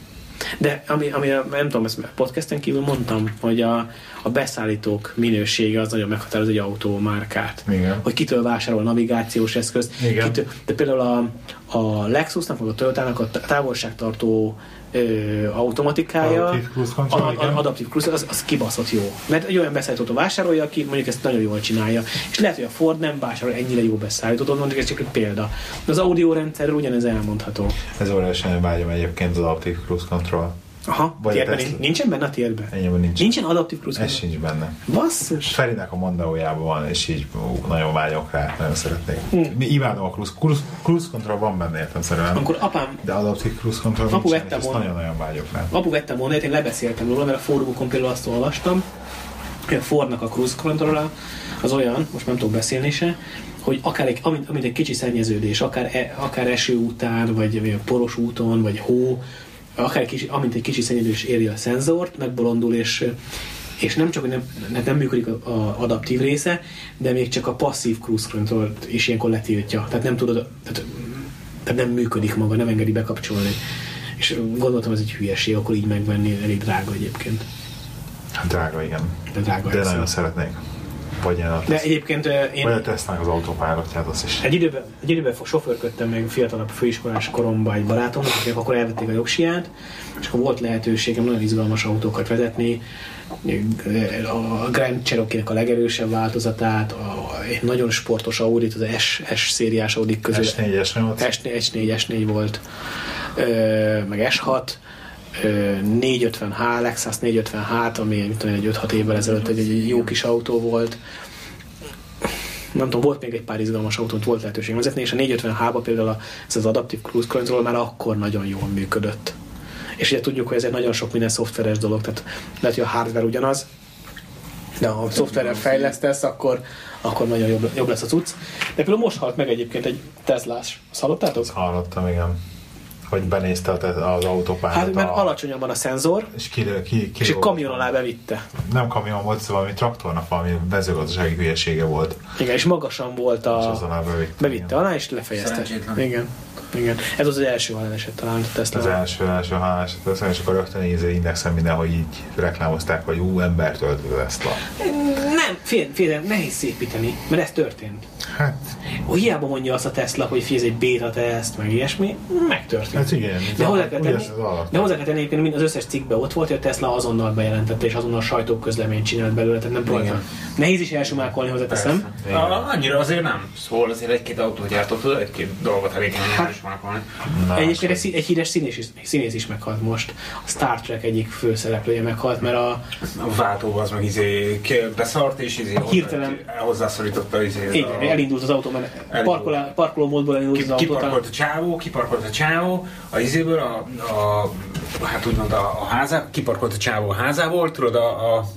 De ami, ami nem tudom, ezt podcasten kívül mondtam, hogy a, a beszállítók minősége az nagyon meghatároz egy autómárkát. Igen. Hogy kitől vásárol navigációs eszközt. Kitől, de például a, a Lexusnak, vagy a Toyotának a távolságtartó ö, automatikája, adaptív cruise, az, az kibaszott jó. Mert egy olyan beszállítót vásárolja, aki mondjuk ezt nagyon jól csinálja. És lehet, hogy a Ford nem vásárol ennyire jó beszállítót, mondjuk ez csak egy példa. Az audiórendszerről ugyanez elmondható. Ez óriásan vágyom egyébként az Adaptive Cruise Control. Aha, tiédben nincsen benne a tiédben? Enyémben nincs. Nincsen adaptív cruise control? Ez sincs benne. Basszus! Ferinek a Mondeójában van, és így ú, nagyon vágyok rá, nagyon szeretnék. Hmm. Mi imádom a cruise, cruise, cruise control van benne, értem szerint. Akkor apám... De adaptív cruise control nincsen, és ezt nagyon-nagyon vágyok rá. Apu vettem volna, én lebeszéltem róla, mert a fórumokon például azt olvastam, hogy a Fordnak a cruise control az olyan, most nem tudok beszélni se, hogy akár egy, amint, amint egy kicsi szennyeződés, akár, e, akár eső után, vagy, vagy poros úton, vagy hó, akár egy kicsi, amint egy kicsi szennyeződés éri a szenzort, megbolondul, és, és nem csak, hogy nem, nem működik az adaptív része, de még csak a passzív cruise control is ilyenkor letiltja. Tehát nem tudod, tehát, tehát nem működik maga, nem engedi bekapcsolni. És gondoltam, ez egy hülyeség, akkor így megvenni, elég drága egyébként. Hát drága, igen. De drága. De nagyon szeretnék. Vagy én a, de egyébként én... Vagy a Tesla-nak az autópilotját, az is. Egy időben, egy időben sofőrködtem meg fiatalabb főiskolás koromban egy barátomnak, akik akkor elvették a jogsiját, és akkor volt lehetőségem nagyon izgalmas autókat vezetni, a Grand Cherokee-nek a legerősebb változatát, a, egy nagyon sportos Audit, az S, S szériás Audi közül. S négy, S nyolc. S négy, S négy volt, meg S hat, négyszázötven há, Lexus négyszázötven há, ami mit tudom, egy öt-hat évvel ezelőtt egy, egy jó kis autó volt. Nem tudom, volt még egy pár izgalmas autót, volt lehetőség vezetni, és a négyszázötven há-ba például ez az Adaptive Cruise Control már akkor nagyon jól működött. És ugye tudjuk, hogy ez egy nagyon sok minden szoftveres dolog, tehát lehet, hogy a hardware ugyanaz, de ha a szoftverrel fejlesztesz, akkor, akkor nagyon jobb, jobb lesz a cucc. De például most halt meg egyébként egy Teslás. Azt hallottátok? Azt hallottam, igen. Hogy benézte az autópályát. Hát mert a... alacsonyan van a szenzor, és, ki, ki, ki és egy kamion alá bevitte. Nem kamion volt, szóval valami traktornak valami mezőgazdasági hülyesége volt. Igen, és magasan volt a... És az alá bevitte. Bevitte alá, és lefejezte. Igen. Igen. Ez az az első haláleset talán a Tesla. Az első, első haláleset, és akkor rögtön íző indexen mindenhol így reklámozták, hogy ú, embert ölt a Tesla. Nem, fél, fél, nehéz szépíteni, mert ez történt. Hát... Ó, hiába mondja azt a Tesla, hogy fi, ez egy beta teszt, meg ilyesmi, megtörtént. Hát igen. De hozzá kell tenni, de hozzá kell tenni egyébként, mind az összes cikkben ott volt, hogy a Tesla azonnal bejelentette, és azonnal sajtóközleményt csinált belőle, tehát nem próbáltam. Nehéz is elsőmákolni, hozzáteszem. Annyira azért nem. Szóval azért egy-két autógyártó egy-két dolgot elég kell elsőmákolni. Egyébként egy, egy híres színész is, színész is meghalt most. A Star Trek egyik főszereplője meghalt, mert a... A váltó az meg izé beszart, és izé hirtelen hozzászorította izé... Igen, a... elindult az autó, mert parkoló, parkoló módból elindult Ki, az autó. Kiparkolt a csávó, kiparkolt a csávó, a izéből, a, a, hát úgymond a, a házá, kiparkolt a csávó a házából, tudod, a, a,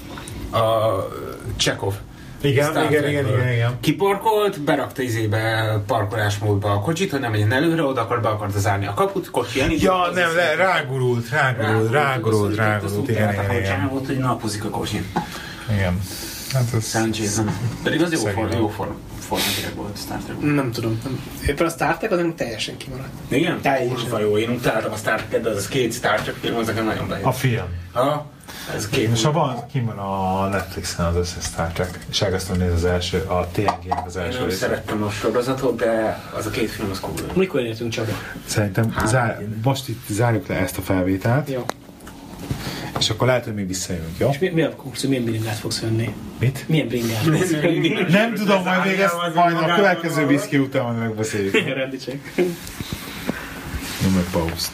a Csekov. Igen, igen, igen, igen, igen, igen. Kiparkolt, berakta izébe parkolásmódba a kocsit, hogy nem menjen előre, oda akar, be akarta zárni a kaput, kocsi elindult. Ja, nem, le, rágurult, rágurult, rágurult, rágurult, igen, igen, igen. Csávót, hogy napozik a kocsi. Igen. Hát ez... Szerencsétlen. Pedig az jó forma, jó forma. Formátileg volt a Star Trek. Nem tudom. Éppen a Star Trek az nem teljesen kimaradt. Igen? Teljesen. Jó, én utáltam a Star Trek, de az két Star Trek film, az nekem nagyon bejött. A film. Ha? Ez két. És van, kim van a Netflixen az összes Star Trek. És elkezdtem nézni az első, a té en gé-nek az első részét. Én nem szerettem a sorozatot, de az a két film az cool. Mikor értünk Csaba? Szerintem zár, most itt zárjuk le ezt a felvételt. Jó. És akkor lehet, hogy még visszajövünk, jó? És mi, mi a kurszú, milyen bringát fogsz venni? Mit? Milyen bringát fogsz venni? Nem tudom, majd még ezt majd a következő viszki után majd megbeszéljük. Igen, rendicsek. Nyom meg pauszt.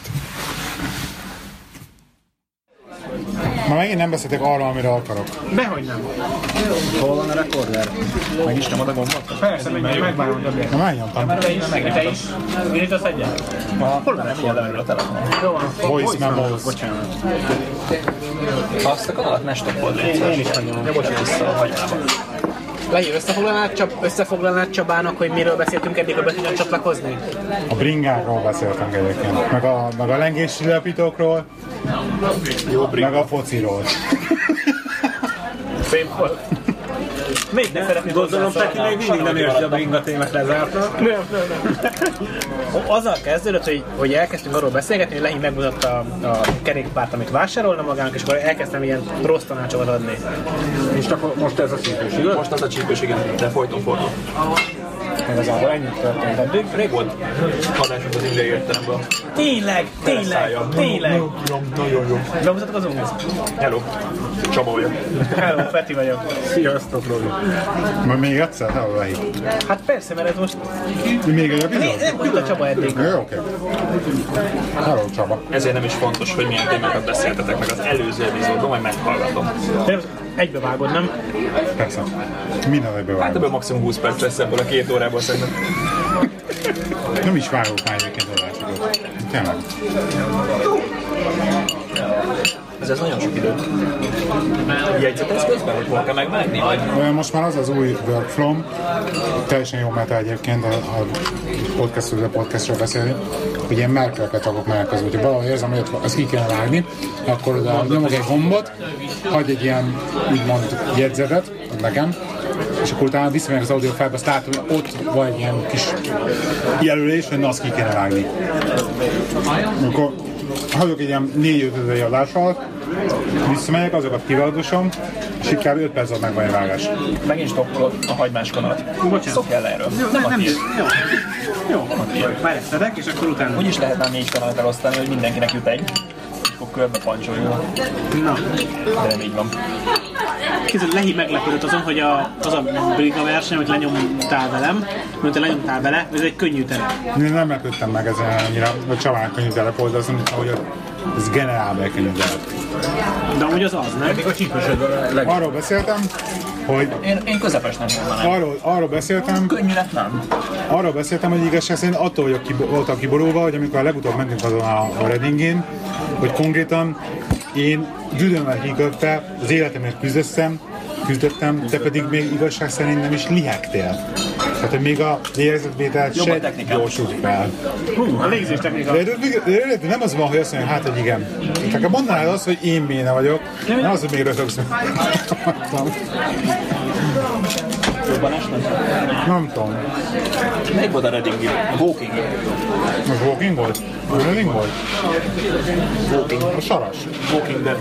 Már megint nem beszéltek arra, amire akarok. Dehogy nem. Hol van a rekorder? Meg is nyomod a gombot? Persze, meg megvárom, hogy Na, megnyomtam. te is, te is. Miért az egyen? Hol van a rekorder? A telefon. Jó van. Voice memos. Bocsánat. Azt akarat, ne stoppold. Én is megnyomom. Ja, bocsánat, vissza a hagymába. Lehív, összefoglalnád, Csab, összefoglalnád Csabának, hogy miről beszéltünk eddig, hogy be tudjon csatlakozni? A bringákról beszéltünk egyébként. Meg a, meg a lengéscsillapítókról. Meg a fociról. Szép volt. Még ne szeretnéd Gondolom, Peti még mindig nem érzi a bringa témát lezárta. Nem, nem, nem. Azzal kezdődött, hogy, hogy elkezdtünk arról beszélgetni, hogy Lehi megmutatta a, a kerékpárt, amit vásárolna magának, és akkor elkezdtem ilyen rossz tanácsokat adni. És akkor most ez a csípős, igaz? Most az a csípős, igen, de folyton fordul. Igazából ennyit történt. De rég, rég volt adásunk az indiai értelemből. Tényleg, tényleg, tényleg. Nagyon jó. Bemutatok az ungit? Hello, Csaba vagyok. Hello, Peti vagyok. Sziasztok, Robi. Majd még egyszer, ne a Lehi. Hát persze, mert ez most... Még egy epizód? Nem küld a Csaba eddig. Jó, oké. Hello, Csaba. Ezért nem is fontos, hogy milyen témákat beszéltetek meg az előző epizódban, majd meghallgatom. Egybe vágod, nem? Persze. Minden egybe Hát vágod. ebből maximum húsz perc lesz ebből a két órából szerintem. Nem is vágok már egyébként adásokat. Tényleg. Ez, ez nagyon sok idő. Jegyzetesz közben, hogy hol kell megvágni? Vagy? Most már az az új workflow, teljesen jó meta egyébként a, a podcastról, a podcastról beszélni, hogy ilyen merkeleket adok meg közül, hogyha valahol érzem, hogy ezt ki kellene vágni, akkor oda nyomok egy gombot, hagy egy ilyen úgymond jegyzetet nekem, és akkor utána visszamegyek az audio file-be, azt látom, hogy ott van egy ilyen kis jelölés, hogy na, azt ki kéne vágni. Akkor hagyok egy ilyen négy-öt adással, visszamegyek, azokat kivádosom, és így kb. öt perc alatt megvan egy vágás. Megint stoppolod a hagymás kanalat. Bocsánat. Szokjál le erről. Nem, nem, nem. Jó. Jó. Várjátok, és akkor utána... Úgy is lehet már négy kanalat elosztani, hogy mindenkinek jut egy. És akkor körbe pancsoljon. Na. De nem így van. Kicsit Lehi meglepődött azon, hogy a, az a briga verseny, amit lenyomtál velem, mert te lenyomtál vele, ez egy könnyű terep. Én nem lepődtem meg ezen annyira, hogy Csabának könnyű telep volt, de azt mondta, hogy ez generálban könnyű telep. De amúgy az az, nem? Még a csípősödről leg... Arról beszéltem, hogy... Én, én közepesnek mondanám. Arról, arról beszéltem... Könnyűnek nem. Arról beszéltem, hogy igazság szerint attól vagyok kibo- voltam kiborulva, hogy amikor legutóbb mentünk azon a, a Readingén, hogy konkrétan én düdömmel kiköpve az életemért küzdöttem, küzdöttem, te pedig még igazság szerint nem is lihegtél. Tehát, hogy még a lélegzetvételt se gyorsult fel. Hú, a légzés technika. De, de, de, de nem az van, hogy azt mondja, hát, hogy igen. Csak mondanád azt, hogy én béna vagyok, nem az, hogy még röhögsz. Jobban esnek? Nem tudom. Melyik volt a Readingi? A Walking? Az Walking volt? A Reading volt? Walking. A Saras. Walking Dead.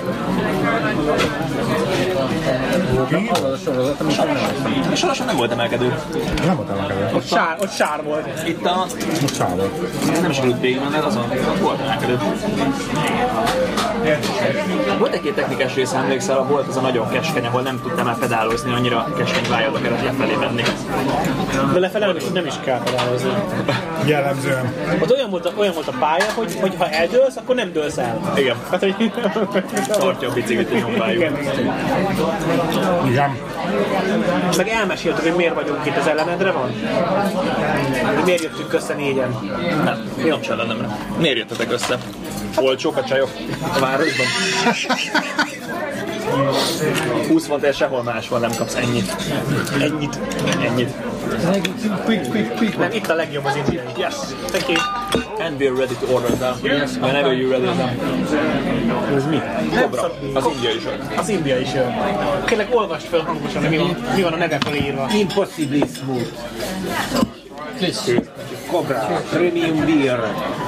Walking? Az a sorozat, amit nem emlékszem. És Sarason nem volt emelkedő. Nem volt emelkedő. Ott sár, ott sár volt. Itt a... Most sár volt. Nem is került végig, de azon volt emelkedő. Volt egy-két technikás része, emlékszel, volt az a nagyon keskeny, ahol nem tudtam már pedálozni, annyira keskeny vájadba kellett lefelé menni. De lefelé nem is, nem is kell pedálozni. Jellemzően. Ott olyan volt a, olyan volt a pálya, hogy, hogy ha eldőlsz, akkor nem dőlsz el. Igen. Hát, hogy... Tartja a biciklit a nyomvájú. Igen, igen. Igen. Meg elmeséltük, hogy miért vagyunk itt, az ellenedre van? Hogy miért jöttünk össze négyen? Nem, mi nincs ellenemre. Miért jöttetek össze? Olcsók a csajok a városban? húsz fontért sehol máshol nem kapsz ennyit. Ennyit. Ennyit. Quick, quick, quick. Nem, itt a legjobb az indiai. Yes, thank you. And we're ready to order them. Yes. Whenever you're ready them. Ez mi? Kobra. Az indiai sor. Az indiai sör. Kérlek, olvasd fel hangosan, mi van, mi van a neve felírva. Impossible smooth. Cobra, Premium Beer.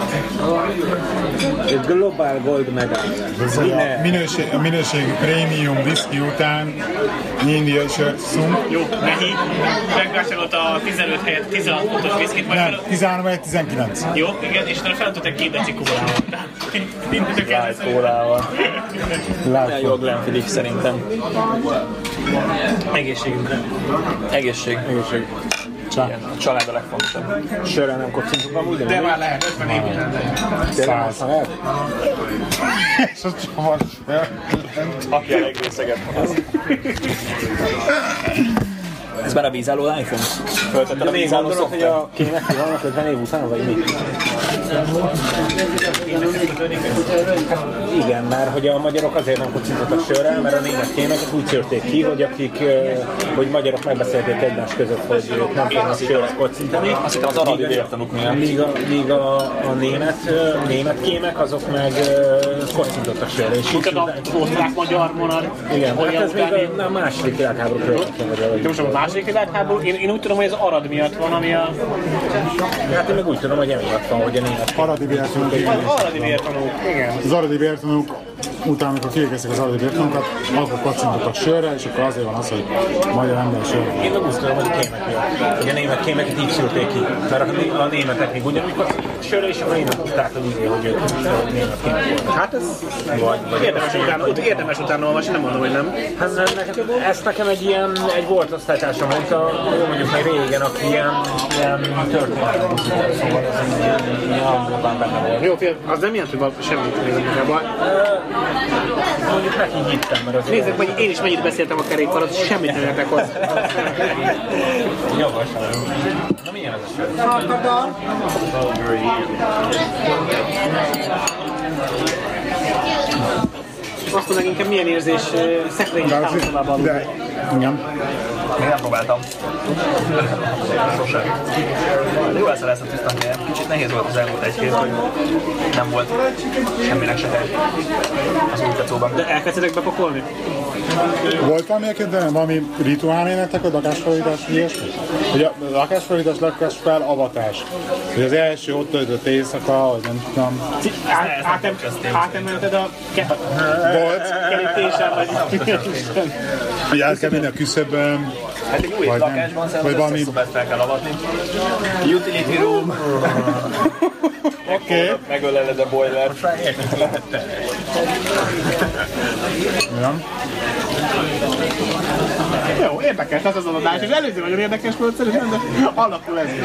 A Global Gold Medal. Ez a minőség, a minőségi prémium whisky után indiai sört szunk. Jó, nehi. Megvásárolta a tizenöt helyett tizenhat pontos viszkit. Nem, tizenhárom helyett tizenkilenc. Jó, igen, és utána feltudtak két deci kólával. Mindentől Light kólával. Milyen jó a Glenfiddich szerintem. Egészségünkre. Egészség. Egészség. Igen, a család a legfontosabb. Sörrel nem kocintunk amúgy, de, De már lehet, ötven év után. Száz. lehet? És a csavar sör. Aki a legrészeget az. Ez már a vízálló iPhone? Föltetted De a még vízálló gondolod, hogy szoftver? a kének vannak ötven év után, vagy mi? Igen, mert hogy a magyarok azért nem kocintottak sörrel, mert a német kémeket úgy szűrték ki, hogy akik, hogy magyarok megbeszélték egymás között, hogy ők nem fognak sörrel kocintani. Azt hittem az aradi vértanúk miatt. Míg a, míg a, a német, német kémek, azok meg kocintottak sörrel. És így A osztrák-magyar monarch. igen, hát ez még a, a második világháború következően vagy. De most a második világháború, én, én úgy tudom, hogy az arad miatt van, ami a... Hát én meg úgy tudom, hogy emiatt van, hogy a német. Aradi vértanúk. Az aradi vértanúk, igen. Az aradi vértanúk utána, amikor kiegezték az aradi vértanúkat, akkor kocintottak sörre, és akkor azért van az, hogy a magyar ember sörre. Én meg úgy tudom, hogy a kémek miatt. Hogy a német kémeket így szűrték ki. Mert a, a németek még ugyanúgy kocintottak sörre, és a német tudták, hogy így, hogy ők német kémek voltak. Hát ez vagy, vagy Érdemes utána, érdemes utána olvasni, nem mondom, hogy nem. Hát nekem, ezt nekem egy ilyen, egy volt osztálytársam mondta, jó mondjuk még régen, aki ilyen, ilyen történetet készített, szóval ez így ilyen angolban benne volt. Jó, fél, az nem jelent, hogy val- semmit nézek magában. Mondjuk neki hittem, mert azért... Nézzek, hogy én is mennyit beszéltem a kerékpárról, semmit nem értek hozzá. Jogos. Na milyen ez a sör? Azt mondom, inkább milyen érzés szekrényi támaszolában aludni. De, igen. Még nem próbáltam. Sosem. Jó lesz, lesz a tisztán helyen. Kicsit nehéz volt az elmúlt egy hét, hogy nem volt semminek se hely az új tecóban. De elkezdtek bepakolni? Volt valamilyen, de valami rituál énetek, a lakásfelújítás, ilyesmi? Hogy a lakásfelújítás, lakásfelavatás. Hogy az első ott töltött éjszaka, vagy nem tudom. Átemelted a Volt. kerítésen, vagy Hogy át kell menni a küszöbön. Hát egy új Vagy nem. lakásban Vagy szerintem valami- összes szobát fel kell avatni. Utility room. Oké. Megöleled a boiler. Igen. jó, érdekes ez az adás, és előző nagyon érdekes volt szerintem, de alapul ez is.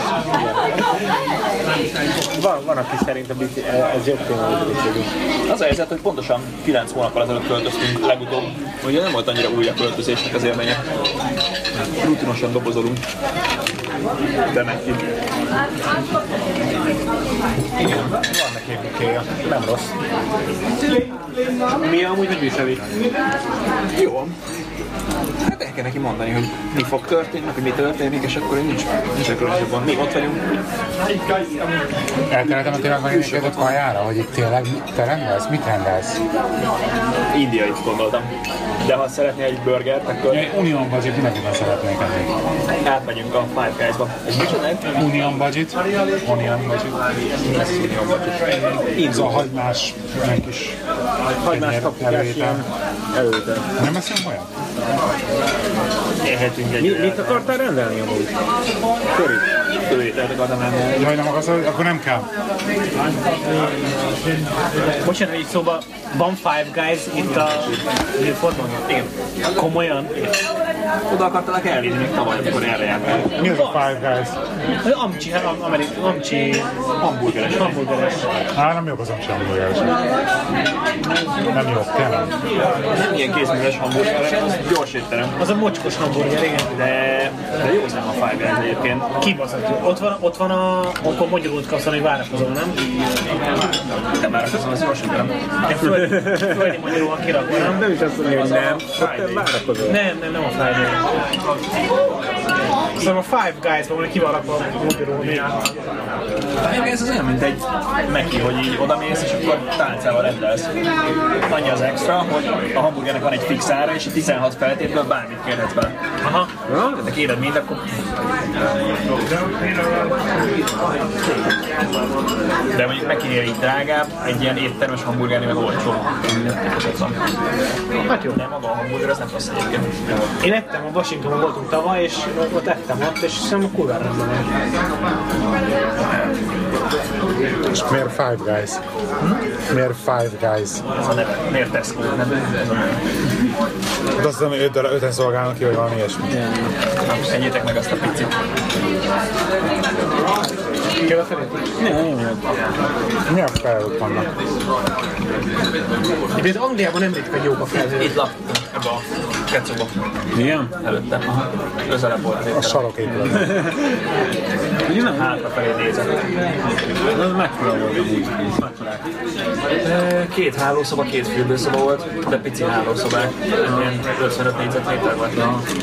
Van, van, aki szerint a bici, ez jobb téma, hogy a bicikli. Az a helyzet, hogy pontosan kilenc hónappal ezelőtt költöztünk legutóbb. Ugye nem volt annyira új a költözésnek az élménye. Rutinosan dobozolunk. De neki. Igen, van neki egy bukéja, nem rossz. Mi amúgy hogy viselik? Jó. Hát el kell neki mondani, hogy mi fog történni, hogy mi történik, és akkor nincs, nincs a különbségben. Mi ott vagyunk. Eltereltem a tényleg megnézed a kajára, hogy itt tényleg te rendelsz? Mit rendelsz? Indiait gondoltam. De ha szeretnél egy burgert, akkor... Én Union Budget mindenkiben szeretnék enni. Átmegyünk a Five Guys-ba. Ez micsoda? Union Budget. Union Budget. Ez Union Budget. Ez a hagymás, meg is Hagymás kapukás ilyen előtte. Nem eszem olyan? Élhetünk egy... Mi, mit akartál rendelni amúgy? Köri. Körételt akartam rendelni. Jaj, nem akarsz, akkor nem kell. Bocsánat, hogy szóba van Five Guys itt a Milfordban? Igen. Komolyan? Oda akartalak elvinni még tavaly, amikor erre jártál. Mi az a Five Guys? Amcsi, amerikai, amcsi, Hamburgeres. hamburgeres. Á, nem jók az amcsi hamburgeres. Nem jók, tényleg. Nem ilyen kézműves hamburger, az gyors étterem. Az a mocskos hamburger, igen. De, de jó nem a Five Guys egyébként. Kibaszott jó. Ott van, ott van a... Akkor magyarult kapsz, hogy várakozol, nem? De már azon az gyors étterem. Földi magyarul van kirakva, nem? Nem is azt mondja, hogy nem. Ott várakozol. Nem, nem, nem a Friday. Szóval a Five Guys-ban van, hogy ki van rakva a magyarul. A Five Guys az olyan, mint egy Meki, hogy így odamész, és akkor tálcával rendelsz. Annyi az extra, hogy a hamburgernek van egy fix ára, és a tizenhat feltétből bármit kérhetsz bele. Aha. Ha te kéred mind, akkor... De mondjuk Mekinél így drágább, egy ilyen éttermes hamburgernél meg olcsó. Hát jó. De maga a hamburger, az nem rossz egyébként. Én ettem, a Washingtonban voltunk tavaly, és ott ettem ott, és szerintem a kurvára rendben van. És miért Five Guys? Hm? Miért Five Guys? Ez a neve. Miért Tesco neve? De azt hiszem, hogy öt, öten szolgálnak ki, vagy valami ilyesmi. Ennyétek meg azt a picit. Kell a felét? Nem, nem, nem. Milyen felelők vannak? Egyébként Angliában nem ritka jók a felhők. Itt laktunk, ebbe a kecóba. Igen? Előtte. Közelebb volt az A étterem. saroképületben. Ugye nem? Hátrafelé nézett. Az mekkora volt amúgy. Két hálószoba, két fürdőszoba volt, de pici hálószobák. Ilyen ötvenöt négyzetméter volt.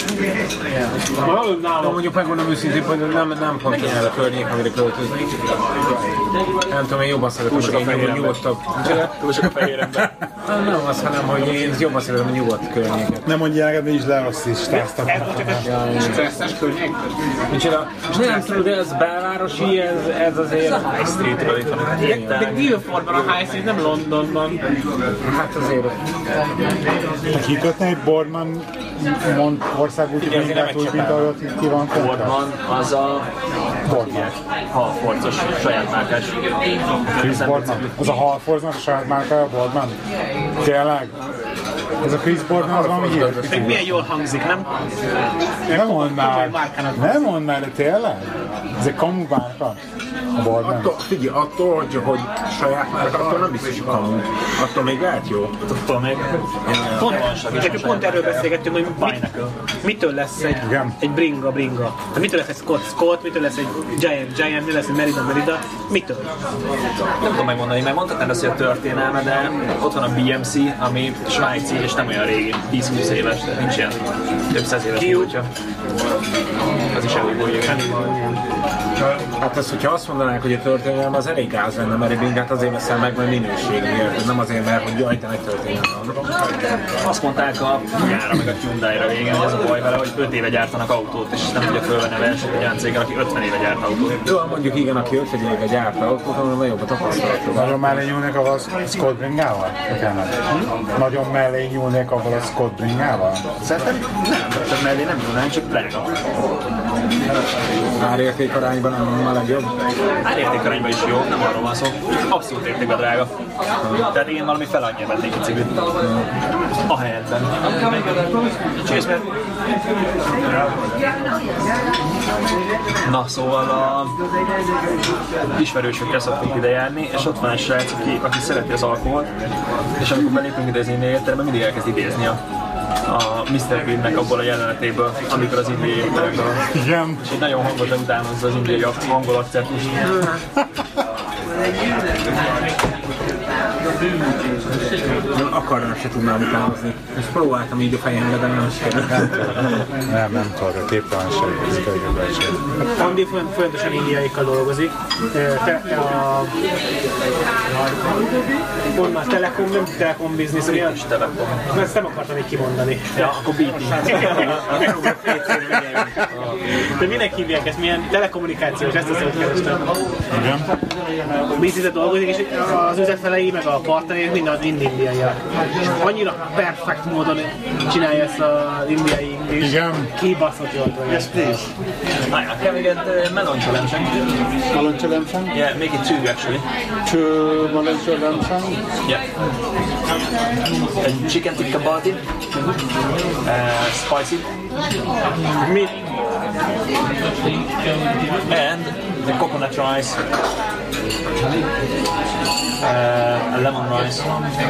De mondjuk megmondom őszintén, hogy nem, nem pont ilyen a környék, amire költöznék. Nem tudom, én jobban szeretem, hogy én nyugodtabb. Túl sok a fehéremben. Nem az, hanem hogy én jobban szeretem a nyugodt környéket. Nem mondja neked, mi is lerasszistáztak. Stresszes környék? Micsoda? Nem tudom, de ez belvárosi, ez, ez azért... High Streetről itt van. De Guildfordban a High Street, nem Londonban. Hát azért... Te kikötne egy Boardman mond országúti Igen, azért nem bringát egy úgy, mint csatár. ahogy itt ki van kötve? Boardman az a Boardman. halforcos saját márkás. Chris Boardman? Az a Halforznak a saját márkája Boardman? Tényleg? Ez a Chris Boardman az valami hírt? Meg milyen jól hangzik, nem? Nem mondd már! márkának. Nem mondd már, de tényleg? Ez egy kamu márka? A Boardman? Attól, figyelj, attól, hogy, hogy saját márka, attól nem biztos, hogy kamu. Attól még lehet jó. Tudtam még. Pont, pont, pont erről beszélgettünk, hogy mit, mitől lesz egy, Igen. egy bringa bringa. Tehát mitől lesz egy Scott Scott, mitől lesz egy Giant Giant, mi lesz egy Merida Merida, mitől? Nem tudom megmondani, mert mondhatnád azt, hogy a történelme, de ott van a bé em cé, ami svájci és nem olyan régi, tíz-húsz éves, de nincs ilyen több száz éves múltja. Az is elújulja. Hát ez, hogyha azt mondanák, hogy a történelem az elég gáz lenne, mert egy bringát azért veszel meg, mert minőségért, nem azért, mert hogy jaj, de nagy történelem van. Azt mondták a Jára meg a Hyundai-ra régen, hogy ez a baj vele, hogy öt éve gyártanak autót, és nem tudja fölvenni a versenyt egy olyan céggel, aki ötven éve gyárt autót. Jó, mondjuk igen, aki ötven éve gyárt autót, ahol nagyobb a tapasztalatok. Nagyon mellé nyúlnék avval a Scott bringával? Nagyon mellé nyúlnék avval a Scott bringával? Szerintem nem, csak mellé nem nyúlnánk, csak drága. Árérték arányban nem a legjobb. Árértékarányban is jó, nem arról van szó, abszolút értékben drága. Tehát én valami fel annyi vennék egy cigit. A helyetben. Cheers, man! Na, szóval a ismerősökkel szoktunk ide járni, és ott van egy srác, aki, aki szereti az alkoholt, és amikor belépünk ide az indiai étterembe, mindig elkezd idézni a a miszter Beannek abból a jelenetéből, amikor az indiai étteremben van. Igen. És így nagyon hangosan utánozza az indiai angol akcentust. Nem akarnak se tudnám utánozni. Ezt próbáltam így a fejembe, de nem sikerült. Nem, nem tudod, a képtelenség, fizikai képtelenség. Andi folyamatosan indiaikkal dolgozik. Te, te a... Mondd már, Telekom, nem Telekom Business, ugye? Telekom. Ezt nem akartam így kimondani. Ja, akkor bé té. De minek hívják ezt? Milyen telekommunikációs? Ezt a szót kerestem. Igen. bé té-zel dolgozik, és az üzletfelei, meg a partnerek mind az indiaiak. És annyira perfekt módon csinálja ezt az indiai és Igen. kibaszott jól tudja. Yes, please. I can we get uh, melon chalamshang? Melon chalamshang? Yeah, make it two actually. Two melon chalamshang. Yeah. And chicken tikka balti. Uh, spicy. Meat. And the coconut rice. Uh, a lemon rice.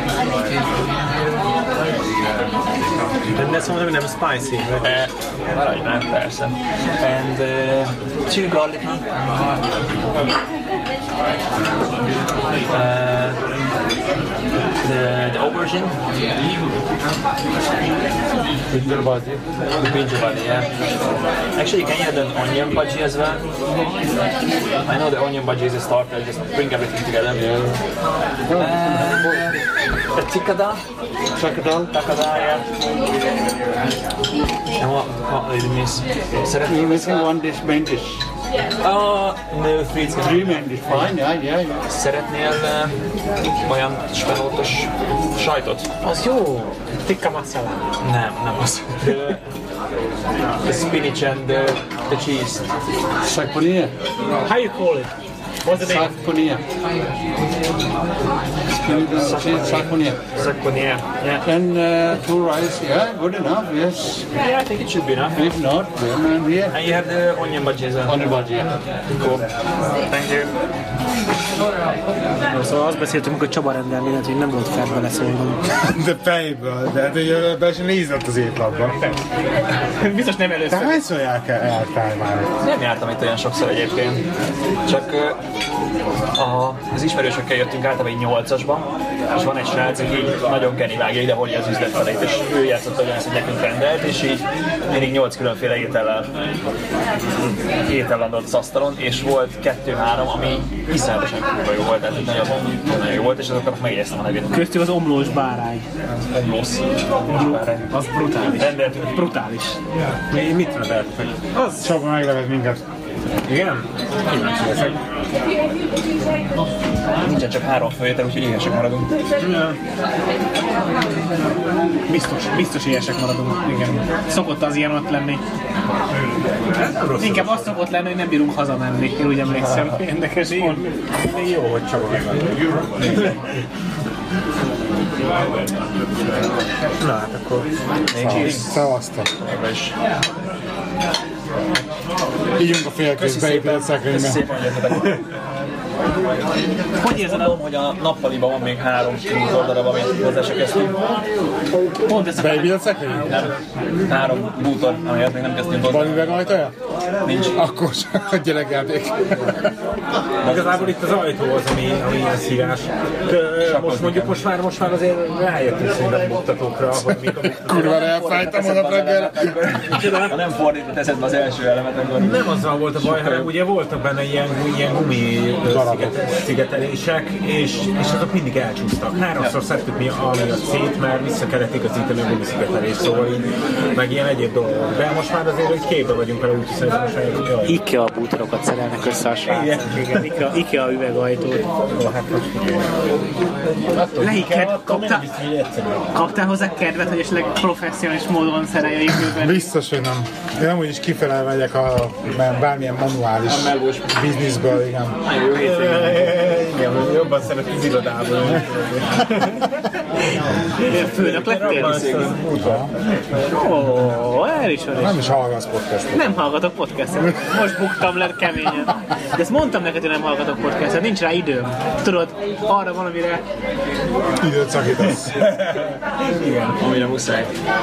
De ezt mondom, hogy nem spicy. Uh, maradj már, persze. And uh, two garlic naan. Uh, the, the aubergine. Ginger bhaji. The brinjal bhaji, yeah. Actually, can you add an onion bhaji as well? I know the onion bhaji is a starter, just bring everything together. Yeah. Uh, the tikka dal. Sakadal. Tikka dal, yeah. And what, what did you miss? You're missing one dish, main dish. Uh, no, three. Three main dish. Fine, yeah, yeah, yeah. Szeretnél uh, olyan spenótos sajtot? Az jó. Tikka masala. Nem, nem az. The, the spinach and the, the cheese. Saag paneer. How you call it? What's the name? Saag paneer. Saag paneer. Zakkonia. Yeah. And uh, two rice, yeah, good enough, yes. Yeah, I think it should be enough. If not, then I'm here. And you have the onion bhaji as well. Onion bhaji, yeah. Cool. Thank you. Szóval azt beszéltünk, hogy Csaba rendel mindent, hogy nem volt fel beleszólnom. De fejből, de hát hogy be sem nézett az étlapban. Biztos nem Te először. hányszor jártál már? Nem jártam itt olyan sokszor egyébként. Csak uh, a, az ismerősökkel jöttünk általában egy nyolcasban, és van egy srác, aki így nagyon Kenny vágja ide, hogy az üzlet felét, és ő játszott olyan, hogy nekünk rendelt, és így mindig nyolc különféle étellel étel adott az asztalon, és volt kettő-három, ami iszonyatosan kurva jó volt, tehát nagyon, nagyon jó volt, és azokat megjegyeztem a nevét. Köztük az omlós bárány. Omlós. Omlós bárány. Az brutális. Rendeltünk. Brutális. Mi, mit rendeltek? Az Csaba meglevett minket. Igen? Kíváncsi leszek. Nincsen csak három főétel, úgyhogy éhesek maradunk. Biztos, biztos éhesek maradunk. Igen. Szokott az ilyen ott lenni. Inkább az szokott lenni, hogy nem bírunk hazamenni. Én úgy emlékszem. Érdekes pont. Jó, hogy Csaba meglevett. Na hát akkor... Szevasztok. Ígyunk a félkész beépített szekrénybe. Szépen jöttetek. Hogy érzed el, hogy a nappaliban van még három bútordarab, amit hozzá se kezdtünk? Pont ez a Beépített szekrény? Nem. Három bútor, amelyet még nem kezdtünk hozzá. Van üvegajtaja? Nincs. Akkor csak gyerekjáték. Igazából itt az ajtó az, ami, ami ilyen szívás. Most mondjuk most már, most már azért rájöttünk szerintem buktatókra, hogy mik a buktatók. Kurva elfájtam oda reggel. Ha nem fordítva teszed be az első elemet, akkor... Nem azzal volt a baj, hanem ugye voltak benne ilyen, ilyen gumi sziget, szigetelések, és, és azok mindig elcsúsztak. Háromszor szedtük mi amiatt szét, mert vissza kellett igazítani a gumi szigetelés, szóval így, meg ilyen egyéb dolgok. De most már azért, hogy képbe vagyunk vele, úgyhogy szerintem most már... IKEA bútorokat szerelnek össze a srácok. Igen, IKEA, IKEA üvegajtót. Leiked, kaptál, kaptál hozzá kedvet, hogy esetleg professzionális módon szerelj a jövőben? Biztos, hogy nem. Én nem úgyis kifele megyek a bármilyen manuális bizniszből, igen. Igen, jobban szeret az irodából. Milyen főnök lettél? Ó, elismerés. Nem is hallgatsz podcastot. Nem hallgatok podcastot. Most buktam le keményen. De ezt mondtam neked, hogy nem hallgatok podcastot. Nincs rá időm. Tudod, arra valamire... Időt szakítasz. Igen. Amire muszáj.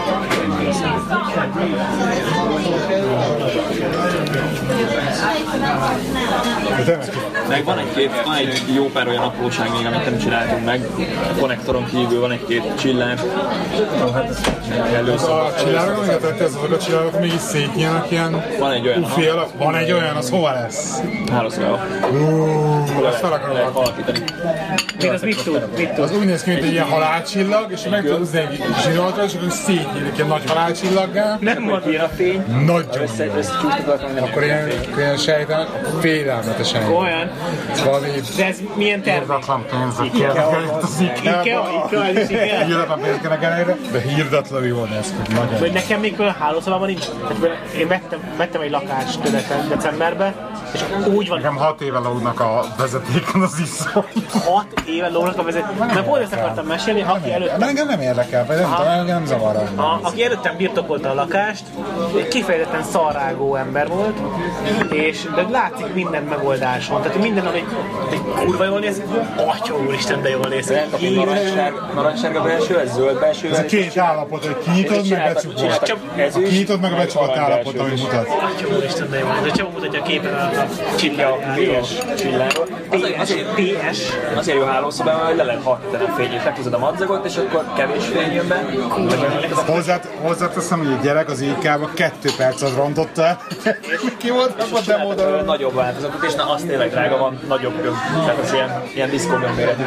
Meg van egy-két, van egy jó pár olyan apróság még, amit nem csináltunk meg. A konnektoron kívül van egy-két csillag. A csillagok, amiket tettél, azok a csillagok mégis szétnyílnak ilyen... Van egy olyan, Ufi alak. Van egy olyan, az hova lesz? hálószobában. Uuuuh, azt fel akarom Lehet rakni. alakítani. Még az mit tud? Mit tud? Az úgy néz ki, mint egy ilyen halálcsillag, és meg tudod húzni egy zsinoltra, és akkor szétnyílik ilyen nagy halálcsillaggá. Nem mond Ilyen a fény. Nagyon Össze, jó. összecsúsztatok, ami nem Akkor ilyen, ilyen sejtenek, félelmetesen jó. olyan. Valami De ez milyen termék? hirdetlen pénzre kérnek az Ikea, Ikea, ez is Ikea. hirdetlen pénzkenek elejére, de hirdetlen jól néz ki. Nagyon Vagy jó. nekem még például a hálószobában nincs. Tehát én vettem, vettem egy lakást tőleten decemberben, és úgy van, Nekem hat éve lódnak a vezetéken az iszó. hat éve lónak a vezető. Mert pont ezt akartam mesélni, aki előttem, De engem nem érdekel, vagy nem tudom, engem nem zavar. a, aki előttem birtokolta a lakást, egy kifejezetten szarrágó ember volt, és de látszik minden megoldáson. Tehát minden, ami egy kurva jól néz, atya úristen, de jól néz. Egy narancssárga, narancssárga belső, ez zöld belső. Ez a két állapot, hogy kinyitod, meg becsukod. A kinyitod, meg a becsukott állapot, amit mutat. Atya úristen, de jól néz. Csaba mutatja a képen a Csilla, csillag. P S csilláról. Azért, pé es. azért jó hálószobában, hogy le lehet halkítani a fényét, meghúzod a madzagot, és akkor kevés fény jön be. Hozzát, hozzáteszem, hogy a gyerek az ékába kettő percet rontott el. Ki volt a demódon? Nagyobb változatok, és na, az tényleg drága van, nagyobb gömb. Tehát az ilyen, ilyen diszkógömb méretű.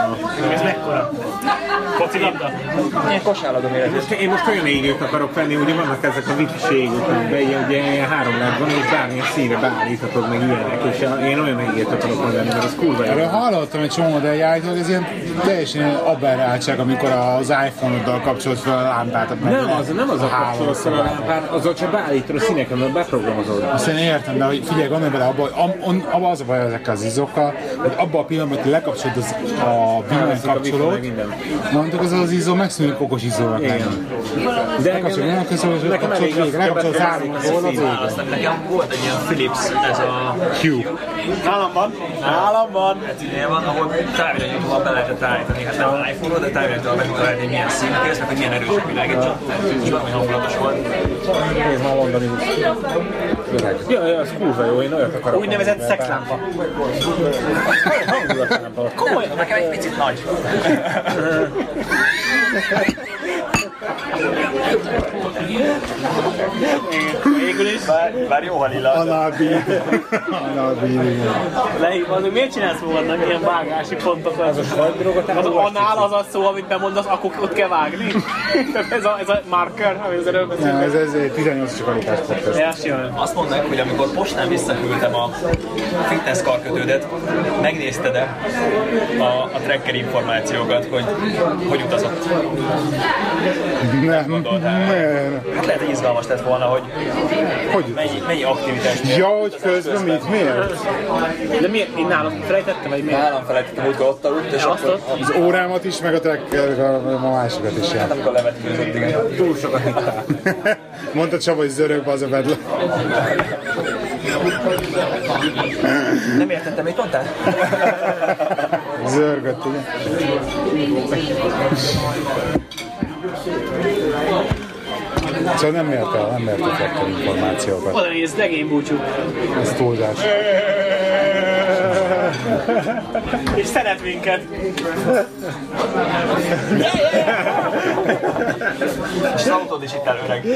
Ez mekkora? Kocilabda? Ilyen kosárlabda méretű. Most, én most olyan égőt akarok venni, ugye vannak ezek a wifi égők, amiben ilyen, ugye ilyen három led van, és bármilyen színre beállíthatod meg ilyenek, és a, én olyan égőt akarok venni, mert az kurva jó. Erről hallottam egy csomó modelljájtól, ez ilyen teljesen ilyen aberráltság, amikor az iPhone-oddal kapcsolod fel a lámpát. Nem az, nem az a kapcsolat fel a lámpát, azzal csak beállítod a színeken, mert beprogramozod. Azt én értem, de hogy figyelj, gondolj bele, abban abba az a baj ezekkel az izzókkal, hogy abban a pillanatban, hogy lekapcsolod az, a villany kapcsolót, mondtuk, az az izzó megszűnik okos izzónak. Igen. De Lekapcsolod, nem köszönöm, hogy nekem elég lekapcsolod, lekapcsolod az árnyékról, az éget. Aztán nekem volt egy ilyen Philips, ez a Hue. Nálam van. Nálam van. ilyen van, ahol távirányítóval be lehetett állítani, hát nem az iPhone-ról, de távirányítóval be tudod állítani, milyen színkész, meg hogy milyen erős a világítsa. És valami hangulatos volt. Nézd már mondani. Ja, ja, az kurva jó, én olyat akarok. Úgynevezett szexlámpa. Hangulatlámpa. Komoly. Nekem egy picit nagy. Végül is. Bár, bár jó halilla. Análbíd. Análbíd. Lehív, az, hogy miért csinálsz magadnak ilyen vágási pontokat? Az a sajtdrogot Az anál az a szó, amit bemondasz, akkor ott kell vágni? Tehát ez a, ez a marker, ami az erről Nem, beszélünk. ez, ez tizennyolc csak alikás podcast. Ja, jön. Azt mondd meg, hogy amikor postán visszaküldtem a fitness karkötődet, megnézted-e a, a tracker információkat, hogy hogy utazott? Nem, Gondoltál? nem. Hát lehet, hogy izgalmas lett volna, hogy Hogy? mennyi, mennyi aktivitást. Ja, hogy közben mit? Miért? De miért? Én nálam felejtettem, vagy miért? Nálam felejtettem, hogy ott aludt, és Azt akkor ott? Az órámat is, meg a, tracker, a másikat is hát jár. amikor levetkőzött, igen. Túl sokat hittál. Mondta Csaba, hogy zörögbe az a bedle. Nem értettem, mit mondtál? Zörgött, igen. Szóval nem mérte el, nem mérte a tracker információkat. Oda nézd, legény búcsú. Ez túlzás. És szeret minket. És az autód is itt el öreg.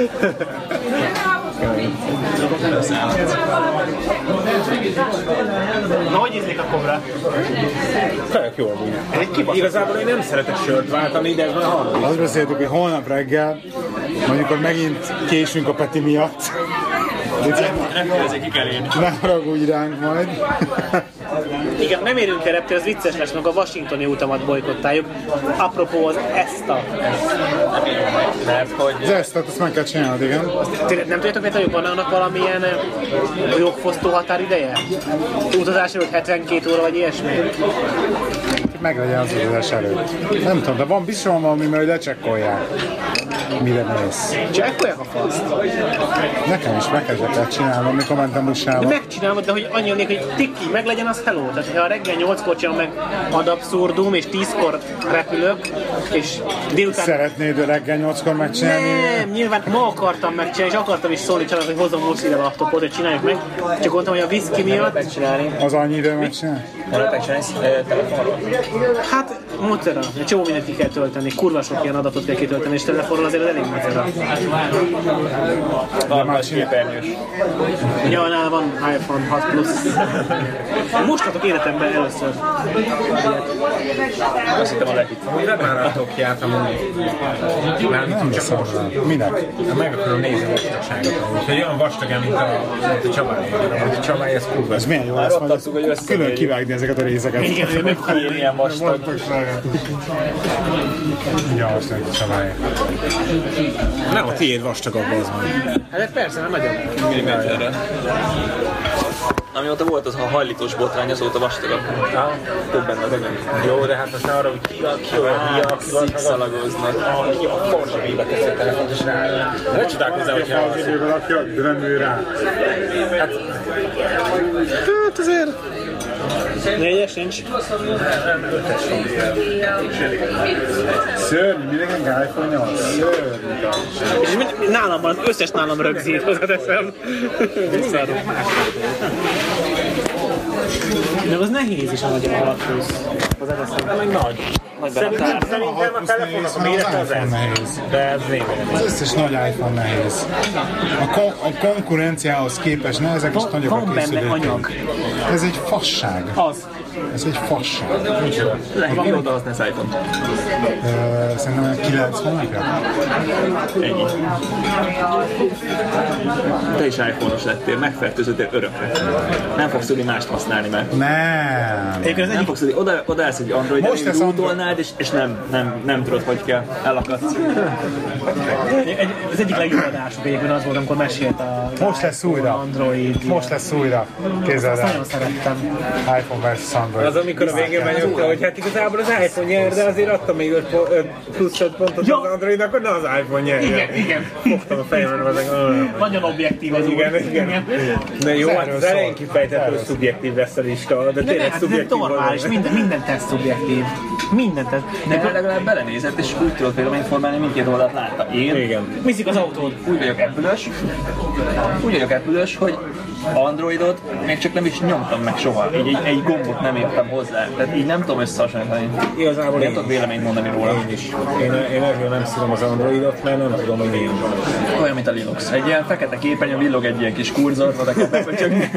Na, hogy ízlik a kobra? Tök jó amúgy. Igazából én nem szeretek sört váltani, de ez már harmadik. Azt beszéltük, hogy holnap reggel, mondjuk megint késünk a Peti miatt. Repülőzék ki kell érni. Ne haragudj ránk majd. Igen, nem érünk el reptér, az vicces lesz, meg a washingtoni utamat bolykottáljuk. Apropó az ESTA. Mert hogy Az ezt, tehát ezt meg kell csinálnod, igen. Tényleg nem tudjátok, hogy van annak valamilyen eh, jogfosztó határideje? Utazás előtt hetvenkét óra vagy ilyesmi? meglegyen az utazás előtt. Nem tudom, de van biztos valami, mert lecsekkolják. Mire mész. Csekkolják a faszt. Nekem is meg kell csinálnom, mikor mentem buszsába. De megcsinálod, de hogy annyi hogy tiki, meg legyen az hello. Tehát ha reggel nyolckor csinálom meg ad abszurdum, és tízkor repülök, és délután... Szeretnéd reggel nyolckor megcsinálni? Nem, nyilván ma akartam megcsinálni, és akartam is szólni család, hogy hozzam most ide a laptopot, hogy csináljuk meg. Csak mondtam, hogy a whisky miatt... Megcsinálni. Az annyi idő megcsinálni? Nem megcsinálni telefonról? Hát, mocera. Egy csomó mindent ki kell tölteni, kurva sok ilyen adatot kell kitölteni, és telefonról azért elég mocera. Van már képernyős. Ja, nála van iPhone hat plusz. Most kapok életemben először. Azt hittem a legit. Amúgy webáratok járt amúgy. Nem beszélem. Minek? Meg akarom nézni a vastagságot. Úgyhogy olyan vastag, mint a, mint a Csabály. A Csabály, ez kurva. Ez milyen jó lesz, majd külön kivágni ezeket a részeket. Igen, ő meg Ilyen vastag. Ja, most nem Csabály. Nem, a tiéd vastagabb az van. Hát persze, nem nagyon. Milliméterre. Amióta volt az a hajlítós botrány, azóta vastagabb. Ah, Több benne az anyag. jó, de hát most arra, hogy ki, ki olyan hülye, aki van Szikszalagoznak. aki a forsa vébe teszi a telefont és rá. Ne csodálkozzál, hogyha Az idővel, aki nem ő rá. Hát azért... Négyes nincs. Szörnyű, mindenkinek iPhone nyolc. Szörnyű. És mind- nálam van, az összes nálam rögzít, hozzáteszem. Visszaadom. De az nehéz is a nagy alapúsz. Hozzáteszem. meg nagy. Szerintem, szerintem a telefonnak a mérete az ez. Nehéz. De ez lényeg. Az összes nagy iPhone nehéz. A, kon- a konkurenciához képest nehezek és Van, nagyobb van a benne készülék. anyag. Ez egy fasság. Az. Ez egy fasság. Van oda használsz iPhone-t. Ö, Szerintem kilenc hónapja. Ennyi. Te is iPhone-os lettél, megfertőzöttél örökre. Nem fogsz tudni mást használni, mert Nem. Egyébként az nem egyik... fogsz tudni, oda, odaállsz egy Android Most lesz elég Android. lootolnád, és, és nem, nem, nem tudod, hogy kell, elakadsz. Egy, az egyik legjobb adásuk egyébként az volt, amikor mesélt a Most lesz újra. Android. Most lesz újra. Képzeld Azt el. nagyon szerettem. iPhone versus Android. Az, amikor a végén megnyomta, hogy hát igazából az iPhone nyer, de azért adta még öt po- öt plusz öt pontot Ja. az Android, akkor ne az iPhone nyerje. Igen, igen. Fogtam a fejemben, azok. Nagyon objektív az Igen, úr. igen. De jó, Ez hát erről az elején szól. kifejtett, hogy Erről szubjektív lesz a lista, de De tényleg ne, hát ez szubjektív normális, volt. minden, minden teszt szubjektív. Minden teszt. De legalább belenézett, és úgy tudod véleményt formálni, mindkét oldalt látta. Én Igen. Viszik az autót. úgy vagyok Apple-ös, úgy vagyok Apple-ös, hogy Androidot még csak nem is nyomtam meg soha. Így egy, egy gombot nem értem hozzá. Tehát így nem tudom összehasonlítani. Igazából Nem én tudok is. véleményt mondani róla. Én is. Én, én ezért nem szívom az Androidot, mert nem tudom, hogy mi. Olyan, mint a Linux. Egy ilyen fekete képernyő, villog egy ilyen kis kurzor, oda kell bepötyögni.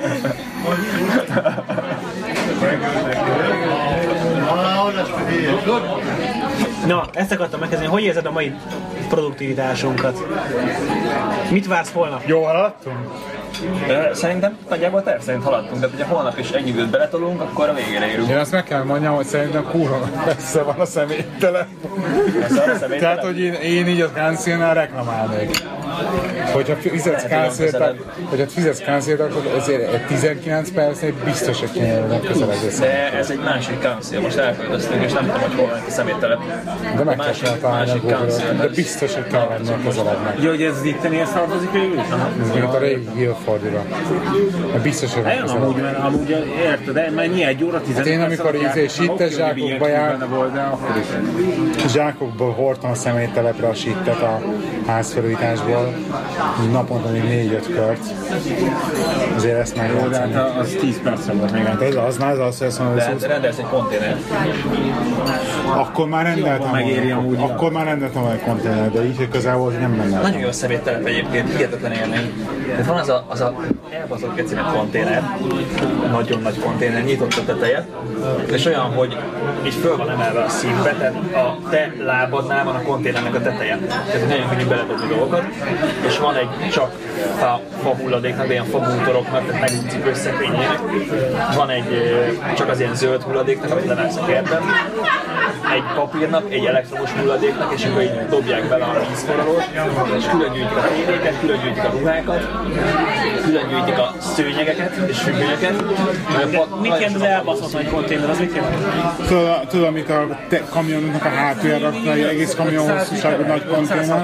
Na, ezt akartam megkezdeni. Hogy érzed a mai produktivitásunkat? Mit vársz holnap? Jó haladtunk? De szerintem nagyjából terv szerint haladtunk, de hogyha holnap is ennyi időt beletolunk, akkor a végére érünk. Én azt meg kell mondjam, hogy szerintem kurva messze van a személytelen. Ez a személytelen. Tehát, hogy én, én így a Cancel-nál reklamálnék. Hogyha fizetsz Cancel-t, hogyha fizetsz Cancel-t, akkor ezért egy tizenkilenc percnél biztos, hogy kéne megközelező De ez egy másik council, most elköltöztünk, és nem tudom, hogy hol van a szeméttelep. De meg másik- kell találni a másik Google-ot. council. De biztos, hogy kell lenni a közelednek. Jó, hogy ez az ittenihez tartozik végül is? Ez mint a régi Guildfordiba. De biztos, hogy Hát van én közelebb. amúgy, mert amúgy érted, de mennyi egy óra tizenöt Hát én amikor perc alatt izé jártam, sittes oké, hogy zsákokba ilyen jár- benne volt, de akkor is. Zsákokból hordtam a személytelepre a sittet a házfelújításból. Naponta még négy-öt kört. Azért ezt Jó, de megjátszani. hát az tíz percre volt még. Hát ez az, na ez az, hogy azt mondom, De hogy hát szó- rendelsz egy konténert. akkor már rendeltem megéri volna. amúgy. Akkor már rendeltem volna egy konténer, de így, hogy közel volt, nem menne. Nagyon jó szeméttelep egyébként, hihetetlen élmény. Tehát van az a, az a elbaszott kecimet konténer, nagyon nagy konténer, nyitott a teteje, és olyan, hogy így föl van emelve a színbe, tehát a te lábadnál van a konténernek a teteje. Tehát nagyon könnyű beledobni dolgokat, és van egy csak fa, fa hulladéknak, de ilyen fa bútoroknak, tehát megúcipős szekrényének. Van egy csak az ilyen zöld hulladéknak, amit levágsz a kertben. Egy papírnak, egy elektromos hulladéknak, és akkor így dobják bele a vízforralót, és külön gyűjtik a tévéket, külön gyűjtik a ruhákat, külön gyűjtik a szőnyegeket és függönyöket. Mit jelent az elbaszott nagy konténer, az mit jelent? Tudod, tudod amit a te- kamionnak a hátuljára rakta, egy egész kamion hosszúságú nagy konténer?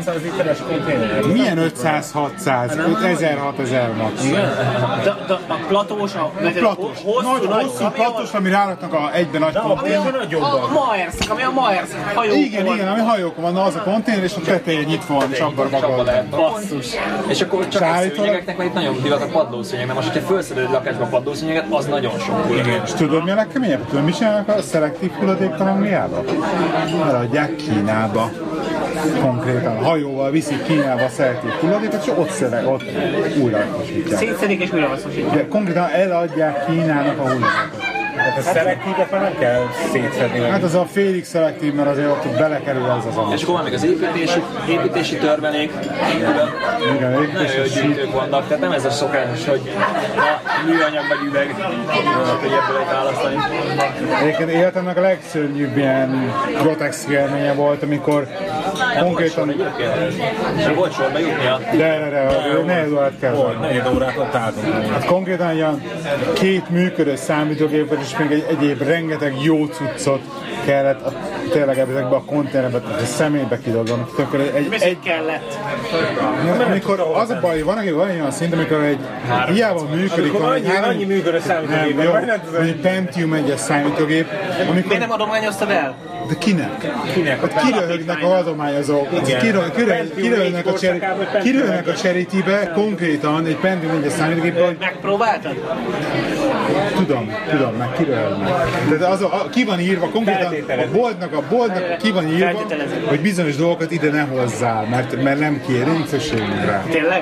Milyen ötszáz-hatszáz? ezer-hat-ezer max. De, de a platós, a, Platós, hosszú, nagy, nagy hosszú platós, ami ráraknak a egyben nagy konténer. a Maersk, ami a Maersk hajókon. Igen, igen, ami hajókon van, az a konténer, és a teteje nyitva van, és abban maga lehet. Basszus. És akkor csak a Szállítólag- szőnyegeknek, mert itt nagyon divat a padlószőnyeg, mert most, hogyha felszeded egy lakásba a padlószőnyeget, az nagyon sok hulladék. És tudod mi a legkeményebb? Tudod, mi csinálnak a szelektív hulladékkal Angliába? Eladják Kínába. Konkrétan hajóval viszik Kínába a szelektív hulladékot, és ott szöveg, ott újra hasznosítják. Szétszedik és újra hasznosítják. De konkrétan eladják Kínának a hulladékot. Tehát a szelektívet már nem kell szétszedni. Hát az a félig szelektív, mert azért ott belekerül ez az És amas. akkor van még az építési, építési törvelék, Igen, nagyon építési jó sík. gyűjtők vannak, tehát nem ez a szokás, hogy a műanyag vagy üveg, hogy ebből lehet választani. Egyébként életemnek a legszörnyűbb ilyen grotex élménye volt, amikor konkrétan... És volt sorba jutnia. De, de, de, nehéz órát kell volna. Negyed órát ott álltunk. Hát konkrétan ilyen két működő számítógépet és még egy egyéb rengeteg jó cuccot kellett a, tényleg ezekbe a konténerbe, a személybe kidobom. Tökre egy, Mi egy, kellett? amikor az a baj, van, van egy olyan szint, amikor egy hiába működik, Amikor van egy annyi, három... annyi működő Nem, számítógép jó, van, nem tudom. egy Pentium egyes számítógép, amikor... Miért nem adományoztad el? De kinek? Kinek? Hát kiröhögnek a adományozók, kiröhögnek kiröhögnek a, cseri, kiröhögnek a Charity-be konkrétan egy Pentium egyes számítógépbe, hogy Megpróbáltad? tudom, tudom, meg kiröhögnek. De az a, a, ki van írva, konkrétan a boltnak, a boltnak ki van írva, hogy bizonyos dolgokat ide ne hozzál, mert, mert nem kér, nincs szükségünk rá. Tényleg?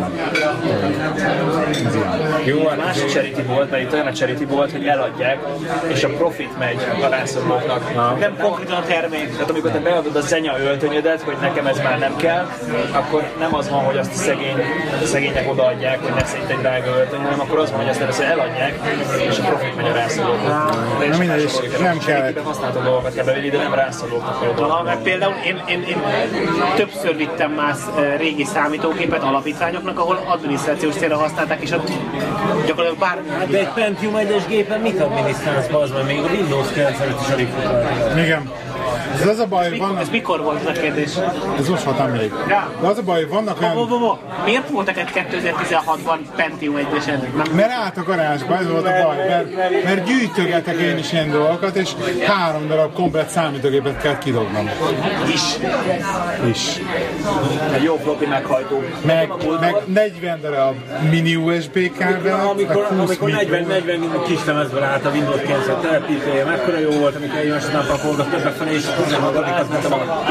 Ez ilyen. Jó, a másik charity volt, mert itt olyan a charity volt, hogy eladják, és a profit megy a rászorulóknak. Nem konkrétan a termék. Tehát amikor te beadod a zenya öltönyödet, hogy nekem ez már nem kell, akkor nem az van, hogy azt a szegény, a szegények odaadják, hogy ne szedj egy drága öltöny, hanem akkor az van, hogy azt először eladják, és a profit megy a rászorulóknak. Na mindegy, és nem kell. Használható dolgokat kell bevinni, de nem rászorulóknak kell Aha, odaadni. mert például én, én, én többször vittem más eh, régi számítógépet alapítványoknak, ahol adminisztrációs célra használták, és ott gyakorlatilag bár... De egy Pentium egyes gépen mit adminisztrálsz, az már még a Windows kilencvenöt is alig fut. Igen. Ez az a baj, hogy Mikor, vannak... ez mikor volt ez a kérdés? Ez most hat még. De az a baj, hogy vannak Vo, vo, olyan... vo. Miért volt neked kétezer-tizenhatban Pentium egyesen? Nem? Mert állt a garázsba, ez volt a baj, mert, mert gyűjtögetek én is ilyen dolgokat, és három darab komplet számítógépet kell kidobnom. Is. Is. Egy jó floppy meghajtó. Meg, meg negyven darab mini u es bé kábel, meg Amikor, húsz amikor negyven negyven kis lemezből állt a Windows kilencvenöt telepítője, mekkora jó volt, amikor egymásra nem pakolgat többefele, és tizenhatodik az mentem a...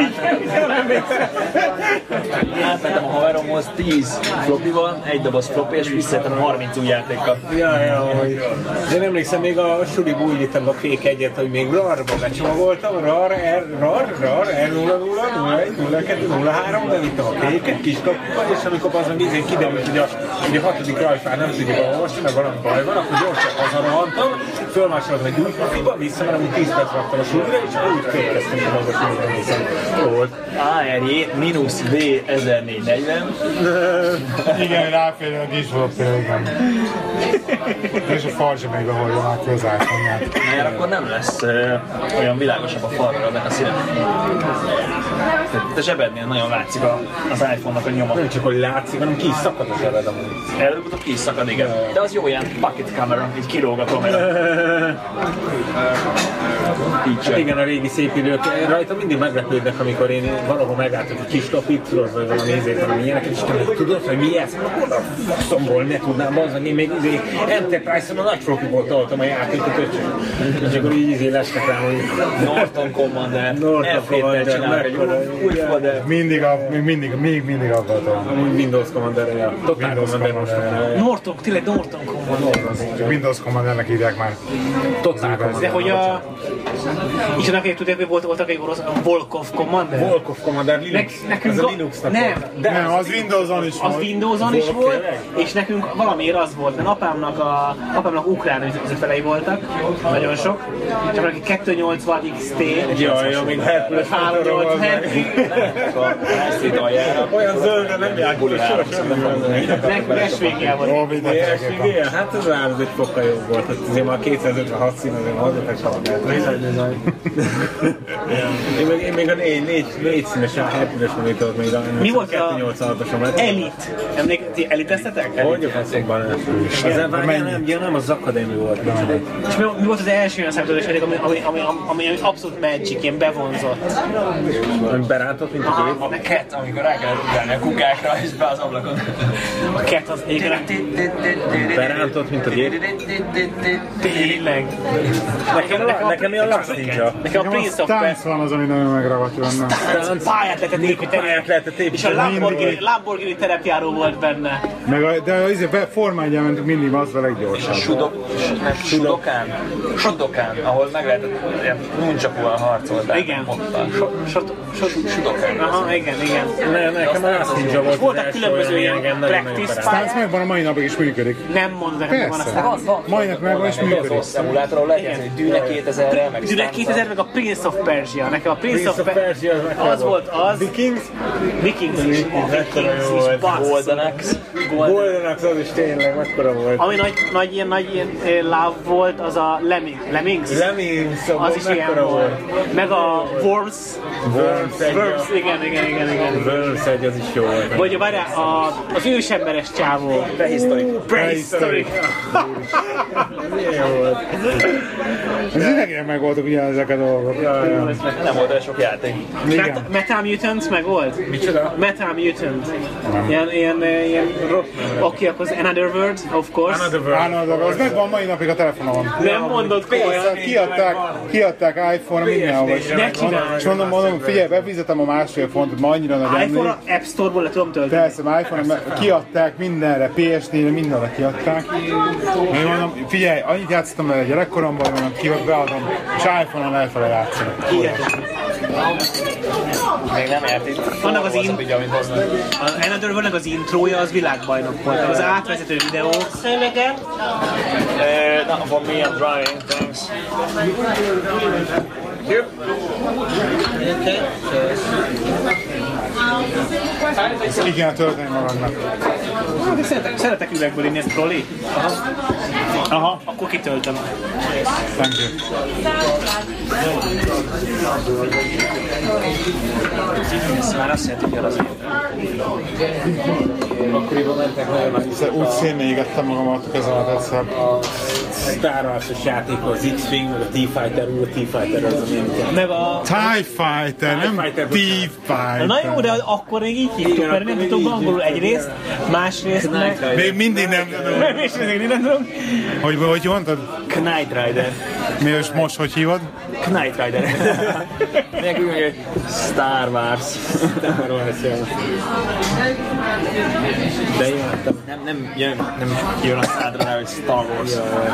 Átmentem a haveromhoz tíz floppyval, egy doboz floppy, és visszajöttem harminc új játékkal. Ja, ja, hogy... De én emlékszem, még a suliba úgy vittem a fék egyet, hogy még rarba becsomagoltam, rar, R, rar, rar, R nulla nulla, nulla egy, nulla kettő, nulla három, bevittem a féket, kis kapuba, és amikor az a izén kiderült, hogy a, hogy a hatodik rajfán nem tudjuk olvasni, mert valami baj van, akkor gyorsan hazarohantam, fölmásoltam egy új profiba, visszamenem, úgy tíz perc raktam a sulira, és úgy következtünk a magas minden, hiszen volt. á er jé mínusz B ezernégyszáznegyven. Igen, ráférjen a disflopra, igen. És a farzsa még behordja már ki az iPhone-ját. Mert akkor nem lesz ö, olyan világosabb a falra, de a színe. A zsebednél nagyon látszik a, az iPhone-nak a nyoma. Nem csak, hogy látszik, hanem ki is szakad a zsebed amúgy. Előbb-utóbb ki is szakad, igen. De az jó ilyen bucket camera, így kilóg a kamera. Hát igen, a régi szép idők. Rajta mindig meglepődnek, amikor én valahol megálltok egy kis lapit, tudod, vagy valami ízét, valami ilyeneket, és te tudod, hogy mi ez? Hol a faszomból ne tudnám bazdani, én még izé Enterprise-on a nagy floppyból toltam a játékot, és akkor így izé lestek rám, hogy Norton Commander, Norton F héttel Commander, csinálok egy mekkora, új modell. Mindig, a, még mindig, még mindig abban van. amúgy Windows Commander-re, Total Windows Commander most Commander. Norton, tényleg Norton Commander. Windows Commandernek írják már. Total Commander. De hogy a És annak egy tudják, hogy volt, voltak egy orosz, a Volkov Commander. Volkov Commander Linux. Ne, nekünk ez a a, Linuxnak nem, volt. De nem, az Windowson is az volt. Windowson is Volt, volt, tényleg? és nekünk valamiért az volt, mert apámnak, a, apámnak ukrán üzletfelei voltak, nagyon sok, és akkor aki kettőszáznyolcvan iksz té, Jaj, amíg Herkules háromszáznyolcvan olyan zöldre nem játszott, sosem nem nekünk es vé gé volt. Jó, mindenképpen. Hát az ár, az egy fokkal jobb volt. Azért már kétszázötvenhat szín, azért hozzatok salagát. Én még, én még a négy, négy, négy színes Herkules monitort még a Mi volt a kettőszáznyolcvanhatosom lett. Elite? Emlék, ti eliteztetek? Mondjuk faszokban az nem, nem, ja, nem, az Academy volt. És mi, mi volt az első olyan számítós játék, ami, ami, ami, ami, ami abszolút magic, ilyen bevonzott? Ami berántott, mint a gép. A cat, amikor rá kellett ugrálni a kukákra és be az ablakon. A cat az igen. Berántott, mint a gép. Tényleg. Nekem, nekem, nekem ilyen Last Ninja. Nekem a Prince of Stance Persia. van az, ami nagyon megragadt benne. Pályát lehetett építeni. Pályát lehetett És a építeni. Lamborghini, Lamborghini terepjáró volt benne. Meg a, de azért formányjal mentünk mindig, az a leggyorsabb. Sudok, nem, Sudokán. Sudokán, ahol meg lehetett ilyen nuncsakúval harcoltál. Igen. Ottan. Sudokán. Aha, igen, igen. Ne, nekem a Last Ninja volt az Voltak első különböző olyan, ilyen igen, nagyon-nagyon practice szeretem. Stance megvan a mai napig is működik. Nem mondod, hogy van Persze. aztán. Mai nap megvan és működik. Az szimulátorról lehet játszani, Dűne kétezerrel, meg Dűne kétezer meg a Prince of Persia. Nekem a Prince, Prince of of Persia Persia az mekkora az volt az. Vikings? Vikings is. Vikings jó is. volt. Basszus. Golden Axe. Golden Axe az is tényleg mekkora volt. Ami nagy, nagy ilyen, nagy ilyen eh, láv volt, az a Lemming, Lemmings. Lemmings, Az is ilyen mekkora volt. Meg a Worms. Worms egy. Worms, igen, igen, igen, igen. Worms egy, az is jó volt. Vagy várjál, a, az ősemberes csávó. Prehistoric. Prehistoric. Milyen volt? Ez idegen meg voltak ugyanezek a dolgok. Ja, ja. Nem volt olyan sok játék. Met- Metal Mutants meg volt? Micsoda? Metal Mutant. Ilyen, ilyen, ilyen ro- Oké, akkor az Another World, of course. Another World. Another, az megvan mai napig a telefonon. Nem mondod komolyan. Kiadták, kiadták iPhone-ra mindenhol. Ne csinálj. És mondom, mondom, figyelj, befizetem a másfél fontot, ma annyira nagy iPhone emlék. App Store-ból le tudom tölteni. Persze, már iPhone-ra kiadták mindenre, pé es négyre, mindenre kiadták. Én mondom, figyelj, annyit játszottam vele gyerekkoromban, mondom, ki beadom, és iPhone-on elfele játszani. Még nem ért itt. Annak az Hol in- tudja, amit hoznak. Az Another World-nek az intrója az világbajnok volt. Az átvezető videó. Uh, not for me, I'm driving, thanks. Ezt ki kéne tölteni magadnak. Szeretek, szeretek üvegből inni, ezt Proli? Aha. Aha, Akkor kitöltöm. thank you. Ez már azt jelenti, hogy az akkoriban mentek nagyon nagy. Úgy szénne égettem magamat a kezemet egyszer. Star Wars-os játék, az X-Wing, meg a T-Fighter, úr, a T-Fighter az, ami Meg a... TIE Fighter, nem Fighter, T-Fighter. Na jó, de akkor még így hívtuk, mert nem tudtuk angolul egyrészt, másrészt meg... Még mindig nem tudom. Nem, és még nem tudom. Hogy, hogy mondtad? Knight Rider. Mi és most hogy hívod? Knight Rider. Nekünk meg egy Star Wars. Star Wars, jó. De imádtam. Nem, nem, jön, nem jön a szádra rá, hogy Star Wars.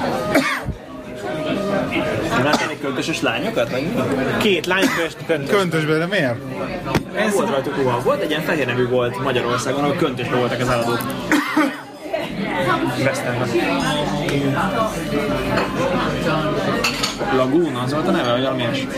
Nem látni egy költösös lányokat? Vagy? Két lány közt. Köntösbe, de miért? Ez volt rajtuk ruha. Volt egy ilyen fehér nevű volt Magyarországon, ahol köntösbe voltak az eladók. Westernben. Laguna, az volt a neve, vagy valami ilyesmi?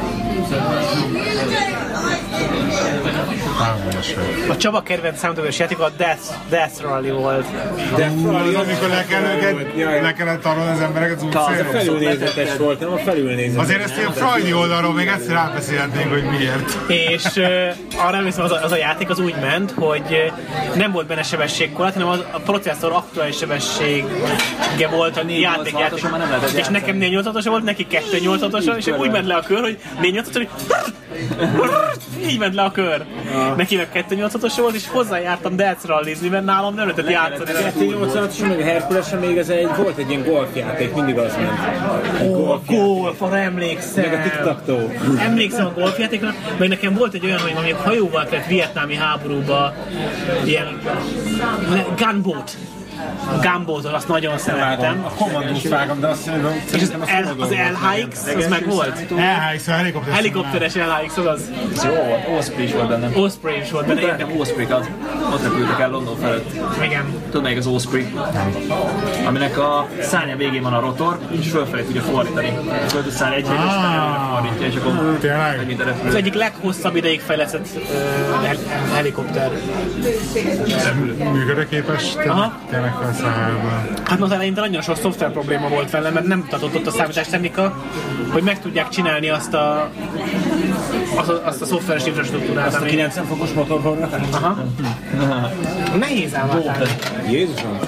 A Csaba kedvenc számítógépes játék a Death, Death Rally volt. De az, amikor le kell őket, le kellett tarolni az embereket az utcáról. Felülnézetes volt, nem a felülnézetes. Azért ezt ilyen Freudi oldalról még egyszer átbeszélhetnénk, hogy miért. És uh, arra emlékszem, az a, az a játék az úgy ment, hogy uh, nem volt benne sebességkorlát, hanem az, a processzor aktuális sebessége volt a játék, játék. És nekem négy nyolcvanhatos volt, neki kettő nyolcvanhatos, és úgy ment le a kör, hogy négy nyolcvanhatos, hogy így ment le a kör. Neki meg kettő nyolcvanhatos volt, és hozzájártam Death Rally-zni, mert nálam nem lehetett játszani. kettő nyolcvanhatos, meg a Herkulesen még ez egy, volt egy ilyen golfjáték, mindig az ment. Ó, a golf, arra emlékszem. Meg a tic-tac-toe. Emlékszem a golfjátékra, meg nekem volt egy olyan, hogy mondjuk hajóval kellett vietnámi háborúba, ilyen gunboat. Gumball-tól azt nagyon szeretem. A kommandót vágom, de azt szerintem És az, L, az L H X, az meg volt? L H X, a helikopter. Helikopteres L H X, az. Ez jó volt, Osprey is volt bennem. Osprey is volt benne. Nekem Osprey-kat, ott repültek el London felett. Igen. Tudod melyik az Osprey? Aminek a szárnya végén van a rotor, és fölfelé tudja fordítani. Föl tud szállni egy helyre, és felfelé fordítja, és akkor Tényleg? megint a repülő. Az egyik leghosszabb ideig fejlesztett uh, hel- helikopter. Működőképes, Aha. tényleg felszállva. Hát az eleinte nagyon sok szoftver probléma volt vele, mert nem mutatott ott a számítástechnika, hogy meg tudják csinálni azt a, azt a, azt a szoftveres infrastruktúrát. Azt a ami- kilencven fokos motorhornak? Aha. Nehéz ám átálni. Jézusom!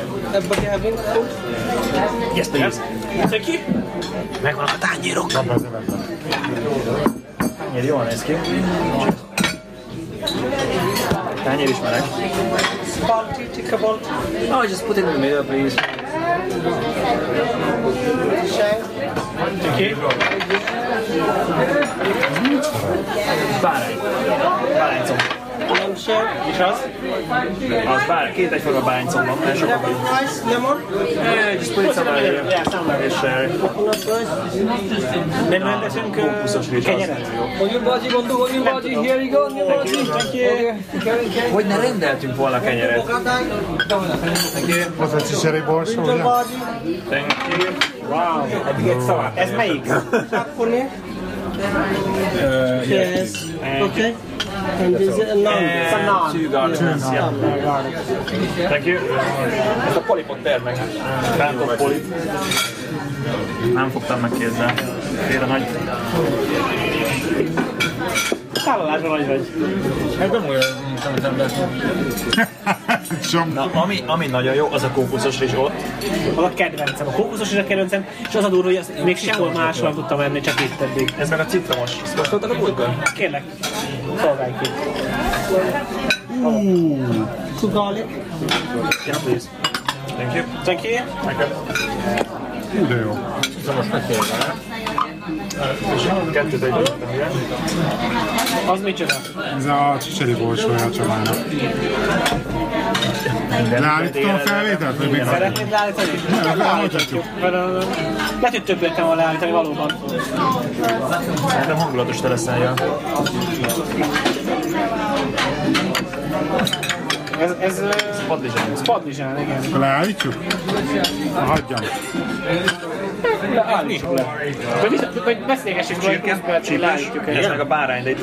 Yes, please. Thank you. Megvannak a tányérok. Tányér jól néz ki. Tányér is meleg. Oh, just put it in the middle, please. Thank you. Bárány. Báránycomb. És az? Az bár, két egyforma báránycomb van, mert sokkal vagy. Eh, just put it somewhere here. Yeah, somewhere. És share. Nem rendesünk uh, kenyeret? Hogy ne rendeltünk volna kenyeret? Az a csicseri borsó, ugye? Thank you. Wow. Eddig egy szavát. Ez melyik? Yes. Okay. And is it a naan? It's a naan. Two garnisons, yeah. Thank you. Ezt a polipot terd meg. Rántott polip. Nem fogtam meg kézzel. Fél a nagy. Szállalásban nagy vagy. Ez nem olyan, mint amit ember. Som. Na, ami, ami nagyon jó, az a kókuszos rizs ott. Az a kedvencem. A kókuszos is a kedvencem, és az a durva, hogy azt még sehol máshol nem tudtam enni, csak itt eddig. Ez meg a citromos. Ezt kóstoltad a múltkor? Kérlek, szolgálj ki. Two garlic. Yeah, please. Thank you. Thank you. Hú, de jó. Kettőt egy dolgot, ugye? Az micsoda? Ez a csicseri borsója a Csabának. Leállítottam a felvételt? Vagy még Szeretnéd leállítani? Nem, Leállíthatjuk. Lehet, hogy több lettem volna leállítani valóban. Szerintem hangulatos te leszel, ja. Ez, ez, Padlizsán. ez padlizsán, igen. leállítjuk? Hagyjam. Leállítsuk le. Vagy, vissza- vagy beszélgessünk róla, hogy közben leállítjuk Ez el. meg a bárány, de itt